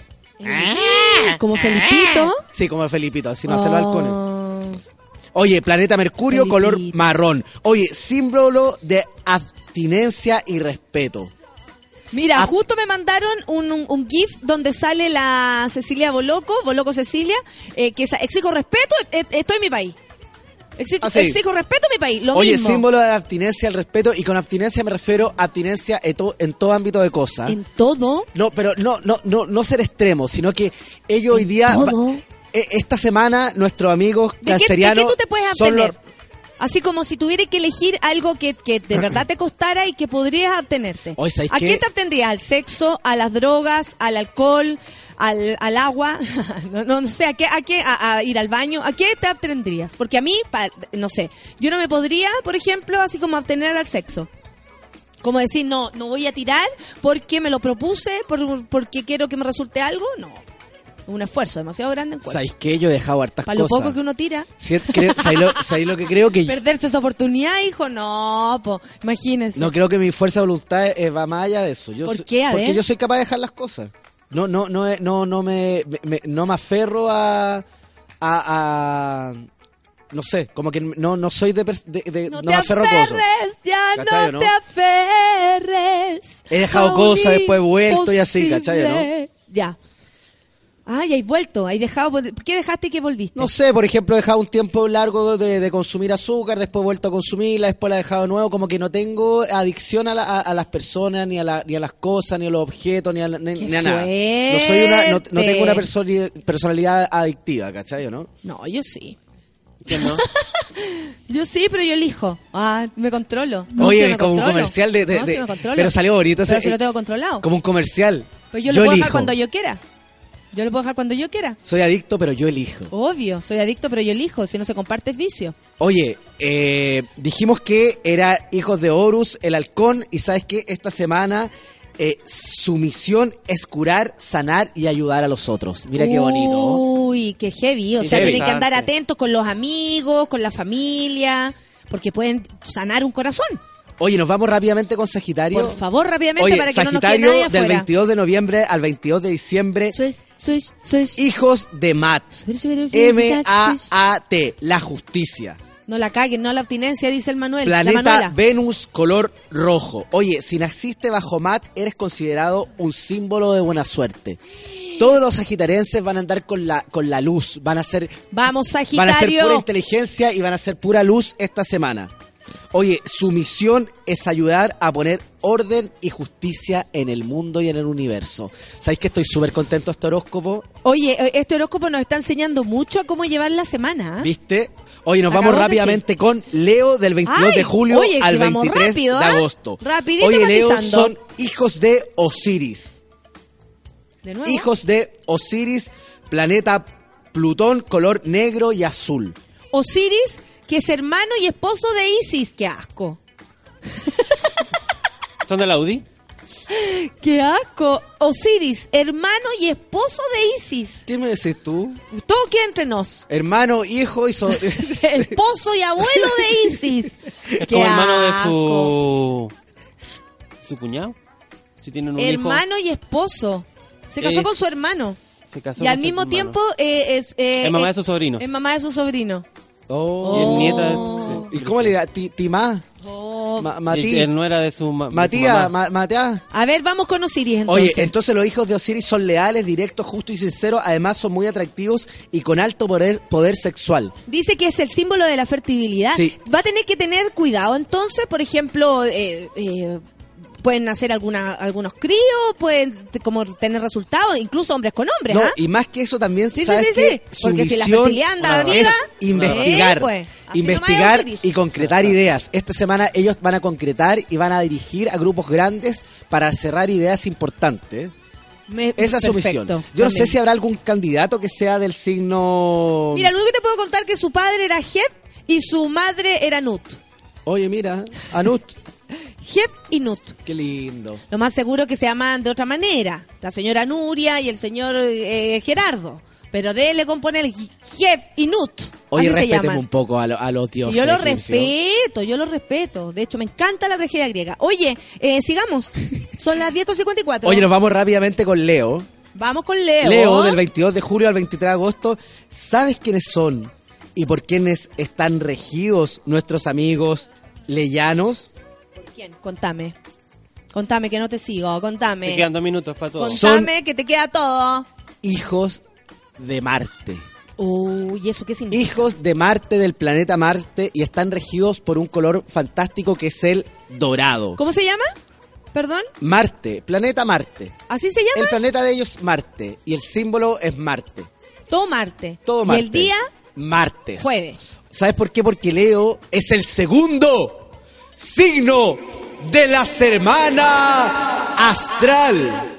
Como Felipito. Sí, como el Felipito, así más los halcones. Oh. Oye, planeta Mercurio, Felipito. color marrón. Oye, símbolo de abstinencia y respeto. Mira, justo me mandaron un GIF donde sale la Cecilia Boloco Cecilia, que exijo respeto, estoy en mi país. Exijo respeto a mi país, lo Oye, mismo. símbolo de abstinencia al respeto, y con abstinencia me refiero a abstinencia en todo ámbito de cosas. ¿En todo? No, pero no ser extremo, sino que ellos hoy día, esta semana, nuestros amigos cancerianos ¿De qué tú te puedes son los... abstener? Así como si tuvieras que elegir algo que de verdad te costara y que podrías abstenerte. Oye, ¿sabes ¿A qué? quién te abstendrías? ¿Al sexo, a las drogas, al alcohol, al agua? no sé, ¿a ir al baño? ¿A qué te abstendrías? Porque a mí, no sé, yo no me podría, por ejemplo, así como abstener al sexo. Como decir, no voy a tirar porque me lo propuse, porque quiero que me resulte algo. No. Un esfuerzo demasiado grande en cuerpo. ¿Sabéis qué? Yo he dejado hartas Para lo cosas. poco que uno tira. ¿Sabéis lo que creo? Que Perderse esa oportunidad, hijo, no, imagínense. no creo que mi fuerza de voluntad va más allá de eso. ¿Por qué? A Porque ver. yo soy capaz de dejar las cosas. No me aferro a no sé, como que no soy no me aferro a cosas. Ya ¿Cachai, no no? te aferres. He dejado a un cosas, después he vuelto y así, ¿cachai, no? imposible. Ya. Ya has vuelto, has dejado. ¿Qué dejaste y qué volviste? No sé, por ejemplo, he dejado un tiempo largo de consumir azúcar, después he vuelto a consumirla, después la he dejado de nuevo, como que no tengo adicción a las personas, ni a las cosas, ni a los objetos, ni a nada. No soy no tengo una personalidad adictiva, ¿cachai o no? No, yo sí. ¿Quién no? Yo sí, pero yo elijo. Me controlo. Oye, sí me como un controlo. comercial Sí me controlo. pero salió bonito Pero ese, si lo tengo controlado. como un comercial. Pero yo lo puedo dejar elijo. cuando yo quiera. Yo lo puedo dejar cuando yo quiera. Soy adicto, pero yo elijo. Obvio, soy adicto, pero yo elijo. Si no se comparte es vicio. Oye, dijimos que era Hijos de Horus, el halcón, y ¿sabes qué? Esta semana su misión es curar, sanar y ayudar a los otros. Mira qué bonito. Uy, qué heavy. O sea, heavy. tienen que andar atentos con los amigos, con la familia, porque pueden sanar un corazón. Oye, nos vamos rápidamente con Sagitario. Por favor, rápidamente, Oye, para que no nos quede Sagitario, nadie del afuera. 22 de noviembre al 22 de diciembre. Swish. Hijos de Mat. M-A-A-T, la justicia. No la caguen, no la abstinencia, dice el Manuel. Planeta la Manuela. Venus, color rojo. Oye, si naciste bajo Mat, eres considerado un símbolo de buena suerte. Todos los sagitarienses van a andar con la luz. Vamos, Van a ser Sagitario. pura inteligencia y van a ser pura luz esta semana. Oye, su misión es ayudar a poner orden y justicia en el mundo y en el universo. ¿Sabéis que estoy súper contento de este horóscopo? Oye, este horóscopo nos está enseñando mucho a cómo llevar la semana. ¿Viste? Oye, nos Acabamos vamos de rápidamente con Leo del 22 de julio oye, al que vamos 23 rápido, de ¿eh? agosto. Rapidito Oye, Leo matizando. son hijos de Osiris. ¿De nuevo? Hijos de Osiris, planeta Plutón, color negro y azul. Osiris, que es hermano y esposo de Isis. ¡Qué asco! ¿Son de la UDI? ¡Qué asco! Osiris, hermano y esposo de Isis. ¿Qué me decís tú? Todo queda entre nos. Hermano, hijo y Esposo y abuelo de Isis. Es ¡Qué como hermano de asco! su cuñado. Si tienen un Hermano y esposo. Se casó Es- con su hermano. hijo, se casó Y al con su mismo hermano. tiempo es Es mamá de su sobrino. Es mamá de su sobrino. Y es nieta de... ¿Y cómo le dirá? ¿Timá? Y él no era de su Matías, mamá. Matías. A ver, vamos con Osiris entonces. Oye, entonces los hijos de Osiris son leales, directos, justos y sinceros. Además son muy atractivos y con alto poder sexual. Dice que es el símbolo de la fertilidad. Sí. Va a tener que tener cuidado entonces, por ejemplo, pueden nacer algunos críos, pueden como tener resultados, incluso hombres con hombres, No, ¿ah? y más que eso también, Sí, ¿sabes sí, sí, qué? sí. Su Porque si la misión fertilidad anda es viva, investigar. pues, así investigar nomás es Osiris. y concretar ideas. Esta semana ellos van a concretar y van a dirigir a grupos grandes para cerrar ideas importantes. Esa es su Perfecto, misión. Yo no sé también. si habrá algún candidato que sea del signo... Mira, lo único que te puedo contar es que su padre era Jeb y su madre era Nut. Oye, mira, Anut. Jeb y Nut. Qué lindo. Lo más seguro que se llaman de otra manera. La señora Nuria y el señor Gerardo. Pero de él le compone el Jeb y Nut. Oye, Así se respetemos llaman. un poco a los dioses. Yo lo egipcios. respeto. De hecho, me encanta la tragedia griega. Oye, sigamos. Son las 10:54. Oye, nos vamos rápidamente con Leo. Vamos con Leo. Leo, del 22 de julio al 23 de agosto. ¿Sabes quiénes son y por quiénes están regidos nuestros amigos leyanos? ¿Quién? Contame. Contame que no te sigo. Contame. Te quedan 2 minutos para todo. Contame que te queda todo. Hijos de Marte. ¿Y eso qué significa? Hijos de Marte, del planeta Marte, y están regidos por un color fantástico que es el dorado. ¿Cómo se llama? ¿Perdón? Marte, planeta Marte. ¿Así se llama? El planeta de ellos es Marte, y el símbolo es Marte. Todo Marte. Todo Marte. ¿Y el día? Martes. Jueves. ¿Sabes por qué? Porque Leo es el segundo signo de la semana astral.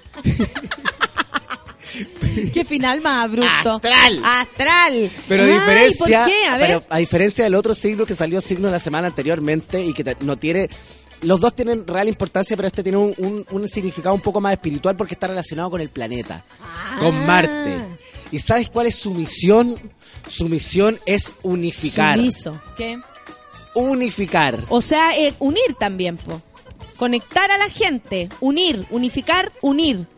Qué final más abrupto. Astral. Pero a Ay, diferencia, ¿por qué? A ver. pero a diferencia del otro signo que salió signo de la semana anteriormente y que no tiene... Los dos tienen real importancia, pero este tiene un significado un poco más espiritual porque está relacionado con el planeta, con Marte. ¿Y sabes cuál es su misión? Su misión es unificar. Sumiso. ¿Qué? Unificar. O sea, unir también, po. Conectar a la gente. Unir, unificar, unir.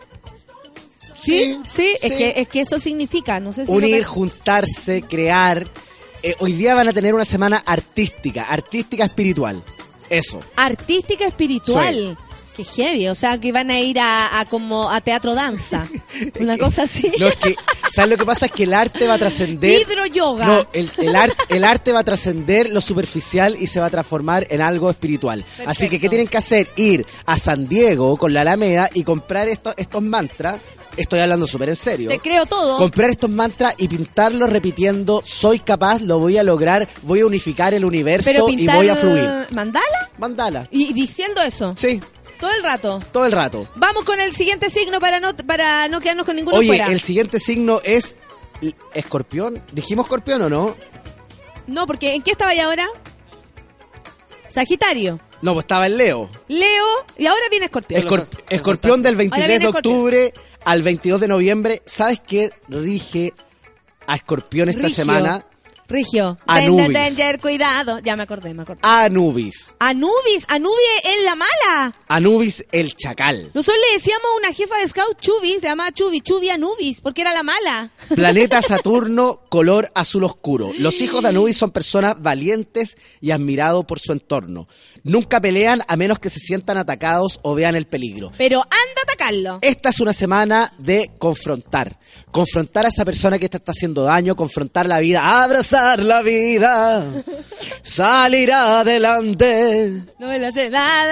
¿Sí? Sí, sí. Es que eso significa, no sé si unir, juntarse, crear. Hoy día van a tener una semana artística espiritual. Eso. Artística espiritual. Qué heavy, o sea, que van a ir a como a teatro danza. Una cosa así. No, es que, ¿sabes lo que pasa? Es que el arte va a trascender. Hidroyoga. No, el arte va a trascender lo superficial y se va a transformar en algo espiritual. Perfecto. Así que, ¿qué tienen que hacer? Ir a San Diego con la Alameda y comprar estos mantras. Estoy hablando súper en serio. Te creo todo. Comprar estos mantras y pintarlos repitiendo: soy capaz, lo voy a lograr, voy a unificar el universo. Pero y voy a fluir. ¿Mandala? Mandala. ¿Y diciendo eso? Sí. Todo el rato. Todo el rato. Vamos con el siguiente signo para no quedarnos con ninguno Oye, fuera. el siguiente signo es Escorpión. ¿Dijimos Escorpión o no? No, porque ¿en qué estaba ya ahora? Sagitario. No, pues estaba el Leo. Leo, y ahora viene Escorpión. Escorpión del 23 viene de octubre al 22 de noviembre. ¿Sabes qué rige a Escorpión esta semana? Rigio. Anubis. Danger, cuidado. Ya me acordé. Anubis. Anubis es la mala. Anubis el chacal. Nosotros le decíamos a una jefa de scout Chubi, se llamaba Chubi Anubis, porque era la mala. Planeta Saturno, color azul oscuro. Los hijos de Anubis son personas valientes y admirados por su entorno. Nunca pelean a menos que se sientan atacados o vean el peligro. Pero anda a atacarlo. Esta es una semana de confrontar. Confrontar a esa persona que te está haciendo daño, confrontar la vida, abrazar la vida, salir adelante. No me la sé.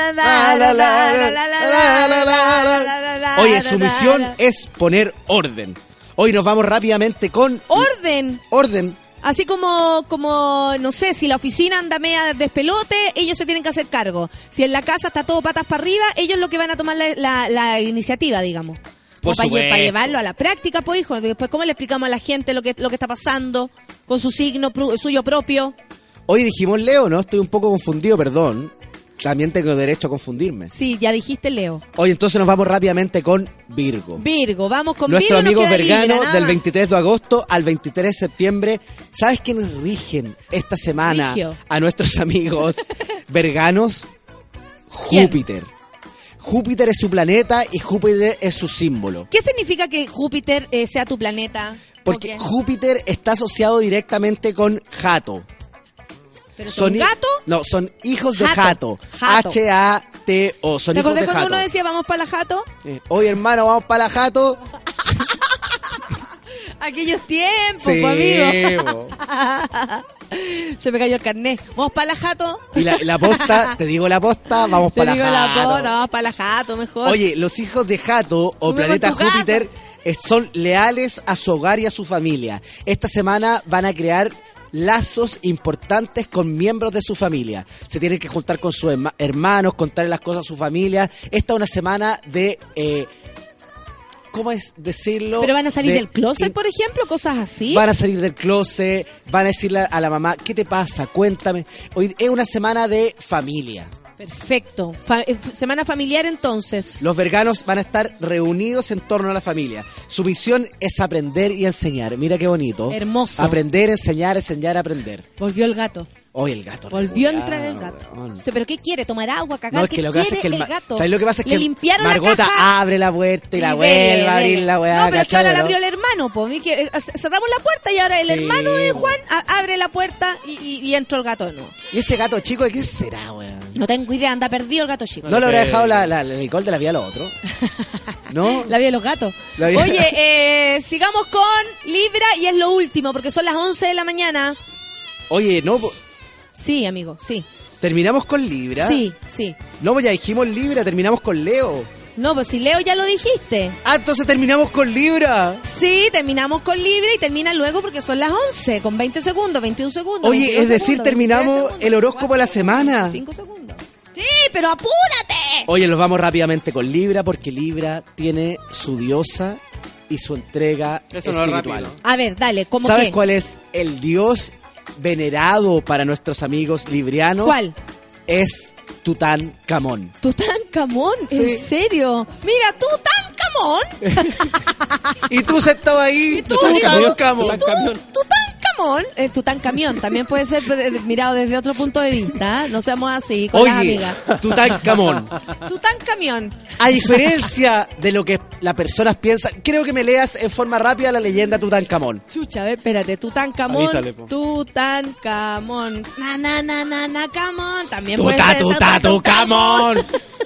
Oye, su misión es poner orden. Hoy nos vamos rápidamente con... Orden. Así como, no sé, si la oficina anda media despelote, ellos se tienen que hacer cargo. Si en la casa está todo patas para arriba, ellos lo que van a tomar la iniciativa, digamos. Para llevarlo a la práctica, pues, hijo. Después, ¿cómo le explicamos a la gente lo que está pasando con su signo suyo propio? Hoy dijimos Leo, ¿no? Estoy un poco confundido, perdón. También tengo derecho a confundirme. Sí, ya dijiste Leo. Hoy entonces nos vamos rápidamente con Virgo. Vamos con Nuestros Virgo. amigos verganos del más. 23 de agosto al 23 de septiembre. ¿Sabes quiénes rigen esta semana a nuestros amigos verganos? Júpiter. Júpiter es su planeta y Júpiter es su símbolo. ¿Qué significa que Júpiter sea tu planeta? Porque Júpiter está asociado directamente con Jato. ¿Pero son gato? No, son hijos de Jato. H-A-T-O. Son ¿Te hijos de acordás cuando Jato. uno decía vamos para la Jato? Oye, hermano, vamos para la Jato. Aquellos tiempos, Sí, amigo. Se me cayó el carnet. ¿Vamos para la Jato? Y la posta, te digo la posta, vamos para la Jato. Vamos para la Jato, mejor. Oye, los hijos de Jato o Comemos planeta en tu Júpiter son leales a su hogar y a su familia. Esta semana van a crear lazos importantes con miembros de su familia. Se tienen que juntar con sus hermanos, contarle las cosas a su familia. Esta es una semana de... ¿cómo es decirlo? ¿Pero van a salir del closet, por ejemplo? ¿Cosas así? Van a salir del closet, van a decirle a la mamá, ¿qué te pasa? Cuéntame. Hoy es una semana de familia. Perfecto. Semana familiar, entonces. Los verganos van a estar reunidos en torno a la familia. Su misión es aprender y enseñar. Mira qué bonito. Hermoso. Aprender, enseñar, aprender. Volvió el gato. Hoy el gato. Volvió a reculeado, entrar el gato. weón. Sí, ¿pero qué quiere? ¿Tomar agua, cagar? No, es que lo que pasa es que el gato? ¿sabes lo que pasa? Es Le que limpiaron Margota la caja. abre la puerta y la Y vuelve vele, a abrir vele. la weá. No, pero es que ahora ¿cachai, la no? abrió el hermano, po. Vi que, cerramos la puerta y ahora el Sí, hermano de po. Juan abre la puerta y entró el gato de nuevo. ¿Y ese gato chico de qué será, weón? No tengo idea, anda perdido el gato chico. ¿No lo habrá dejado la Nicole de la vida a los otros? ¿No? La vida de los gatos. La vida- Oye, sigamos con Libra y es lo último, porque son las 11 de la mañana. Oye, no, Sí, amigo, sí. terminamos con Libra. Sí, sí. No, pues ya dijimos Libra, terminamos con Leo. No, pues si Leo ya lo dijiste. Ah, entonces terminamos con Libra. Sí, terminamos con Libra y termina luego porque son las 11, con 20 segundos, 21 segundos. Oye, 22 es decir, segundos, 23 terminamos segundos, el horóscopo de la 4 semana. 5 segundos. Sí, pero apúrate. Oye, nos vamos rápidamente con Libra porque Libra tiene su diosa y su entrega Eso no es espiritual. rápido. A ver, dale, ¿cómo ¿Sabes qué? cuál es el dios venerado para nuestros amigos librianos? ¿Cuál? Es Tutankamón. Tutankamón, Sí. ¿en serio? Mira, Tutankamón. Y tú sentado ahí, Tutankamón. Tutankamón. Tutankamón también puede ser mirado desde otro punto de vista. No seamos así con las Oye, amigas. Tutankamón. Tutankamón. A diferencia de lo que las personas piensan, creo que me leas en forma rápida la leyenda Tutankamón. Chucha, a ver, espérate. Tutankamón. Avísale, po. Tutankamón. Camón. También Tuta, puede ser. tuta, tucamón.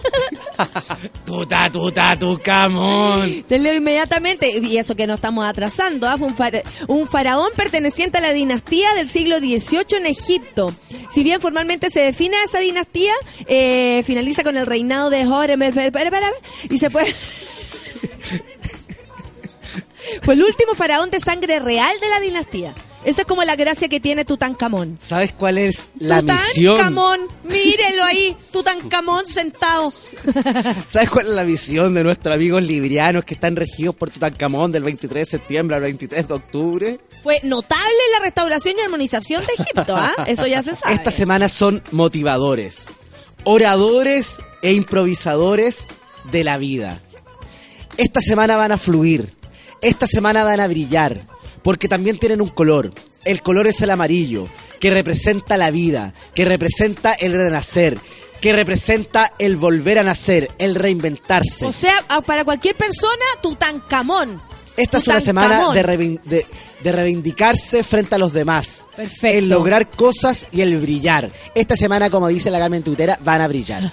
Tuta, tucamón. Te leo inmediatamente, y eso que nos estamos atrasando, ¿ah? Fue un faraón perteneciente a la dinastía del siglo XVIII en Egipto. Si bien formalmente se define a esa dinastía, finaliza con el reinado de Horem y se puede... Fue el último faraón de sangre real de la dinastía. Esa es como la gracia que tiene Tutankamón. ¿Sabes cuál es la misión? Tutankamón, mírenlo ahí, Tutankamón sentado. ¿Sabes cuál es la visión de nuestros amigos librianos que están regidos por Tutankamón del 23 de septiembre al 23 de octubre? Fue notable la restauración y armonización de Egipto, ¿ah? Eso ya se sabe. Esta semana son motivadores, oradores e improvisadores de la vida. Esta semana van a fluir, esta semana van a brillar, porque también tienen un color. El color es el amarillo, que representa la vida, que representa el renacer, que representa el volver a nacer, el reinventarse. O sea, para cualquier persona, Tutankamón. Esta es una semana de reivindicarse frente a los demás. Perfecto. El lograr cosas y el brillar. Esta semana, como dice la Carmen Tuitera, van a brillar.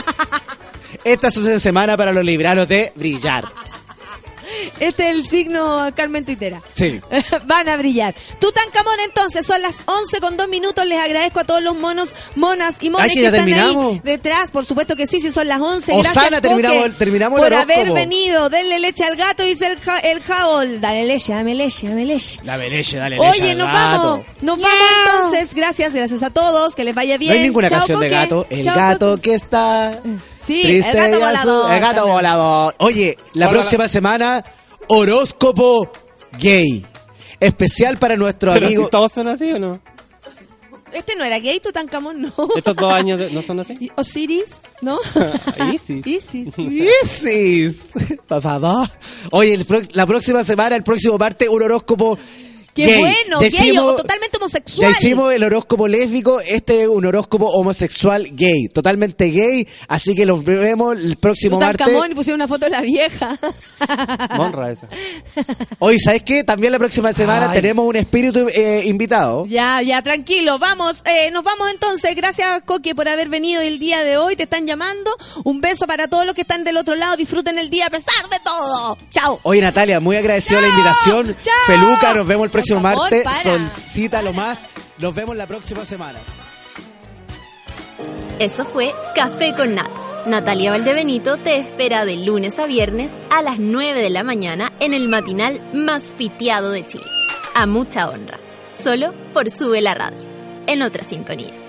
Esta es una semana para los libranos de brillar. Este es el signo Carmen Tuitera. Sí. Van a brillar. Tutankamón, entonces, son las 11:02. Les agradezco a todos los monos, monas y mones Ay, que que ya están terminamos. ahí detrás. Por supuesto que sí, son las 11. Osana, Gracias, Coque, terminamos el por horóscopo. haber venido. Denle leche al gato, dice el Jaol. Dale leche, dame leche, dame leche. Dale leche Oye, al nos gato. vamos. Nos vamos entonces. Gracias a todos. Que les vaya bien. No hay ninguna Chao, canción de Coque. gato. El Chao, gato Coque. que está Sí, triste el gato y azul. volador. El gato también. volador. Oye, la Hola, próxima semana, horóscopo gay. Especial para nuestro Pero amigo. si todos son así o no. Este no era gay, Tutankamón, no. Estos 2 años no son así. ¿Y Osiris, ¿no? Isis. Isis. Por favor. Oye, la próxima semana, el próximo martes, un horóscopo ¡Qué gay. bueno! Gay o totalmente homosexual. Ya hicimos el horóscopo lésbico, este es un horóscopo homosexual gay, totalmente gay, así que los vemos el próximo martes. Tutankamón y pusieron una foto de la vieja. Monra esa. Hoy, ¿sabes qué? También la próxima semana Ay. tenemos un espíritu invitado. Ya, tranquilo. Vamos, nos vamos entonces. Gracias, Coque, por haber venido el día de hoy. Te están llamando. Un beso para todos los que están del otro lado. Disfruten el día a pesar de todo. Chao. Oye, Natalia, muy agradecido la invitación. ¡Chao! Feluca, nos vemos el próximo Por favor, martes. para. Solcita lo más. Nos vemos la próxima semana. Eso fue Café con Nata. Natalia Valdebenito te espera de lunes a viernes a las 9 de la mañana en el matinal más piteado de Chile. A mucha honra. Solo por Sube la Radio. En otra sintonía.